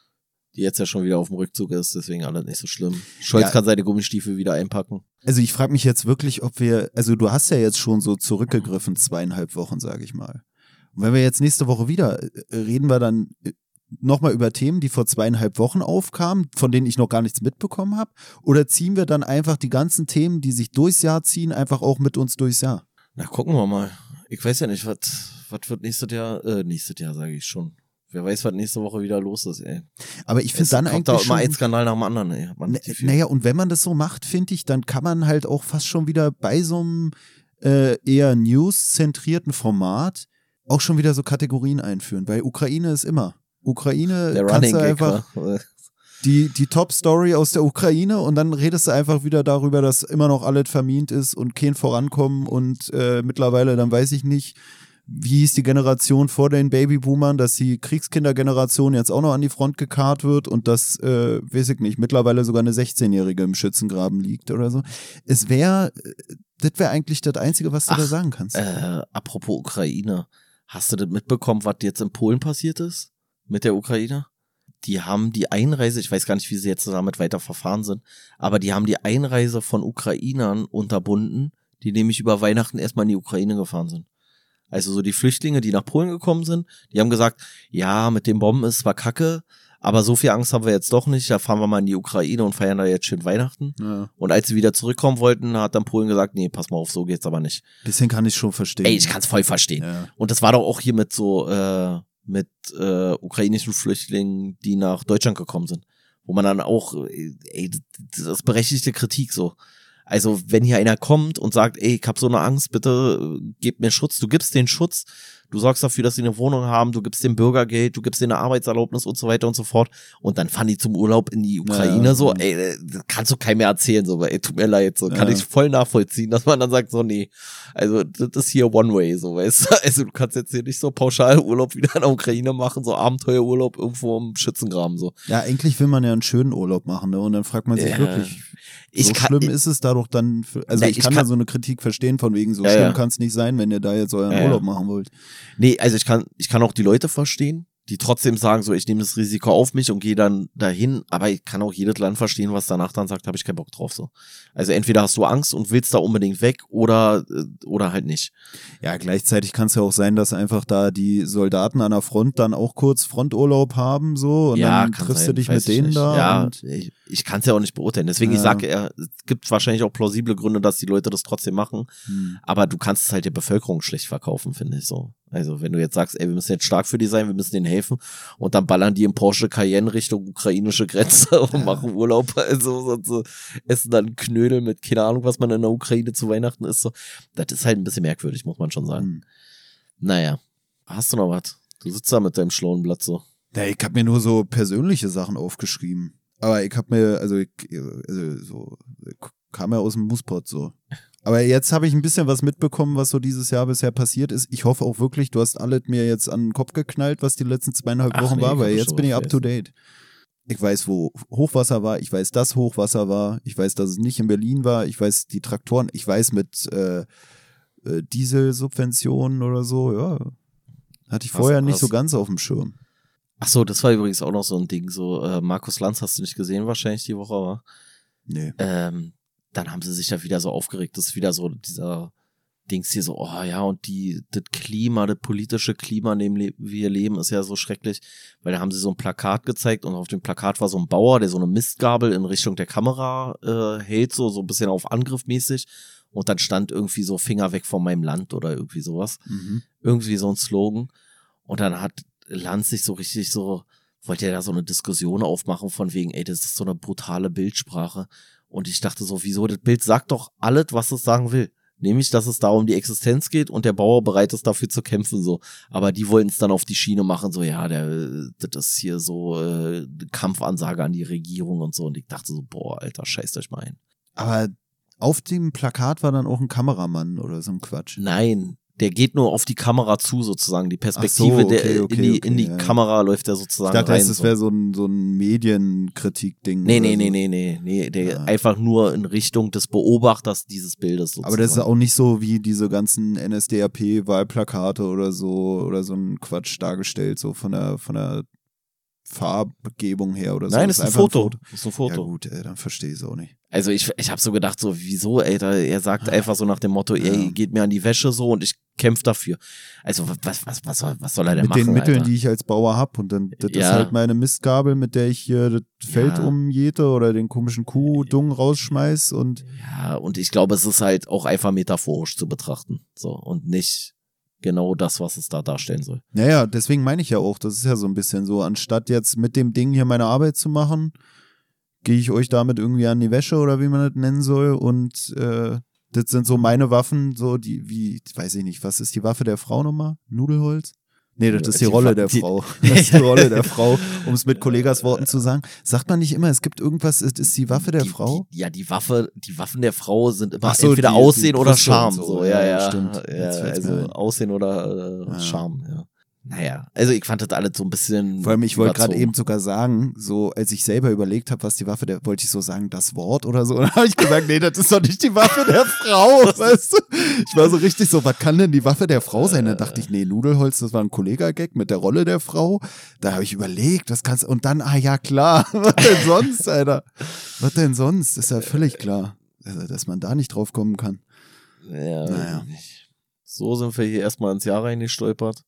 die jetzt ja schon wieder auf dem Rückzug ist, deswegen alles nicht so schlimm. Scholz Ja. kann seine Gummistiefel wieder einpacken. Also ich frage mich jetzt wirklich, ob wir, also du hast ja jetzt schon so zurückgegriffen, zweieinhalb Wochen, sage ich mal. Und wenn wir jetzt nächste Woche wieder, äh, reden wir dann nochmal über Themen, die vor zweieinhalb Wochen aufkamen, von denen ich noch gar nichts mitbekommen habe? Oder ziehen wir dann einfach die ganzen Themen, die sich durchs Jahr ziehen, einfach auch mit uns durchs Jahr? Na, gucken wir mal. Ich weiß ja nicht, was was wird nächstes Jahr, äh, nächstes Jahr sage ich schon. Wer weiß, was nächste Woche wieder los ist, ey. Aber ich finde dann kommt da eigentlich immer schon, ein Skandal nach dem anderen, ey. Man, N- die viel- Naja, und wenn man das so macht, finde ich, dann kann man halt auch fast schon wieder bei so einem äh, eher news-zentrierten Format auch schon wieder so Kategorien einführen. Weil Ukraine ist immer. Ukraine der kannst Running du Gag, einfach wa? die, die Top-Story aus der Ukraine und dann redest du einfach wieder darüber, dass immer noch alles vermint ist und kein Vorankommen und äh, mittlerweile, dann weiß ich nicht, wie hieß die Generation vor den Babyboomern, dass die Kriegskindergeneration jetzt auch noch an die Front gekarrt wird und dass, äh, weiß ich nicht, mittlerweile sogar eine sechzehnjährige im Schützengraben liegt oder so. Es wäre, das wäre eigentlich das Einzige, was du Ach, da sagen kannst. Äh, apropos Ukraine. Hast du das mitbekommen, was jetzt in Polen passiert ist? Mit der Ukraine? Die haben die Einreise, ich weiß gar nicht, wie sie jetzt damit weiter verfahren sind, aber die haben die Einreise von Ukrainern unterbunden, die nämlich über Weihnachten erstmal in die Ukraine gefahren sind. Also so die Flüchtlinge, die nach Polen gekommen sind, die haben gesagt, ja, mit den Bomben ist zwar kacke, aber so viel Angst haben wir jetzt doch nicht, da fahren wir mal in die Ukraine und feiern da jetzt schön Weihnachten. Ja. Und als sie wieder zurückkommen wollten, hat dann Polen gesagt, nee, pass mal auf, so geht's aber nicht. Bisschen kann ich schon verstehen. Ey, ich kann's voll verstehen. Ja. Und das war doch auch hier mit so, äh, mit äh, ukrainischen Flüchtlingen, die nach Deutschland gekommen sind. Wo man dann auch, ey, das ist berechtigte Kritik so. Also wenn hier einer kommt und sagt, ey, ich hab so eine Angst, bitte äh, gib mir Schutz, du gibst den Schutz, du sorgst dafür, dass sie eine Wohnung haben, du gibst dem Bürgergeld, du gibst denen eine Arbeitserlaubnis und so weiter und so fort und dann fahren die zum Urlaub in die Ukraine, Ja. so, ey, das kannst du keinem mehr erzählen, so, ey, tut mir leid, so, kann Ja. ich voll nachvollziehen, dass man dann sagt, so, nee, also das ist hier One Way, so, weißt du, also du kannst jetzt hier nicht so pauschal Urlaub wieder in der Ukraine machen, so Abenteuerurlaub irgendwo im Schützengraben, so. Ja, eigentlich will man ja einen schönen Urlaub machen, ne? Und dann fragt man sich Ja. wirklich, Ich so kann- schlimm ist es dadurch dann, für, also Na, ich ich kann kann- da so eine Kritik verstehen, von wegen, so Ja, schlimm ja. kann es nicht sein, wenn ihr da jetzt euren Ja, ja. Urlaub machen wollt. Nee, also ich kann, ich kann auch die Leute verstehen, die trotzdem sagen, so, ich nehme das Risiko auf mich und gehe dann dahin, aber ich kann auch jedes Land verstehen, was danach dann sagt, habe ich keinen Bock drauf, so. Also entweder hast du Angst und willst da unbedingt weg oder, äh, oder halt nicht. Ja, gleichzeitig kann es ja auch sein, dass einfach da die Soldaten an der Front dann auch kurz Fronturlaub haben, so, und ja, dann kann triffst sein, du dich weiß mit ich denen nicht. da. Ja, und, ich, ich kann es ja auch nicht beurteilen. Deswegen, Ja. ich sage, ja, es gibt wahrscheinlich auch plausible Gründe, dass die Leute das trotzdem machen, hm. aber du kannst es halt der Bevölkerung schlecht verkaufen, finde ich so. Also wenn du jetzt sagst, ey, wir müssen jetzt stark für die sein, wir müssen denen helfen und dann ballern die im Porsche Cayenne Richtung ukrainische Grenze und machen Urlaub, also und so, essen dann Knödel mit, keine Ahnung, was man in der Ukraine zu Weihnachten isst, so. Das ist halt ein bisschen merkwürdig, muss man schon sagen. Mhm. Naja, hast du noch was? Du sitzt da mit deinem schlauen Blatt so. Ja, ich habe mir nur so persönliche Sachen aufgeschrieben. Aber ich habe mir, also, ich, also so, ich kam ja aus dem Moospot so. Aber jetzt habe ich ein bisschen was mitbekommen, was so dieses Jahr bisher passiert ist. Ich hoffe auch wirklich, du hast alles mir jetzt an den Kopf geknallt, was die letzten zweieinhalb Ach, Wochen nee, war, weil jetzt bin ich up to date. Ich weiß, wo Hochwasser war, ich weiß, dass Hochwasser war, ich weiß, dass es nicht in Berlin war, ich weiß, die Traktoren, ich weiß mit äh, äh, Dieselsubventionen oder so, ja. Hatte ich vorher was, nicht was? so ganz auf dem Schirm. Ach so, das war übrigens auch noch so ein Ding, so äh, Markus Lanz hast du nicht gesehen wahrscheinlich die Woche, aber nee. Ähm, dann haben sie sich da wieder so aufgeregt, das ist wieder so dieser Dings hier so, oh ja, und die, das Klima, das politische Klima, in dem wir leben, ist ja so schrecklich, weil da haben sie so ein Plakat gezeigt und auf dem Plakat war so ein Bauer, der so eine Mistgabel in Richtung der Kamera äh, hält, so, so ein bisschen auf Angriff mäßig und dann stand irgendwie so Finger weg von meinem Land oder irgendwie sowas. Mhm. Irgendwie so ein Slogan und dann hat Lanz sich so richtig so, wollte er da so eine Diskussion aufmachen von wegen, ey, das ist so eine brutale Bildsprache. Und ich dachte so, wieso, das Bild sagt doch alles, was es sagen will. Nämlich, dass es da um die Existenz geht und der Bauer bereit ist, dafür zu kämpfen, so. Aber die wollten es dann auf die Schiene machen, so, ja, der, das ist hier so äh, Kampfansage an die Regierung und so. Und ich dachte so, boah, Alter, scheißt euch mal ein. Aber auf dem Plakat war dann auch ein Kameramann oder so ein Quatsch. Nein, der geht nur auf die Kamera zu, sozusagen. Die Perspektive so, okay, der okay, in die, okay, in die ja. Kamera läuft der sozusagen rein. Ich dachte, rein, das so. wäre so ein, so ein Medienkritik-Ding. Nee, nee, so. nee, nee, nee, nee. Der ja. einfach nur in Richtung des Beobachters dieses Bildes sozusagen. Aber das ist auch nicht so wie diese ganzen N S D A P-Wahlplakate oder so, oder so ein Quatsch dargestellt, so von der, von der Farbgebung her oder so. Nein, das ist ein Foto. Das ist ein Foto. Ja gut, ey, dann verstehe ich es auch nicht. Also ich, ich habe so gedacht, so wieso, Alter, er sagt einfach so nach dem Motto, ja. ey, geht mir an die Wäsche so und ich kämpfe dafür. Also was, was, was, soll, was soll er denn mit machen, Mit den Mitteln, Alter? die ich als Bauer hab und dann, das ja. ist halt meine Mistgabel, mit der ich hier das Feld ja. umjete oder den komischen Kuhdung rausschmeiß und ja, und ich glaube, es ist halt auch einfach metaphorisch zu betrachten, so, und nicht genau das, was es da darstellen soll. Naja, deswegen meine ich ja auch, das ist ja so ein bisschen so, anstatt jetzt mit dem Ding hier meine Arbeit zu machen, gehe ich euch damit irgendwie an die Wäsche oder wie man das nennen soll und äh, das sind so meine Waffen, so die, wie, weiß ich nicht, was ist die Waffe der Frau nochmal? Nudelholz? Nee, das ist die, die Rolle der die, Frau. Das ist die Rolle der Frau, um es mit Kollegas Worten zu sagen. Sagt man nicht immer, es gibt irgendwas, das ist die Waffe der die, Frau? Die, ja, die Waffe, die Waffen der Frau sind immer so, entweder die, Aussehen die oder Charme. So, so, ja, ja. Stimmt. Ja, also Aussehen oder äh, ja. Charme, ja. Naja, also ich fand das alles so ein bisschen. Vor allem, ich wollte gerade eben sogar sagen, so als ich selber überlegt habe, was die Waffe der, wollte ich so sagen, das Wort oder so. Und dann habe ich gesagt, nee, das ist doch nicht die Waffe der Frau, weißt du? Ich war so richtig so, was kann denn die Waffe der Frau sein? Dann dachte ich, nee, Nudelholz, das war ein Kollega-Gag mit der Rolle der Frau. Da habe ich überlegt, was kannst du, und dann, ah ja, klar, was denn sonst, Alter? Was denn sonst? Ist ja völlig klar, also, dass man da nicht drauf kommen kann. Ja, naja. So sind wir hier erstmal ins Jahr reingestolpert.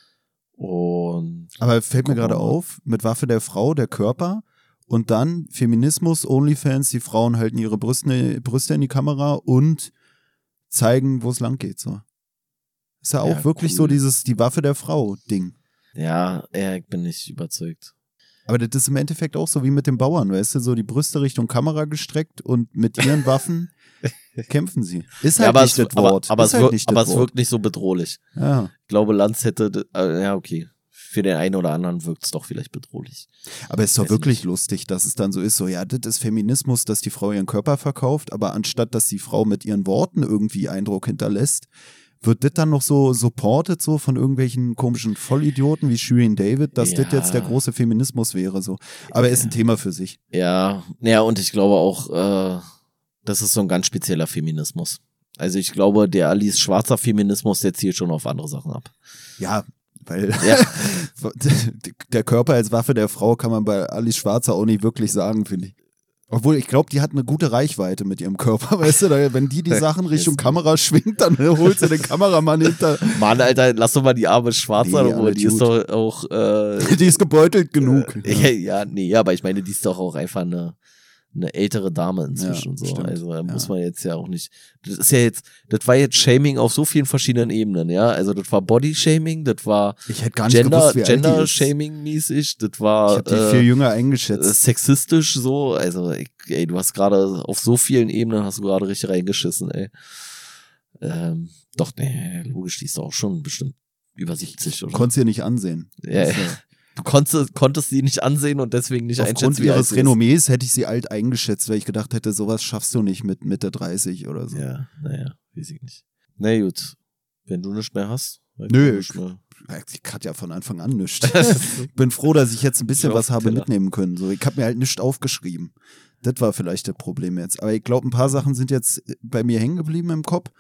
Und aber fällt mir gerade auf, mit Waffe der Frau, der Körper und dann Feminismus, Onlyfans, die Frauen halten ihre Brüste, Brüste in die Kamera und zeigen, wo es lang geht. So. Ist ja auch ja, wirklich cool. So dieses die Waffe der Frau Ding. Ja, ja, ich bin nicht überzeugt. Aber das ist im Endeffekt auch so wie mit den Bauern, weißt du, so die Brüste Richtung Kamera gestreckt und mit ihren Waffen kämpfen sie. Ist halt ja, aber nicht es, das Wort. Aber, aber, es, halt wirkt, nicht aber das es wirkt nicht so bedrohlich. Ja. Ich glaube, Lanz hätte, äh, ja okay, für den einen oder anderen wirkt es doch vielleicht bedrohlich. Aber es ist doch wirklich nicht. Lustig, dass es dann so ist, so ja, das ist Feminismus, dass die Frau ihren Körper verkauft, aber anstatt, dass die Frau mit ihren Worten irgendwie Eindruck hinterlässt, wird das dann noch so supported so von irgendwelchen komischen Vollidioten wie Shirin David, dass ja. das jetzt der große Feminismus wäre so. Aber ja. ist ein Thema für sich. Ja, ja und ich glaube auch, äh, das ist so ein ganz spezieller Feminismus. Also ich glaube, der Alice Schwarzer Feminismus, der zielt schon auf andere Sachen ab. Ja, weil ja. der Körper als Waffe der Frau kann man bei Alice Schwarzer auch nicht wirklich sagen, finde ich. Obwohl, ich glaube, die hat eine gute Reichweite mit ihrem Körper, weißt du, wenn die die Sachen Richtung Kamera schwingt, dann holt sie den Kameramann hinter. Mann, Alter, lass doch mal die arme Schwarzer nee, Ruhe, die ist doch auch... Äh, die ist gebeutelt genug. Äh, ja, ja, nee, aber ich meine, die ist doch auch einfach eine, eine ältere Dame inzwischen. Ja, so. stimmt. Also da Ja. muss man jetzt ja auch nicht. Das ist ja jetzt, das war jetzt Shaming auf so vielen verschiedenen Ebenen, ja. Also das war Body-Shaming, das war Ich hätte gar nicht Gender, gewusst, wie alt die ist. Gender-Shaming-mäßig, das war Ich habe die äh, viel jünger äh, eingeschätzt. sexistisch so. Also ey, ey du hast gerade auf so vielen Ebenen hast du gerade richtig reingeschissen, ey. Ähm, doch, nee, logisch, die ist doch auch schon bestimmt über siebzig oder? Konntest du ihr nicht ansehen. Ja, ja. Du konntest, konntest sie nicht ansehen und deswegen nicht Aufgrund einschätzen, wie alt ihres sie ist. Renommees hätte ich sie alt eingeschätzt, weil ich gedacht hätte, sowas schaffst du nicht mit Mitte dreißig oder so. Ja, naja, weiß ich nicht. Na gut, wenn du nichts mehr hast. dann Nö, nicht mehr. Ich hatte ja von Anfang an nichts. Ich bin froh, dass ich jetzt ein bisschen was habe Teller. mitnehmen können. So, ich habe mir halt nichts aufgeschrieben. Das war vielleicht das Problem jetzt. Aber ich glaube, ein paar Sachen sind jetzt bei mir hängen geblieben im Kopf.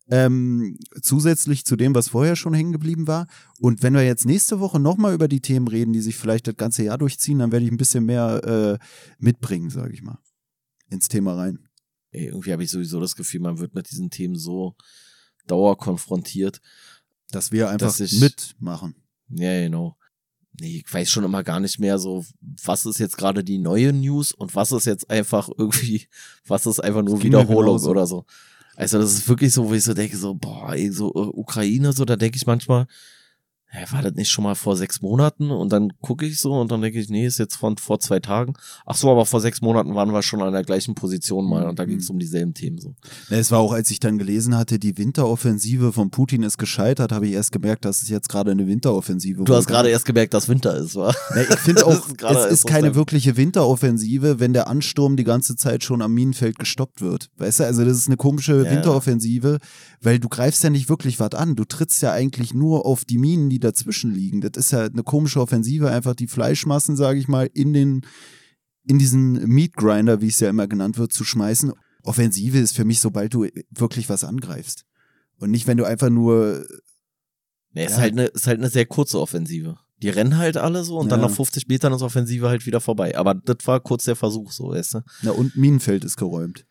Ähm, zusätzlich zu dem, was vorher schon hängen geblieben war. Und wenn wir jetzt nächste Woche nochmal über die Themen reden, die sich vielleicht das ganze Jahr durchziehen, dann werde ich ein bisschen mehr äh, mitbringen, sage ich mal, ins Thema rein. Ey, irgendwie habe ich sowieso das Gefühl, man wird mit diesen Themen so dauerkonfrontiert. Dass wir einfach Dass ich- mitmachen. Ja, genau. Nee, ich weiß schon immer gar nicht mehr so, was ist jetzt gerade die neue News und was ist jetzt einfach irgendwie, was ist einfach nur Das ging mir Wiederholung genauso. oder so. Also das ist wirklich so, wo ich so denke, so, boah, ey, so äh, Ukraine, so, da denke ich manchmal, hä, war das nicht schon mal vor sechs Monaten? Und dann gucke ich so und dann denke ich, nee, ist jetzt von vor zwei Tagen. Ach so, aber vor sechs Monaten waren wir schon an der gleichen Position mal und da ging es um dieselben Themen so. Ja, es war auch, als ich dann gelesen hatte, die Winteroffensive von Putin ist gescheitert, habe ich erst gemerkt, dass es jetzt gerade eine Winteroffensive Du hast wohl gerade erst gemerkt, dass Winter ist, wa? Ja, ich finde auch, Das ist gerade es erst ist keine was da- wirkliche Winteroffensive, wenn der Ansturm die ganze Zeit schon am Minenfeld gestoppt wird. Weißt du, also das ist eine komische Ja. Winteroffensive, weil du greifst ja nicht wirklich was an. Du trittst ja eigentlich nur auf die Minen, die dazwischen liegen. Das ist ja eine komische Offensive, einfach die Fleischmassen, sage ich mal, in den, in diesen Meat Grinder, wie es ja immer genannt wird, zu schmeißen. Offensive ist für mich, sobald du wirklich was angreifst. Und nicht, wenn du einfach nur Nee, ist Ja. halt eine, ist halt eine sehr kurze Offensive. Die rennen halt alle so und dann Ja. nach fünfzig Metern ist Offensive halt wieder vorbei. Aber das war kurz der Versuch, so, weißt du? Na, und Minenfeld ist geräumt.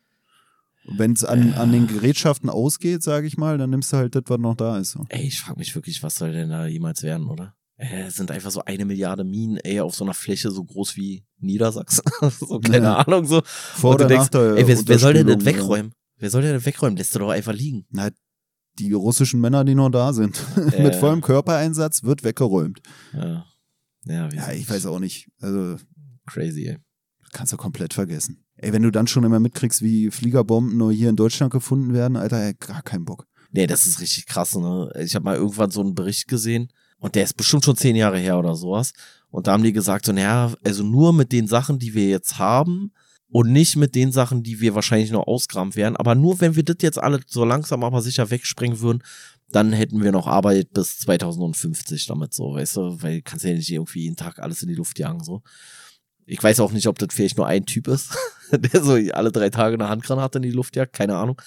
Und wenn es an, Ja. an den Gerätschaften ausgeht, sage ich mal, dann nimmst du halt das, was noch da ist. So. Ey, ich frage mich wirklich, was soll denn da jemals werden, oder? Äh, es sind einfach so eine Milliarde Minen, ey, auf so einer Fläche so groß wie Niedersachsen. so, keine Ja. Ahnung, so. Vor Und du oder denkst, nach der ey, wer, wer soll denn das Unterspülung, ja. wegräumen? Wer soll denn das wegräumen? Lässt du doch einfach liegen. Na, die russischen Männer, die noch da sind. Ja. Mit vollem Körpereinsatz wird weggeräumt. Ja, ja, wie Ja, ich weiß auch nicht. Also, Crazy, ey. kannst du komplett vergessen. Ey, wenn du dann schon immer mitkriegst, wie Fliegerbomben nur hier in Deutschland gefunden werden, Alter, ey, gar keinen Bock. Nee, das ist richtig krass, ne? Ich habe mal irgendwann so einen Bericht gesehen und der ist bestimmt schon zehn Jahre her oder sowas. Und da haben die gesagt, so, naja, also nur mit den Sachen, die wir jetzt haben und nicht mit den Sachen, die wir wahrscheinlich noch ausgraben werden. Aber nur wenn wir das jetzt alle so langsam aber sicher wegsprengen würden, dann hätten wir noch Arbeit bis zweitausendfünfzig damit so, weißt du? Weil kannst ja nicht irgendwie jeden Tag alles in die Luft jagen, so. Ich weiß auch nicht, ob das vielleicht nur ein Typ ist, der so alle drei Tage eine Handgranate in die Luft jagt, keine Ahnung.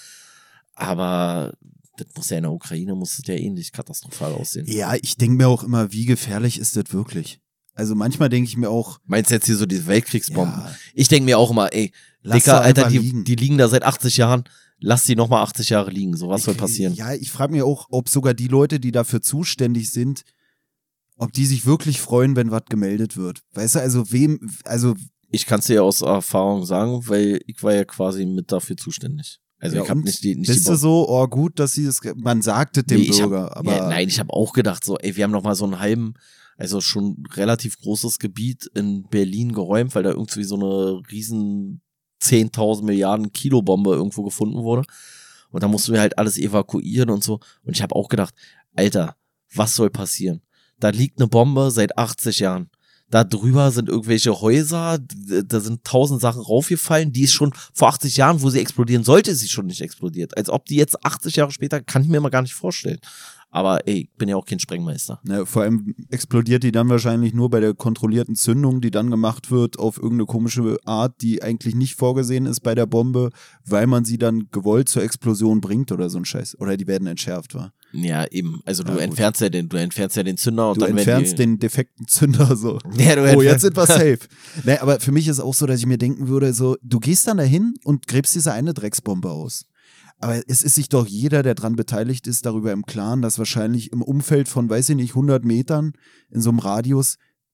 Aber das muss ja in der Ukraine, muss es ja ähnlich katastrophal aussehen. Ja, ich denke mir auch immer, wie gefährlich ist das wirklich? Also manchmal denke ich mir auch, Meinst du jetzt hier so diese Weltkriegsbomben? ja, Ich denke mir auch immer, ey, lass Dicker, doch Alter, einfach die, liegen. die liegen da seit achtzig Jahren, lass die nochmal achtzig Jahre liegen, so was soll Ich- passieren? Ja, ich frage mich auch, ob sogar die Leute, die dafür zuständig sind, ob die sich wirklich freuen, wenn was gemeldet wird. Weißt du, also wem, also Ich kann es dir aus Erfahrung sagen, weil ich war ja quasi mit dafür zuständig. Also ja, ich habe und? nicht die, nicht bist die du so, oh gut, dass sie das, ge- man sagt es dem Nee, ich Bürger, hab, aber ja, nein, ich habe auch gedacht, so, ey, wir haben noch mal so einen halben, also schon relativ großes Gebiet in Berlin geräumt, weil da irgendwie so eine riesen zehntausend Milliarden Kilo Bombe irgendwo gefunden wurde. Und da mussten wir halt alles evakuieren und so. Und ich habe auch gedacht, Alter, was soll passieren? Da liegt eine Bombe seit achtzig Jahren. Da drüber sind irgendwelche Häuser, d- da sind tausend Sachen raufgefallen, die ist schon vor achtzig Jahren, wo sie explodieren sollte, ist sie schon nicht explodiert. Als ob die jetzt achtzig Jahre später, kann ich mir mal gar nicht vorstellen. Aber ey, ich bin ja auch kein Sprengmeister. ne, vor allem explodiert die dann wahrscheinlich nur bei der kontrollierten Zündung, die dann gemacht wird auf irgendeine komische Art, die eigentlich nicht vorgesehen ist bei der Bombe, weil man sie dann gewollt zur Explosion bringt oder so ein Scheiß. Oder die werden entschärft, wa? Ja, eben. Also du Ja, gut. entfernst ja den, du entfernst ja den Zünder und Du dann entfernst werden den defekten Zünder so. die, ja, du Oh, entfernst- jetzt sind wir safe. Nee, aber für mich ist auch so, dass ich mir denken würde, so, du gehst dann dahin und gräbst diese eine Drecksbombe aus. Aber es ist sich doch jeder, der dran beteiligt ist, darüber im Klaren, dass wahrscheinlich im Umfeld von, weiß ich nicht, hundert Metern in so einem Radius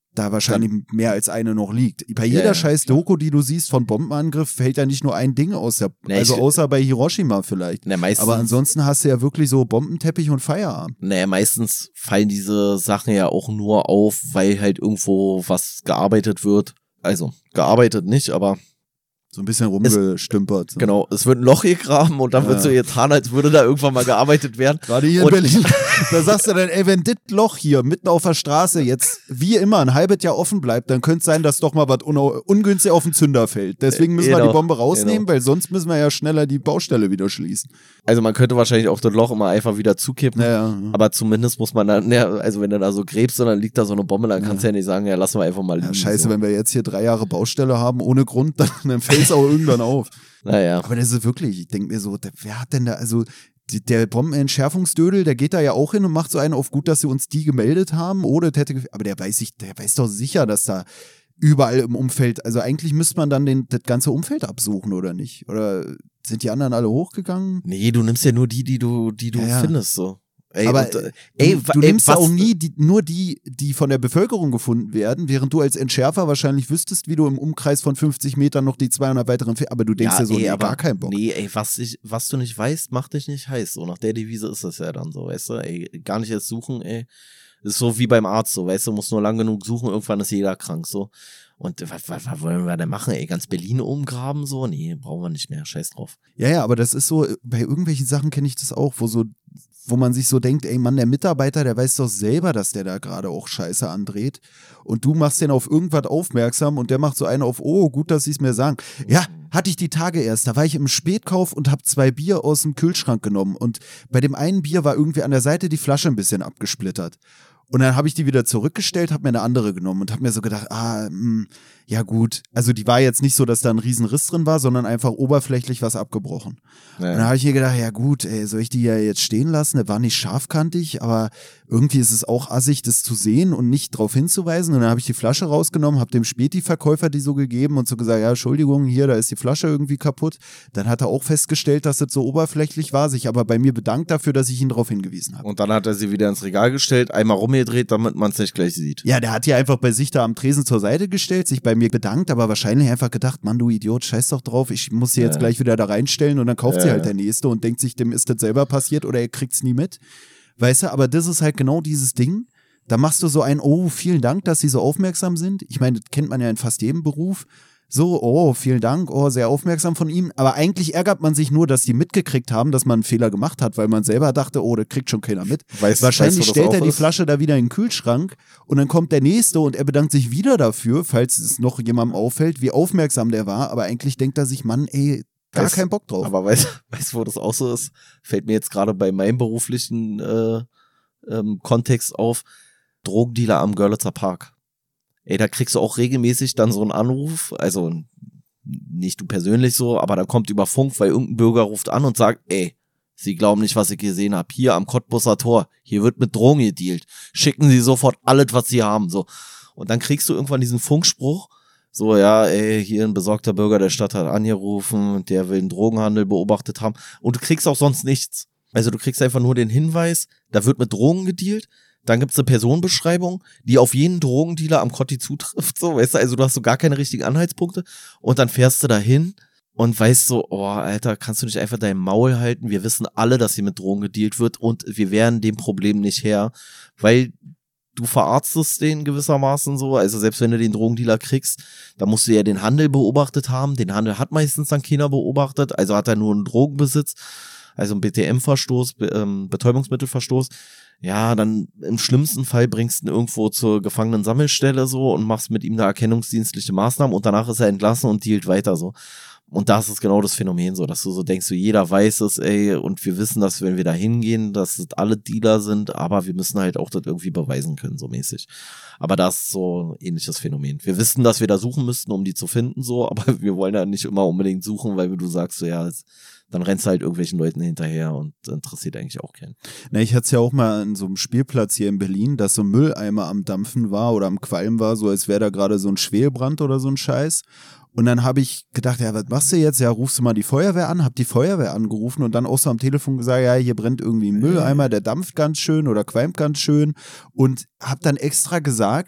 da wahrscheinlich dann mehr als eine noch liegt. Bei jeder ja, ja, scheiß Doku, die du siehst von Bombenangriff, fällt ja nicht nur ein Ding aus der, nee, also außer bei Hiroshima vielleicht. Nee, meistens, aber ansonsten hast du ja wirklich so Bombenteppich und Feierabend. Naja, meistens fallen diese Sachen ja auch nur auf, weil halt irgendwo was gearbeitet wird. Also, gearbeitet nicht, aber so ein bisschen rumgestümpert. So. Genau, es wird ein Loch gegraben und dann ja. wird so getan, als würde da irgendwann mal gearbeitet werden. Gerade hier und in Berlin. Da sagst du dann, ey, wenn das Loch hier mitten auf der Straße jetzt wie immer ein halbes Jahr offen bleibt, dann könnte es sein, dass doch mal was un- ungünstig auf den Zünder fällt. Deswegen müssen genau. wir die Bombe rausnehmen, genau. weil sonst müssen wir ja schneller die Baustelle wieder schließen. Also man könnte wahrscheinlich auch das Loch immer einfach wieder zukippen, ja, ja. aber zumindest muss man dann, ja, also wenn du da so gräbst und dann liegt da so eine Bombe, dann kannst du ja. ja nicht sagen, ja, lassen wir einfach mal liegen. Ja, scheiße, so. Wenn wir jetzt hier drei Jahre Baustelle haben, ohne Grund, dann, dann fällt es auch irgendwann auf. Naja. Aber das ist wirklich, ich denke mir so, wer hat denn da, also der Bombenentschärfungsdödel, der geht da ja auch hin und macht so einen auf gut, dass sie uns die gemeldet haben, oder hätte, aber der weiß ich, der weiß doch sicher, dass da überall im Umfeld, also eigentlich müsste man dann den, das ganze Umfeld absuchen, oder nicht? Oder sind die anderen alle hochgegangen? Nee, du nimmst ja nur die, die du, die du ja, findest, so. Ey, aber und, ey, du, du ey, nimmst ja auch nie die, nur die, die von der Bevölkerung gefunden werden, während du als Entschärfer wahrscheinlich wüsstest, wie du im Umkreis von fünfzig Metern noch die zweihundert weiteren, aber du denkst ja, ja so, ey, nee, aber, gar keinen Bock. Nee, ey, was, ich, was du nicht weißt, macht dich nicht heiß. So, nach der Devise ist es ja dann so, weißt du, ey, gar nicht erst suchen, ey. Das ist so wie beim Arzt, so, weißt du, musst nur lang genug suchen, irgendwann ist jeder krank, so. Und was, was, was wollen wir denn machen, ey? Ganz Berlin umgraben, so? Nee, brauchen wir nicht mehr, scheiß drauf. Ja, ja, aber das ist so, bei irgendwelchen Sachen kenne ich das auch, wo so, wo man sich so denkt, ey Mann, der Mitarbeiter, der weiß doch selber, dass der da gerade auch Scheiße andreht. Und du machst den auf irgendwas aufmerksam und der macht so einen auf, oh, gut, dass sie es mir sagen. Ja, hatte ich die Tage erst, da war ich im Spätkauf und habe zwei Bier aus dem Kühlschrank genommen. Und bei dem einen Bier war irgendwie an der Seite die Flasche ein bisschen abgesplittert. Und dann habe ich die wieder zurückgestellt, habe mir eine andere genommen und habe mir so gedacht, ah, mh, ja gut. Also die war jetzt nicht so, dass da ein riesen Riss drin war, sondern einfach oberflächlich was abgebrochen. Ja. Und dann habe ich mir gedacht, ja gut, ey, soll ich die ja jetzt stehen lassen? Das war nicht scharfkantig, aber irgendwie ist es auch assig, das zu sehen und nicht darauf hinzuweisen. Und dann habe ich die Flasche rausgenommen, habe dem Späti-Verkäufer die so gegeben und so gesagt, ja, Entschuldigung, hier, da ist die Flasche irgendwie kaputt. Dann hat er auch festgestellt, dass das so oberflächlich war, sich aber bei mir bedankt dafür, dass ich ihn darauf hingewiesen habe. Und dann hat er sie wieder ins Regal gestellt, einmal rumgedreht, damit man es nicht gleich sieht. Ja, der hat die einfach bei sich da am Tresen zur Seite gestellt, sich bei mir bedankt, aber wahrscheinlich einfach gedacht, Mann, du Idiot, scheiß doch drauf, ich muss sie jetzt ja. gleich wieder da reinstellen und dann kauft ja. sie halt der Nächste und denkt sich, dem ist das selber passiert oder er kriegt's nie mit. Weißt du, aber das ist halt genau dieses Ding, da machst du so ein, oh, vielen Dank, dass sie so aufmerksam sind. Ich meine, das kennt man ja in fast jedem Beruf. So, oh, vielen Dank, oh, sehr aufmerksam von ihm. Aber eigentlich ärgert man sich nur, dass die mitgekriegt haben, dass man einen Fehler gemacht hat, weil man selber dachte, oh, das kriegt schon keiner mit. Weißt, Wahrscheinlich weißt, stellt er die ist? Flasche da wieder in den Kühlschrank und dann kommt der Nächste und er bedankt sich wieder dafür, falls es noch jemandem auffällt, wie aufmerksam der war. Aber eigentlich denkt er sich, Mann, ey, gar weißt, keinen Bock drauf. Aber weißt du, wo das auch so ist? Fällt mir jetzt gerade bei meinem beruflichen äh, ähm, Kontext auf, Drogendealer am Görlitzer Park. Ey, da kriegst du auch regelmäßig dann so einen Anruf, also nicht du persönlich so, aber da kommt über Funk, weil irgendein Bürger ruft an und sagt, ey, Sie glauben nicht, was ich gesehen habe. Hier am Cottbusser Tor, hier wird mit Drogen gedealt. Schicken Sie sofort alles, was Sie haben. So. Und dann kriegst du irgendwann diesen Funkspruch, so, ja, ey, hier ein besorgter Bürger der Stadt hat angerufen, der will einen Drogenhandel beobachtet haben. Und du kriegst auch sonst nichts. Also du kriegst einfach nur den Hinweis, da wird mit Drogen gedealt. Dann gibt's eine Personenbeschreibung, die auf jeden Drogendealer am Kotti zutrifft, so, weißt du, also du hast so gar keine richtigen Anhaltspunkte und dann fährst du dahin und weißt so, oh, Alter, kannst du nicht einfach dein Maul halten? Wir wissen alle, dass hier mit Drogen gedealt wird und wir wären dem Problem nicht Herr, weil du verarztest den gewissermaßen so, also selbst wenn du den Drogendealer kriegst, da musst du ja den Handel beobachtet haben, den Handel hat meistens dann keiner beobachtet, also hat er nur einen Drogenbesitz, also ein B T M-Verstoß, ähm, Betäubungsmittelverstoß. Ja, dann im schlimmsten Fall bringst du ihn irgendwo zur Gefangenensammelstelle so und machst mit ihm da erkennungsdienstliche Maßnahmen und danach ist er entlassen und dealt weiter so. Und das ist genau das Phänomen so, dass du so denkst, so jeder weiß es, ey, und wir wissen, dass wenn wir da hingehen, dass es alle Dealer sind, aber wir müssen halt auch das irgendwie beweisen können, so mäßig. Aber das ist so ein ähnliches Phänomen. Wir wissen, dass wir da suchen müssten, um die zu finden, so, aber wir wollen ja nicht immer unbedingt suchen, weil du sagst, so ja, es, dann rennst du halt irgendwelchen Leuten hinterher und interessiert eigentlich auch keinen. Na, ich hatte es ja auch mal an so einem Spielplatz hier in Berlin, dass so ein Mülleimer am Dampfen war oder am Qualmen war, so als wäre da gerade so ein Schwelbrand oder so ein Scheiß. Und dann habe ich gedacht, ja, was machst du jetzt? Ja, rufst du mal die Feuerwehr an, hab die Feuerwehr angerufen und dann auch so am Telefon gesagt, ja, hier brennt irgendwie ein Mülleimer, der dampft ganz schön oder qualmt ganz schön und hab dann extra gesagt,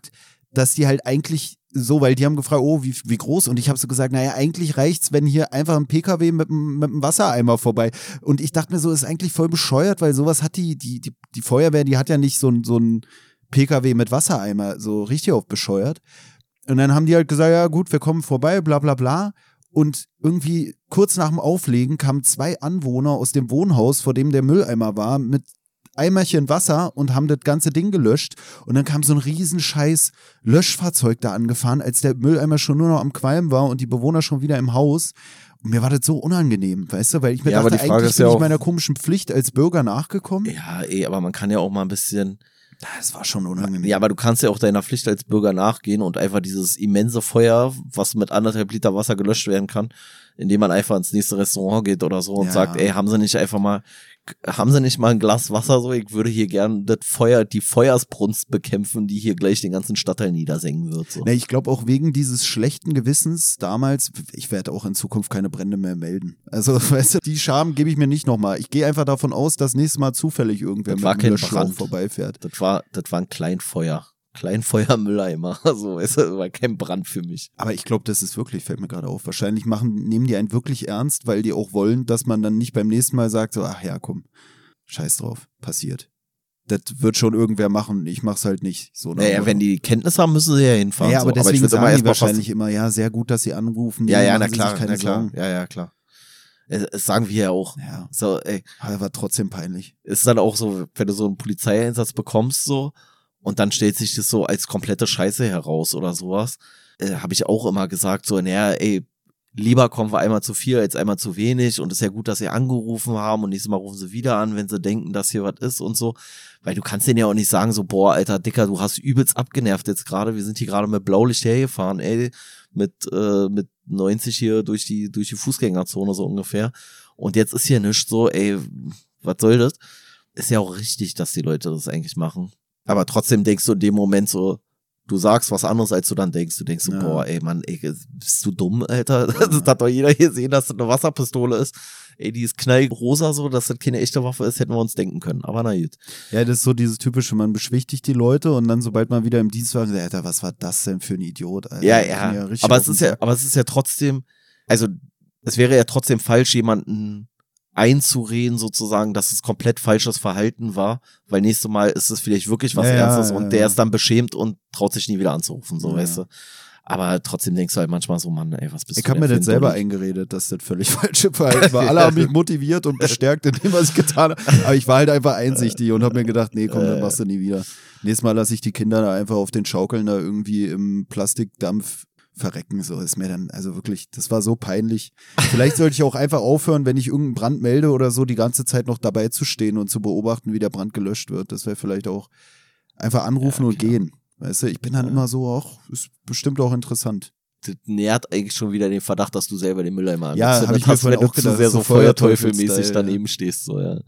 dass die halt eigentlich so, weil die haben gefragt, oh, wie, wie groß? Und ich habe so gesagt, naja, eigentlich reicht's, wenn hier einfach ein P K W mit, mit einem Wassereimer vorbei. Und ich dachte mir so, ist eigentlich voll bescheuert, weil sowas hat die, die, die, die Feuerwehr, die hat ja nicht so ein, so ein P K W mit Wassereimer, so richtig auf bescheuert. Und dann haben die halt gesagt, ja gut, wir kommen vorbei, bla bla bla. Und irgendwie kurz nach dem Auflegen kamen zwei Anwohner aus dem Wohnhaus, vor dem der Mülleimer war, mit Eimerchen Wasser und haben das ganze Ding gelöscht. Und dann kam so ein riesen scheiß Löschfahrzeug da angefahren, als der Mülleimer schon nur noch am Qualmen war und die Bewohner schon wieder im Haus. Und mir war das so unangenehm, weißt du, weil ich mir Ja, dachte, aber die Frage eigentlich ist bin ja ich auch- meiner komischen Pflicht als Bürger nachgekommen. Ja, eh, aber man kann ja auch mal ein bisschen, Das war schon unangenehm. ja, aber du kannst ja auch deiner Pflicht als Bürger nachgehen und einfach dieses immense Feuer, was mit anderthalb Liter Wasser gelöscht werden kann, indem man einfach ins nächste Restaurant geht oder so und Ja. sagt, ey, haben sie nicht einfach mal, haben sie nicht mal ein Glas Wasser so? Ich würde hier gern das Feuer, die Feuersbrunst bekämpfen, die hier gleich den ganzen Stadtteil niedersenken wird, so. Na, ich glaube auch wegen dieses schlechten Gewissens damals, ich werde auch in Zukunft keine Brände mehr melden. Also, weißt du, die Scham gebe ich mir nicht nochmal. Ich gehe einfach davon aus, dass nächstes Mal zufällig irgendwer Das mit war einem kein Löschschlauch Brand. vorbeifährt. Das war, das war ein Kleinfeuer. Kleinfeuer-Mülleimer. So, weißt du, das war kein Brand für mich. Aber ich glaube, das ist wirklich, fällt mir gerade auf. Wahrscheinlich machen, nehmen die einen wirklich ernst, weil die auch wollen, dass man dann nicht beim nächsten Mal sagt, so, ach ja, komm, scheiß drauf, passiert. Das wird schon irgendwer machen, ich mach's halt nicht. So Naja, wenn die Kenntnis haben, müssen sie ja hinfahren. Ja, so. aber deswegen ich würd sagen erst die mal fast- wahrscheinlich immer, ja, sehr gut, dass sie anrufen. Ja, nee, ja, na machen sie sich klar, keine na klar. Sorgen. Ja, ja, klar. Es, es sagen wir ja auch. Ja, So, ey, aber war trotzdem peinlich. ist dann auch so, wenn du so einen Polizeieinsatz bekommst, so, und dann stellt sich das so als komplette Scheiße heraus oder sowas, äh, habe ich auch immer gesagt, so, naja, ey, lieber kommen wir einmal zu viel als einmal zu wenig und es ist ja gut, dass sie angerufen haben und nächstes Mal rufen sie wieder an, wenn sie denken, dass hier was ist und so, weil du kannst denen ja auch nicht sagen, so, boah, Alter, Dicker, du hast übelst abgenervt jetzt gerade, wir sind hier gerade mit Blaulicht hergefahren, ey, mit, äh, mit neunzig hier durch die, durch die Fußgängerzone so ungefähr und jetzt ist hier nichts so, ey, was soll das? Ist ja auch richtig, dass die Leute das eigentlich machen. Aber trotzdem denkst du in dem Moment so, du sagst was anderes, als du dann denkst. Du denkst so, Ja. boah, ey, Mann, ey, bist du dumm, Alter? Das hat doch jeder hier gesehen, dass das eine Wasserpistole ist. Ey, die ist knallrosa so, dass das keine echte Waffe ist, hätten wir uns denken können. Aber na gut. Ja, das ist so dieses typische, man beschwichtigt die Leute und dann, sobald man wieder im Dienst war, sagt, Alter, was war das denn für ein Idiot? Alter, Ja, Ich bin ja. richtig Aber auf es den ist ja, Sack. aber es ist ja trotzdem, also, es wäre ja trotzdem falsch, jemanden einzureden sozusagen, dass es komplett falsches Verhalten war, weil nächstes Mal ist es vielleicht wirklich was Ja, ja, Ernstes ja, und ja. der ist dann beschämt und traut sich nie wieder anzurufen, so, Ja, weißt ja. du. Aber trotzdem denkst du halt manchmal so, Mann, ey, was bist Ich du habe denn mir für das ein selber Dolly? eingeredet, dass das völlig falsche Verhalten war. Alle haben mich motiviert und bestärkt in dem, was ich getan habe. Aber ich war halt einfach einsichtig und habe mir gedacht, nee, komm, das machst du nie wieder. Nächstes Mal lasse ich die Kinder da einfach auf den Schaukeln da irgendwie im Plastikdampf verrecken. So ist mir dann, also wirklich, das war so peinlich. Vielleicht sollte ich auch einfach aufhören, wenn ich irgendeinen Brand melde oder so, die ganze Zeit noch dabei zu stehen und zu beobachten, wie der Brand gelöscht wird. Das wäre vielleicht auch einfach anrufen Ja, und klar. gehen. Weißt du, ich bin dann Ja. immer so, auch ist bestimmt auch interessant. Das nährt eigentlich schon wieder den Verdacht, dass du selber den Mülleimer Ja, angezündet hab ich mir hast, vorhin wenn du auch zu gedacht, sehr so so Feuerteufelmäßig Feuerteufel-Style, daneben stehst, so, ja.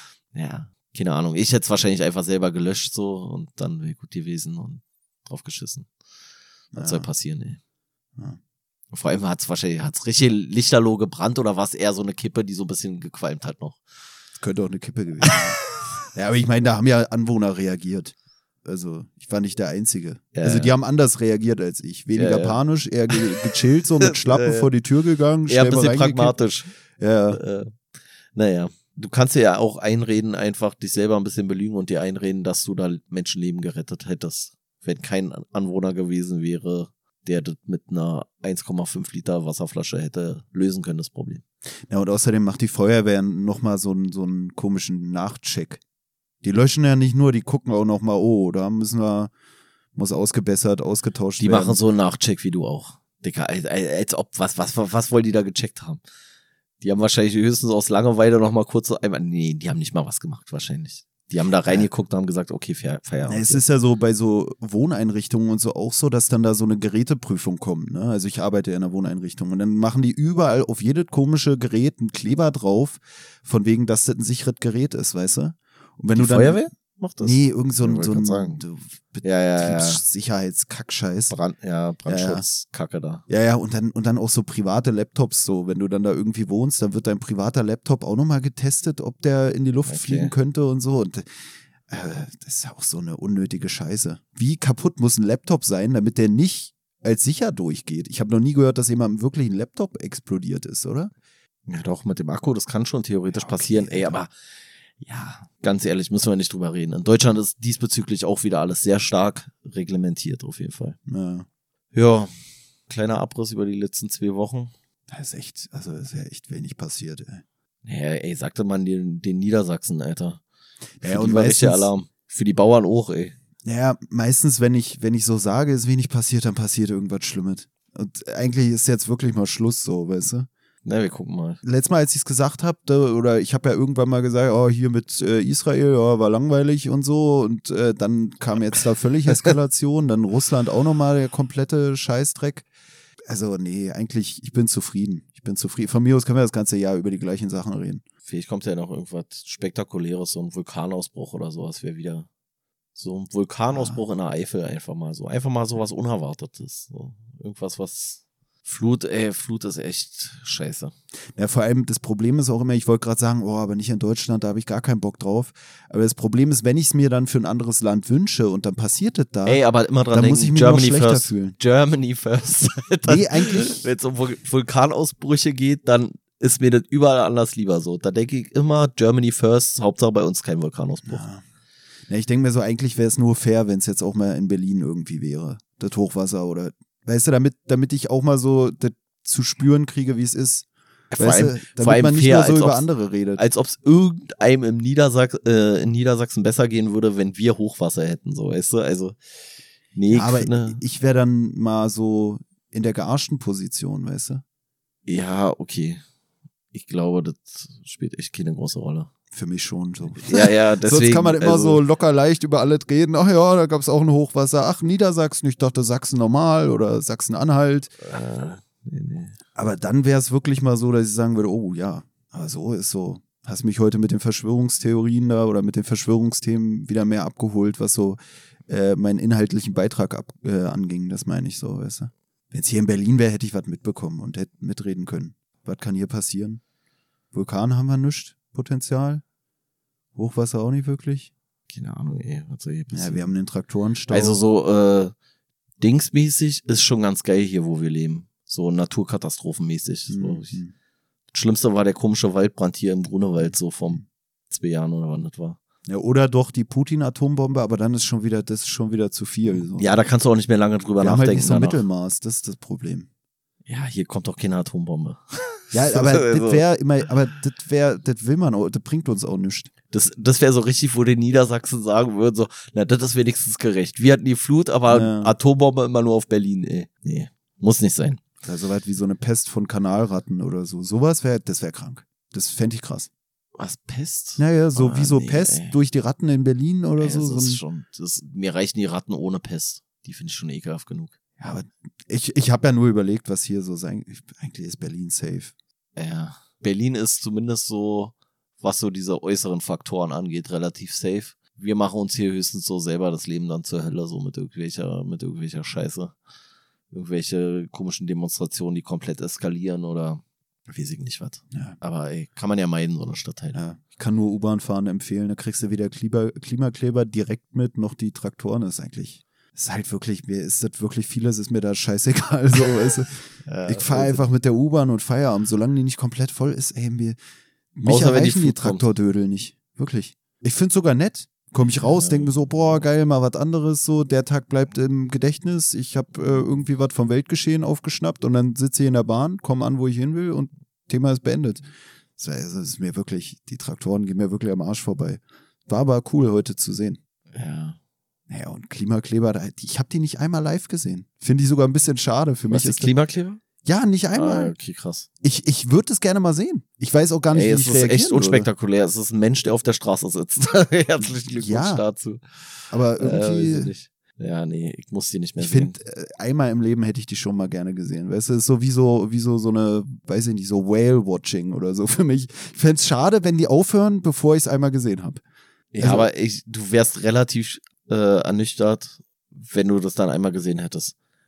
Ja, keine Ahnung. Ich hätte es wahrscheinlich einfach selber gelöscht, so, und dann wäre gut gewesen und drauf geschissen. Was Ja. soll passieren, ey. Ja. Vor allem hat es wahrscheinlich, hat's richtig lichterloh gebrannt oder war es eher so eine Kippe, die so ein bisschen gequalmt hat noch? Das könnte auch eine Kippe gewesen sein. Ja, aber ich meine, da haben ja Anwohner reagiert. Also, ich war nicht der Einzige. Ja, also, die ja. haben anders reagiert als ich. Weniger Ja, ja. panisch, eher ge gechillt, so mit Schlappen Ja, ja. vor die Tür gegangen. Eher ein schnell mal bisschen reingekippt. pragmatisch. Ja, Äh, naja. Du kannst dir ja auch einreden, einfach dich selber ein bisschen belügen und dir einreden, dass du da Menschenleben gerettet hättest, wenn kein Anwohner gewesen wäre, der das mit einer eins Komma fünf Liter Wasserflasche hätte lösen können, das Problem. ja, und außerdem macht die Feuerwehr nochmal so einen, so einen komischen Nachcheck. Die löschen ja nicht nur, die gucken auch nochmal, oh, da müssen wir, muss ausgebessert, ausgetauscht Die werden. machen so einen Nachcheck wie du auch. Dicker, als, als ob, was, was, was wollen die da gecheckt haben? Die haben wahrscheinlich höchstens aus Langeweile noch mal kurz so einmal, nee, die haben nicht mal was gemacht, wahrscheinlich. Die haben da reingeguckt und haben gesagt, okay, Fe- Feierabend. Ja, es ist ja so bei so Wohneinrichtungen und so auch so, dass dann da so eine Geräteprüfung kommt. Ne? Also ich arbeite ja in einer Wohneinrichtung und dann machen die überall auf jedes komische Gerät einen Kleber drauf, von wegen, dass das ein sicheres Gerät ist, weißt du? Und wenn die du dann, Feuerwehr macht das? Nee, irgend so Ja, ein, wollte so grad ein sagen. so Ja, ja, ja. Betriebssicherheitskackscheiß. Brand, ja, Brandschutzkacke da. Ja, ja, und dann, und dann auch so private Laptops so. Wenn du dann da irgendwie wohnst, dann wird dein privater Laptop auch nochmal getestet, ob der in die Luft Okay. fliegen könnte und so. Und Äh, das ist ja auch so eine unnötige Scheiße. Wie kaputt muss ein Laptop sein, damit der nicht als sicher durchgeht? Ich habe noch nie gehört, dass jemandem wirklich ein Laptop explodiert ist, oder? Ja doch, mit dem Akku, das kann schon theoretisch ja, okay, passieren. Ey, aber ja, ganz ehrlich, müssen wir nicht drüber reden. In Deutschland ist diesbezüglich auch wieder alles sehr stark reglementiert, auf jeden Fall. Ja, ja kleiner Abriss über die letzten zwei Wochen. Da ist echt, also ist ja echt wenig passiert, ey. Ja, ey, sagte man den, den Niedersachsen, Alter. Für ja, die und war meistens, richtig Alarm. Für die Bauern auch, ey. Ja, meistens, wenn ich, wenn ich so sage, ist wenig passiert, dann passiert irgendwas Schlimmes. Und eigentlich ist jetzt wirklich mal Schluss so, weißt du? Na, wir gucken mal. Letztes Mal, als ich es gesagt habe, oder ich habe ja irgendwann mal gesagt, oh, hier mit äh, Israel, oh, war langweilig und so. Und äh, dann kam jetzt da völlig Eskalation, dann Russland auch nochmal der komplette Scheißdreck. Also nee, eigentlich, ich bin zufrieden. Ich bin zufrieden. Von mir aus können wir das ganze Jahr über die gleichen Sachen reden. Vielleicht kommt ja noch irgendwas Spektakuläres, so ein Vulkanausbruch oder sowas, wäre wieder so ein Vulkanausbruch ah. in der Eifel einfach mal so. Einfach mal sowas Unerwartetes. So. Irgendwas, was Flut, ey, Flut ist echt scheiße. Ja, vor allem das Problem ist auch immer, ich wollte gerade sagen, oh, aber nicht in Deutschland, da habe ich gar keinen Bock drauf. Aber das Problem ist, wenn ich es mir dann für ein anderes Land wünsche und dann passiert es da, ey, aber immer dran dann denken, muss ich mich Germany noch schlechter first. fühlen. Germany first. dann, nee, eigentlich. Wenn es um Vulkanausbrüche geht, dann ist mir das überall anders lieber so. Da denke ich immer, Germany first, Hauptsache bei uns kein Vulkanausbruch. Ja. Ja, ich denke mir so, eigentlich wäre es nur fair, wenn es jetzt auch mal in Berlin irgendwie wäre, das Hochwasser oder, weißt du, damit, damit ich auch mal so das zu spüren kriege, wie es ist. Vor weißt allem, du, damit vor allem man nicht fair, nur so als über ob's, andere redet. Als ob es irgendeinem im Niedersach äh, in Niedersachsen besser gehen würde, wenn wir Hochwasser hätten, so, weißt du, also, nee. Ja, aber ne. ich wäre dann mal so in der gearschten Position, weißt du? Ja, okay. Ich glaube, das spielt echt keine große Rolle. Für mich schon so. Ja, ja, deswegen. Sonst kann man immer also, so locker leicht über alles reden. Ach ja, da gab es auch ein Hochwasser. Ach, Niedersachsen, ich dachte Sachsen normal oder Sachsen-Anhalt. Äh, nee, nee. Aber dann wäre es wirklich mal so, dass ich sagen würde, oh ja, aber so ist so. Hast mich heute mit den Verschwörungstheorien da oder mit den Verschwörungsthemen wieder mehr abgeholt, was so äh, meinen inhaltlichen Beitrag ab, äh, anging. Das meine ich so, weißt du. Wenn es hier in Berlin wäre, hätte ich was mitbekommen und hätte mitreden können. Was kann hier passieren? Vulkan haben wir nichts, Potenzial. Hochwasser auch nicht wirklich. Keine Ahnung, ey, was soll hier passieren? Ja, wir haben den Traktorenstau. Also so äh, dingsmäßig ist schon ganz geil hier, wo wir leben. So naturkatastrophenmäßig. Mhm. So. Ich, das Schlimmste war der komische Waldbrand hier im Grunewald, so vom zwei Jahren oder wann das war. Ja, oder doch die Putin-Atombombe, aber dann ist schon wieder, das ist schon wieder zu viel. So. Ja, da kannst du auch nicht mehr lange drüber wir nachdenken. haben halt nicht so ein danach. Mittelmaß, das ist das Problem. Ja, hier kommt doch keine Atombombe. Ja, aber das wäre immer, aber das wäre, das will man auch, das bringt uns auch nichts. Das, das wäre so richtig, wo die Niedersachsen sagen würden, so, na, das ist wenigstens gerecht. Wir hatten die Flut, aber ja. Atombombe immer nur auf Berlin, ey. Nee, muss nicht sein. Ja, so weit wie so eine Pest von Kanalratten oder so. Sowas wäre, das wäre krank. Das fände ich krass. Was, Pest? Naja, so oh, wie so nee, Pest ey. durch die Ratten in Berlin oder ey, so. Das so ist ein, schon, das, mir reichen die Ratten ohne Pest. Die finde ich schon ekelhaft genug. ja, aber ich, ich habe ja nur überlegt, was hier so sein, eigentlich ist Berlin safe. Ja, Berlin ist zumindest so, was so diese äußeren Faktoren angeht, relativ safe. Wir machen uns hier höchstens so selber das Leben dann zur Hölle, so mit irgendwelcher, mit irgendwelcher Scheiße. Irgendwelche komischen Demonstrationen, die komplett eskalieren oder weiß ich nicht was. Ja. Aber ey, kann man ja meiden, so eine Stadtteil. Ja, ich kann nur U-Bahn fahren empfehlen, da kriegst du weder Klima, Klimakleber direkt mit, noch die Traktoren. Das ist eigentlich, das ist halt wirklich, mir ist das wirklich vieles, ist mir da scheißegal. So, weißt du? Ja, ich fahre also, einfach mit der U-Bahn und Feierabend, solange die nicht komplett voll ist, ey, mir, mich Außer wenn die erreichen die, Flut kommt. Traktordödel nicht. Wirklich. Ich find's sogar nett. Komme ich raus, Ja. denke mir so, boah, geil, mal was anderes, so, der Tag bleibt im Gedächtnis, ich habe äh, irgendwie was vom Weltgeschehen aufgeschnappt und dann sitze ich in der Bahn, komme an, wo ich hin will und Thema ist beendet. Das, war, das ist mir wirklich, die Traktoren gehen mir wirklich am Arsch vorbei. War aber cool heute zu sehen. Ja. Naja, und Klimakleber, da- ich habe die nicht einmal live gesehen. Finde ich sogar ein bisschen schade. Für Was mich ist ist Klimakleber? ja, nicht Ah, einmal. okay, krass. Ich, ich würde es gerne mal sehen. Ich weiß auch gar nicht, Ey, wie es ich ist reagieren echt würde. unspektakulär. Es ist ein Mensch, der auf der Straße sitzt. Herzlichen Glückwunsch Ja. dazu. Aber Äh, weiß ich irgendwie, nicht. Ja, nee, ich muss die nicht mehr ich sehen. finde, äh, einmal im Leben hätte ich die schon mal gerne gesehen. Weißt du, es ist so wie so, wie so, so eine, weiß ich nicht, so Whale-Watching oder so für mich. Ich fände es schade, wenn die aufhören, bevor ich es einmal gesehen habe. Ja, also- aber ich, du wärst relativ äh, ernüchtert, wenn du das dann einmal gesehen hättest.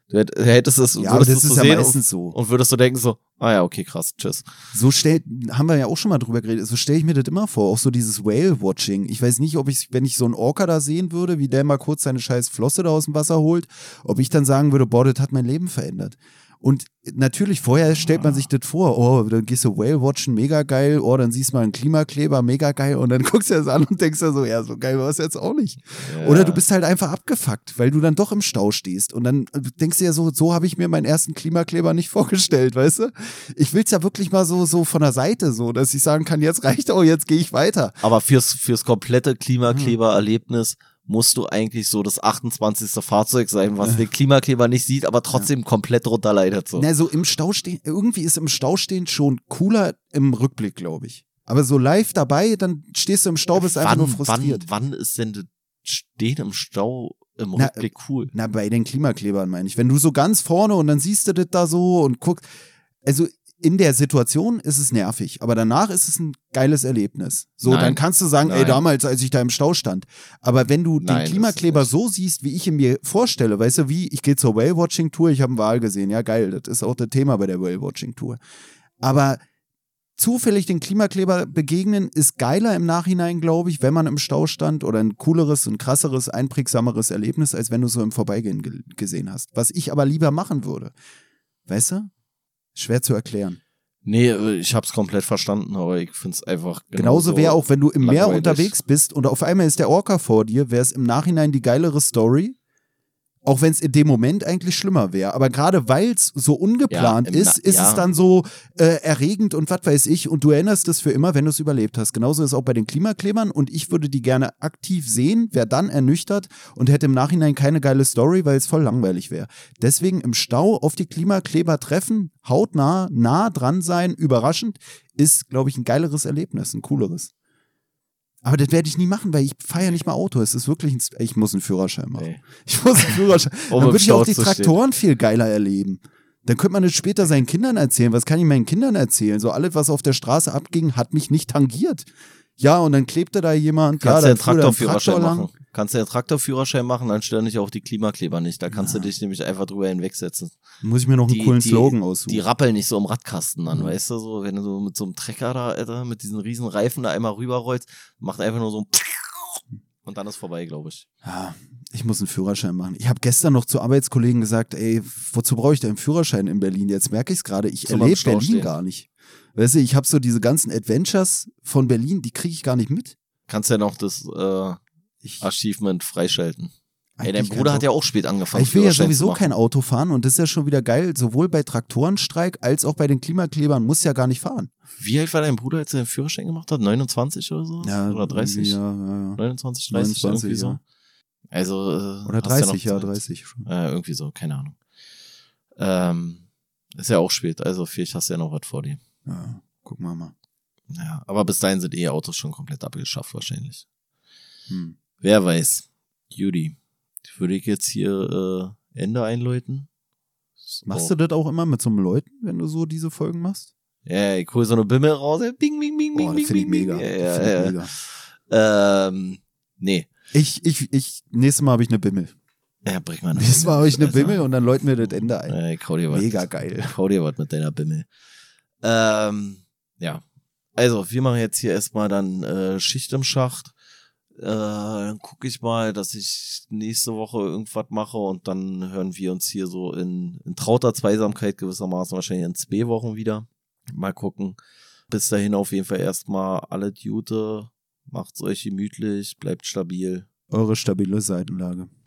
Du hättest es, ja, würdest das es ist so ja sehen meistens und, so. und würdest du denken so, ah ja, okay, krass, tschüss. So stell, haben wir ja auch schon mal drüber geredet, so stelle ich mir das immer vor, auch so dieses Whale-Watching. Ich weiß nicht, ob ich, wenn ich so einen Orca da sehen würde, wie der mal kurz seine scheiß Flosse da aus dem Wasser holt, ob ich dann sagen würde, boah, das hat mein Leben verändert. Und natürlich, vorher stellt man sich das vor, oh, dann gehst du Whale-Watchen, mega geil, oh, dann siehst du mal einen Klimakleber, mega geil, und dann guckst du das an und denkst dir so, ja, so geil war es jetzt auch nicht. Ja. Oder du bist halt einfach abgefuckt, weil du dann doch im Stau stehst und dann denkst du ja so, so habe ich mir meinen ersten Klimakleber nicht vorgestellt, weißt du? Ich will's ja wirklich mal so, so von der Seite so, dass ich sagen kann, jetzt reicht auch, jetzt gehe ich weiter. Aber fürs, fürs komplette Klimakleber-Erlebnis musst du eigentlich so das achtundzwanzigste Fahrzeug sein, was den Klimakleber nicht sieht, aber trotzdem ja. komplett drunter leidet. So. Na, so im Stau stehen, irgendwie ist im Stau stehen schon cooler im Rückblick, glaube ich. Aber so live dabei, dann stehst du im Stau, bist wann, einfach nur frustriert. Wann, wann ist denn das Stehen im Stau im na, Rückblick cool? Na, bei den Klimaklebern meine ich. Wenn du so ganz vorne und dann siehst du das da so und guckst, also in der Situation ist es nervig, aber danach ist es ein geiles Erlebnis. So, Nein. dann kannst du sagen, Nein. ey, damals, als ich da im Stau stand. Aber wenn du Nein, den Klimakleber so siehst, wie ich ihn mir vorstelle, weißt du, wie, ich gehe zur Whale-Watching-Tour, ich habe einen Wal gesehen, ja geil, das ist auch das Thema bei der Whale-Watching-Tour. Aber zufällig den Klimakleber begegnen ist geiler im Nachhinein, glaube ich, wenn man im Stau stand oder ein cooleres und krasseres, einprägsameres Erlebnis, als wenn du so im Vorbeigehen ge- gesehen hast. Was ich aber lieber machen würde. Weißt du? Schwer zu erklären. Nee, ich hab's komplett verstanden, aber ich find's einfach genauso. Genauso wäre auch, wenn du im Meer unterwegs bist und auf einmal ist der Orca vor dir, wäre es im Nachhinein die geilere Story, auch wenn es in dem Moment eigentlich schlimmer wäre. Aber gerade weil es so ungeplant ja, ist, ist ja. es dann so äh, erregend und was weiß ich. Und du erinnerst es für immer, wenn du es überlebt hast. Genauso ist es auch bei den Klimaklebern. Und ich würde die gerne aktiv sehen, wäre dann ernüchtert und hätte im Nachhinein keine geile Story, weil es voll langweilig wäre. Deswegen im Stau auf die Klimakleber treffen, hautnah, nah dran sein, überraschend, ist, glaube ich, ein geileres Erlebnis, ein cooleres. Aber das werde ich nie machen, weil ich fahre nicht mal Auto. Es ist wirklich ein, ich muss einen Führerschein machen. Nee. Ich muss einen Führerschein. um Dann würde ich auch die Traktoren viel geiler erleben. Dann könnte man das später seinen Kindern erzählen. Was kann ich meinen Kindern erzählen? So alles, was auf der Straße abging, hat mich nicht tangiert. Ja, und dann klebte da jemand. Kannst ja, du ja einen Traktorführerschein machen. Kannst du ja einen Traktorführerschein machen, dann stören dich auch die Klimakleber nicht. Da kannst ja. du dich nämlich einfach drüber hinwegsetzen. Muss ich mir noch einen die, coolen die, Slogan aussuchen. Die rappeln nicht so im Radkasten an, mhm. weißt du, so, wenn du so mit so einem Trecker da, Alter, mit diesen riesen Reifen da einmal rüberrollst, macht einfach nur so ein und dann ist vorbei, glaube ich. Ja, ich muss einen Führerschein machen. Ich habe gestern noch zu Arbeitskollegen gesagt, ey, wozu brauche ich denn einen Führerschein in Berlin? Jetzt merke ich es gerade, ich erlebe Berlin stehen. gar nicht. Weißt du, ich habe so diese ganzen Adventures von Berlin, die kriege ich gar nicht mit. Kannst ja noch das äh, ich, Achievement freischalten. Ey, dein Bruder hat ja auch spät angefangen. Ich will ja sowieso kein Auto fahren und das ist ja schon wieder geil. Sowohl bei Traktorenstreik als auch bei den Klimaklebern muss ja gar nicht fahren. Wie alt war dein Bruder, als er den Führerschein gemacht hat? neunundzwanzig oder so? Ja, oder dreißig? Ja, ja, ja. neunundzwanzig, dreißig, neunundzwanzig, irgendwie ja. so. Also, äh, oder dreißig, ja, dreißig schon. Äh, irgendwie so, keine Ahnung. Ähm, ist ja auch spät, also vielleicht hast du ja noch was vor dir. Ja, gucken wir mal. Ja, aber bis dahin sind E-Autos schon komplett abgeschafft wahrscheinlich. Hm. Wer weiß. Judy. Würde ich jetzt hier äh, Ende einläuten? So. Machst du das auch immer mit so einem Leuten, wenn du so diese Folgen machst? Ja, ich hole so eine Bimmel raus. Bing, bing, bing, Boah, bing, finde ich bing, mega. Ja, ja, find ja. ich mega. Ähm, nee. Ich, ich, ich, nächstes Mal habe ich eine Bimmel. Ja, bring mal eine Nächstes Mal habe ich eine Bimmel und dann läuten wir das Ende ein. Ja, ich hau dir was. Mega geil. Ich hau dir was mit deiner Bimmel. Ähm, ja. Also, wir machen jetzt hier erstmal dann äh, Schicht im Schacht. Äh, dann gucke ich mal, dass ich nächste Woche irgendwas mache und dann hören wir uns hier so in, in trauter Zweisamkeit gewissermaßen wahrscheinlich in zwei Wochen wieder. Mal gucken. Bis dahin auf jeden Fall erstmal alle Gute. Macht's euch gemütlich, bleibt stabil. Eure stabile Seitenlage.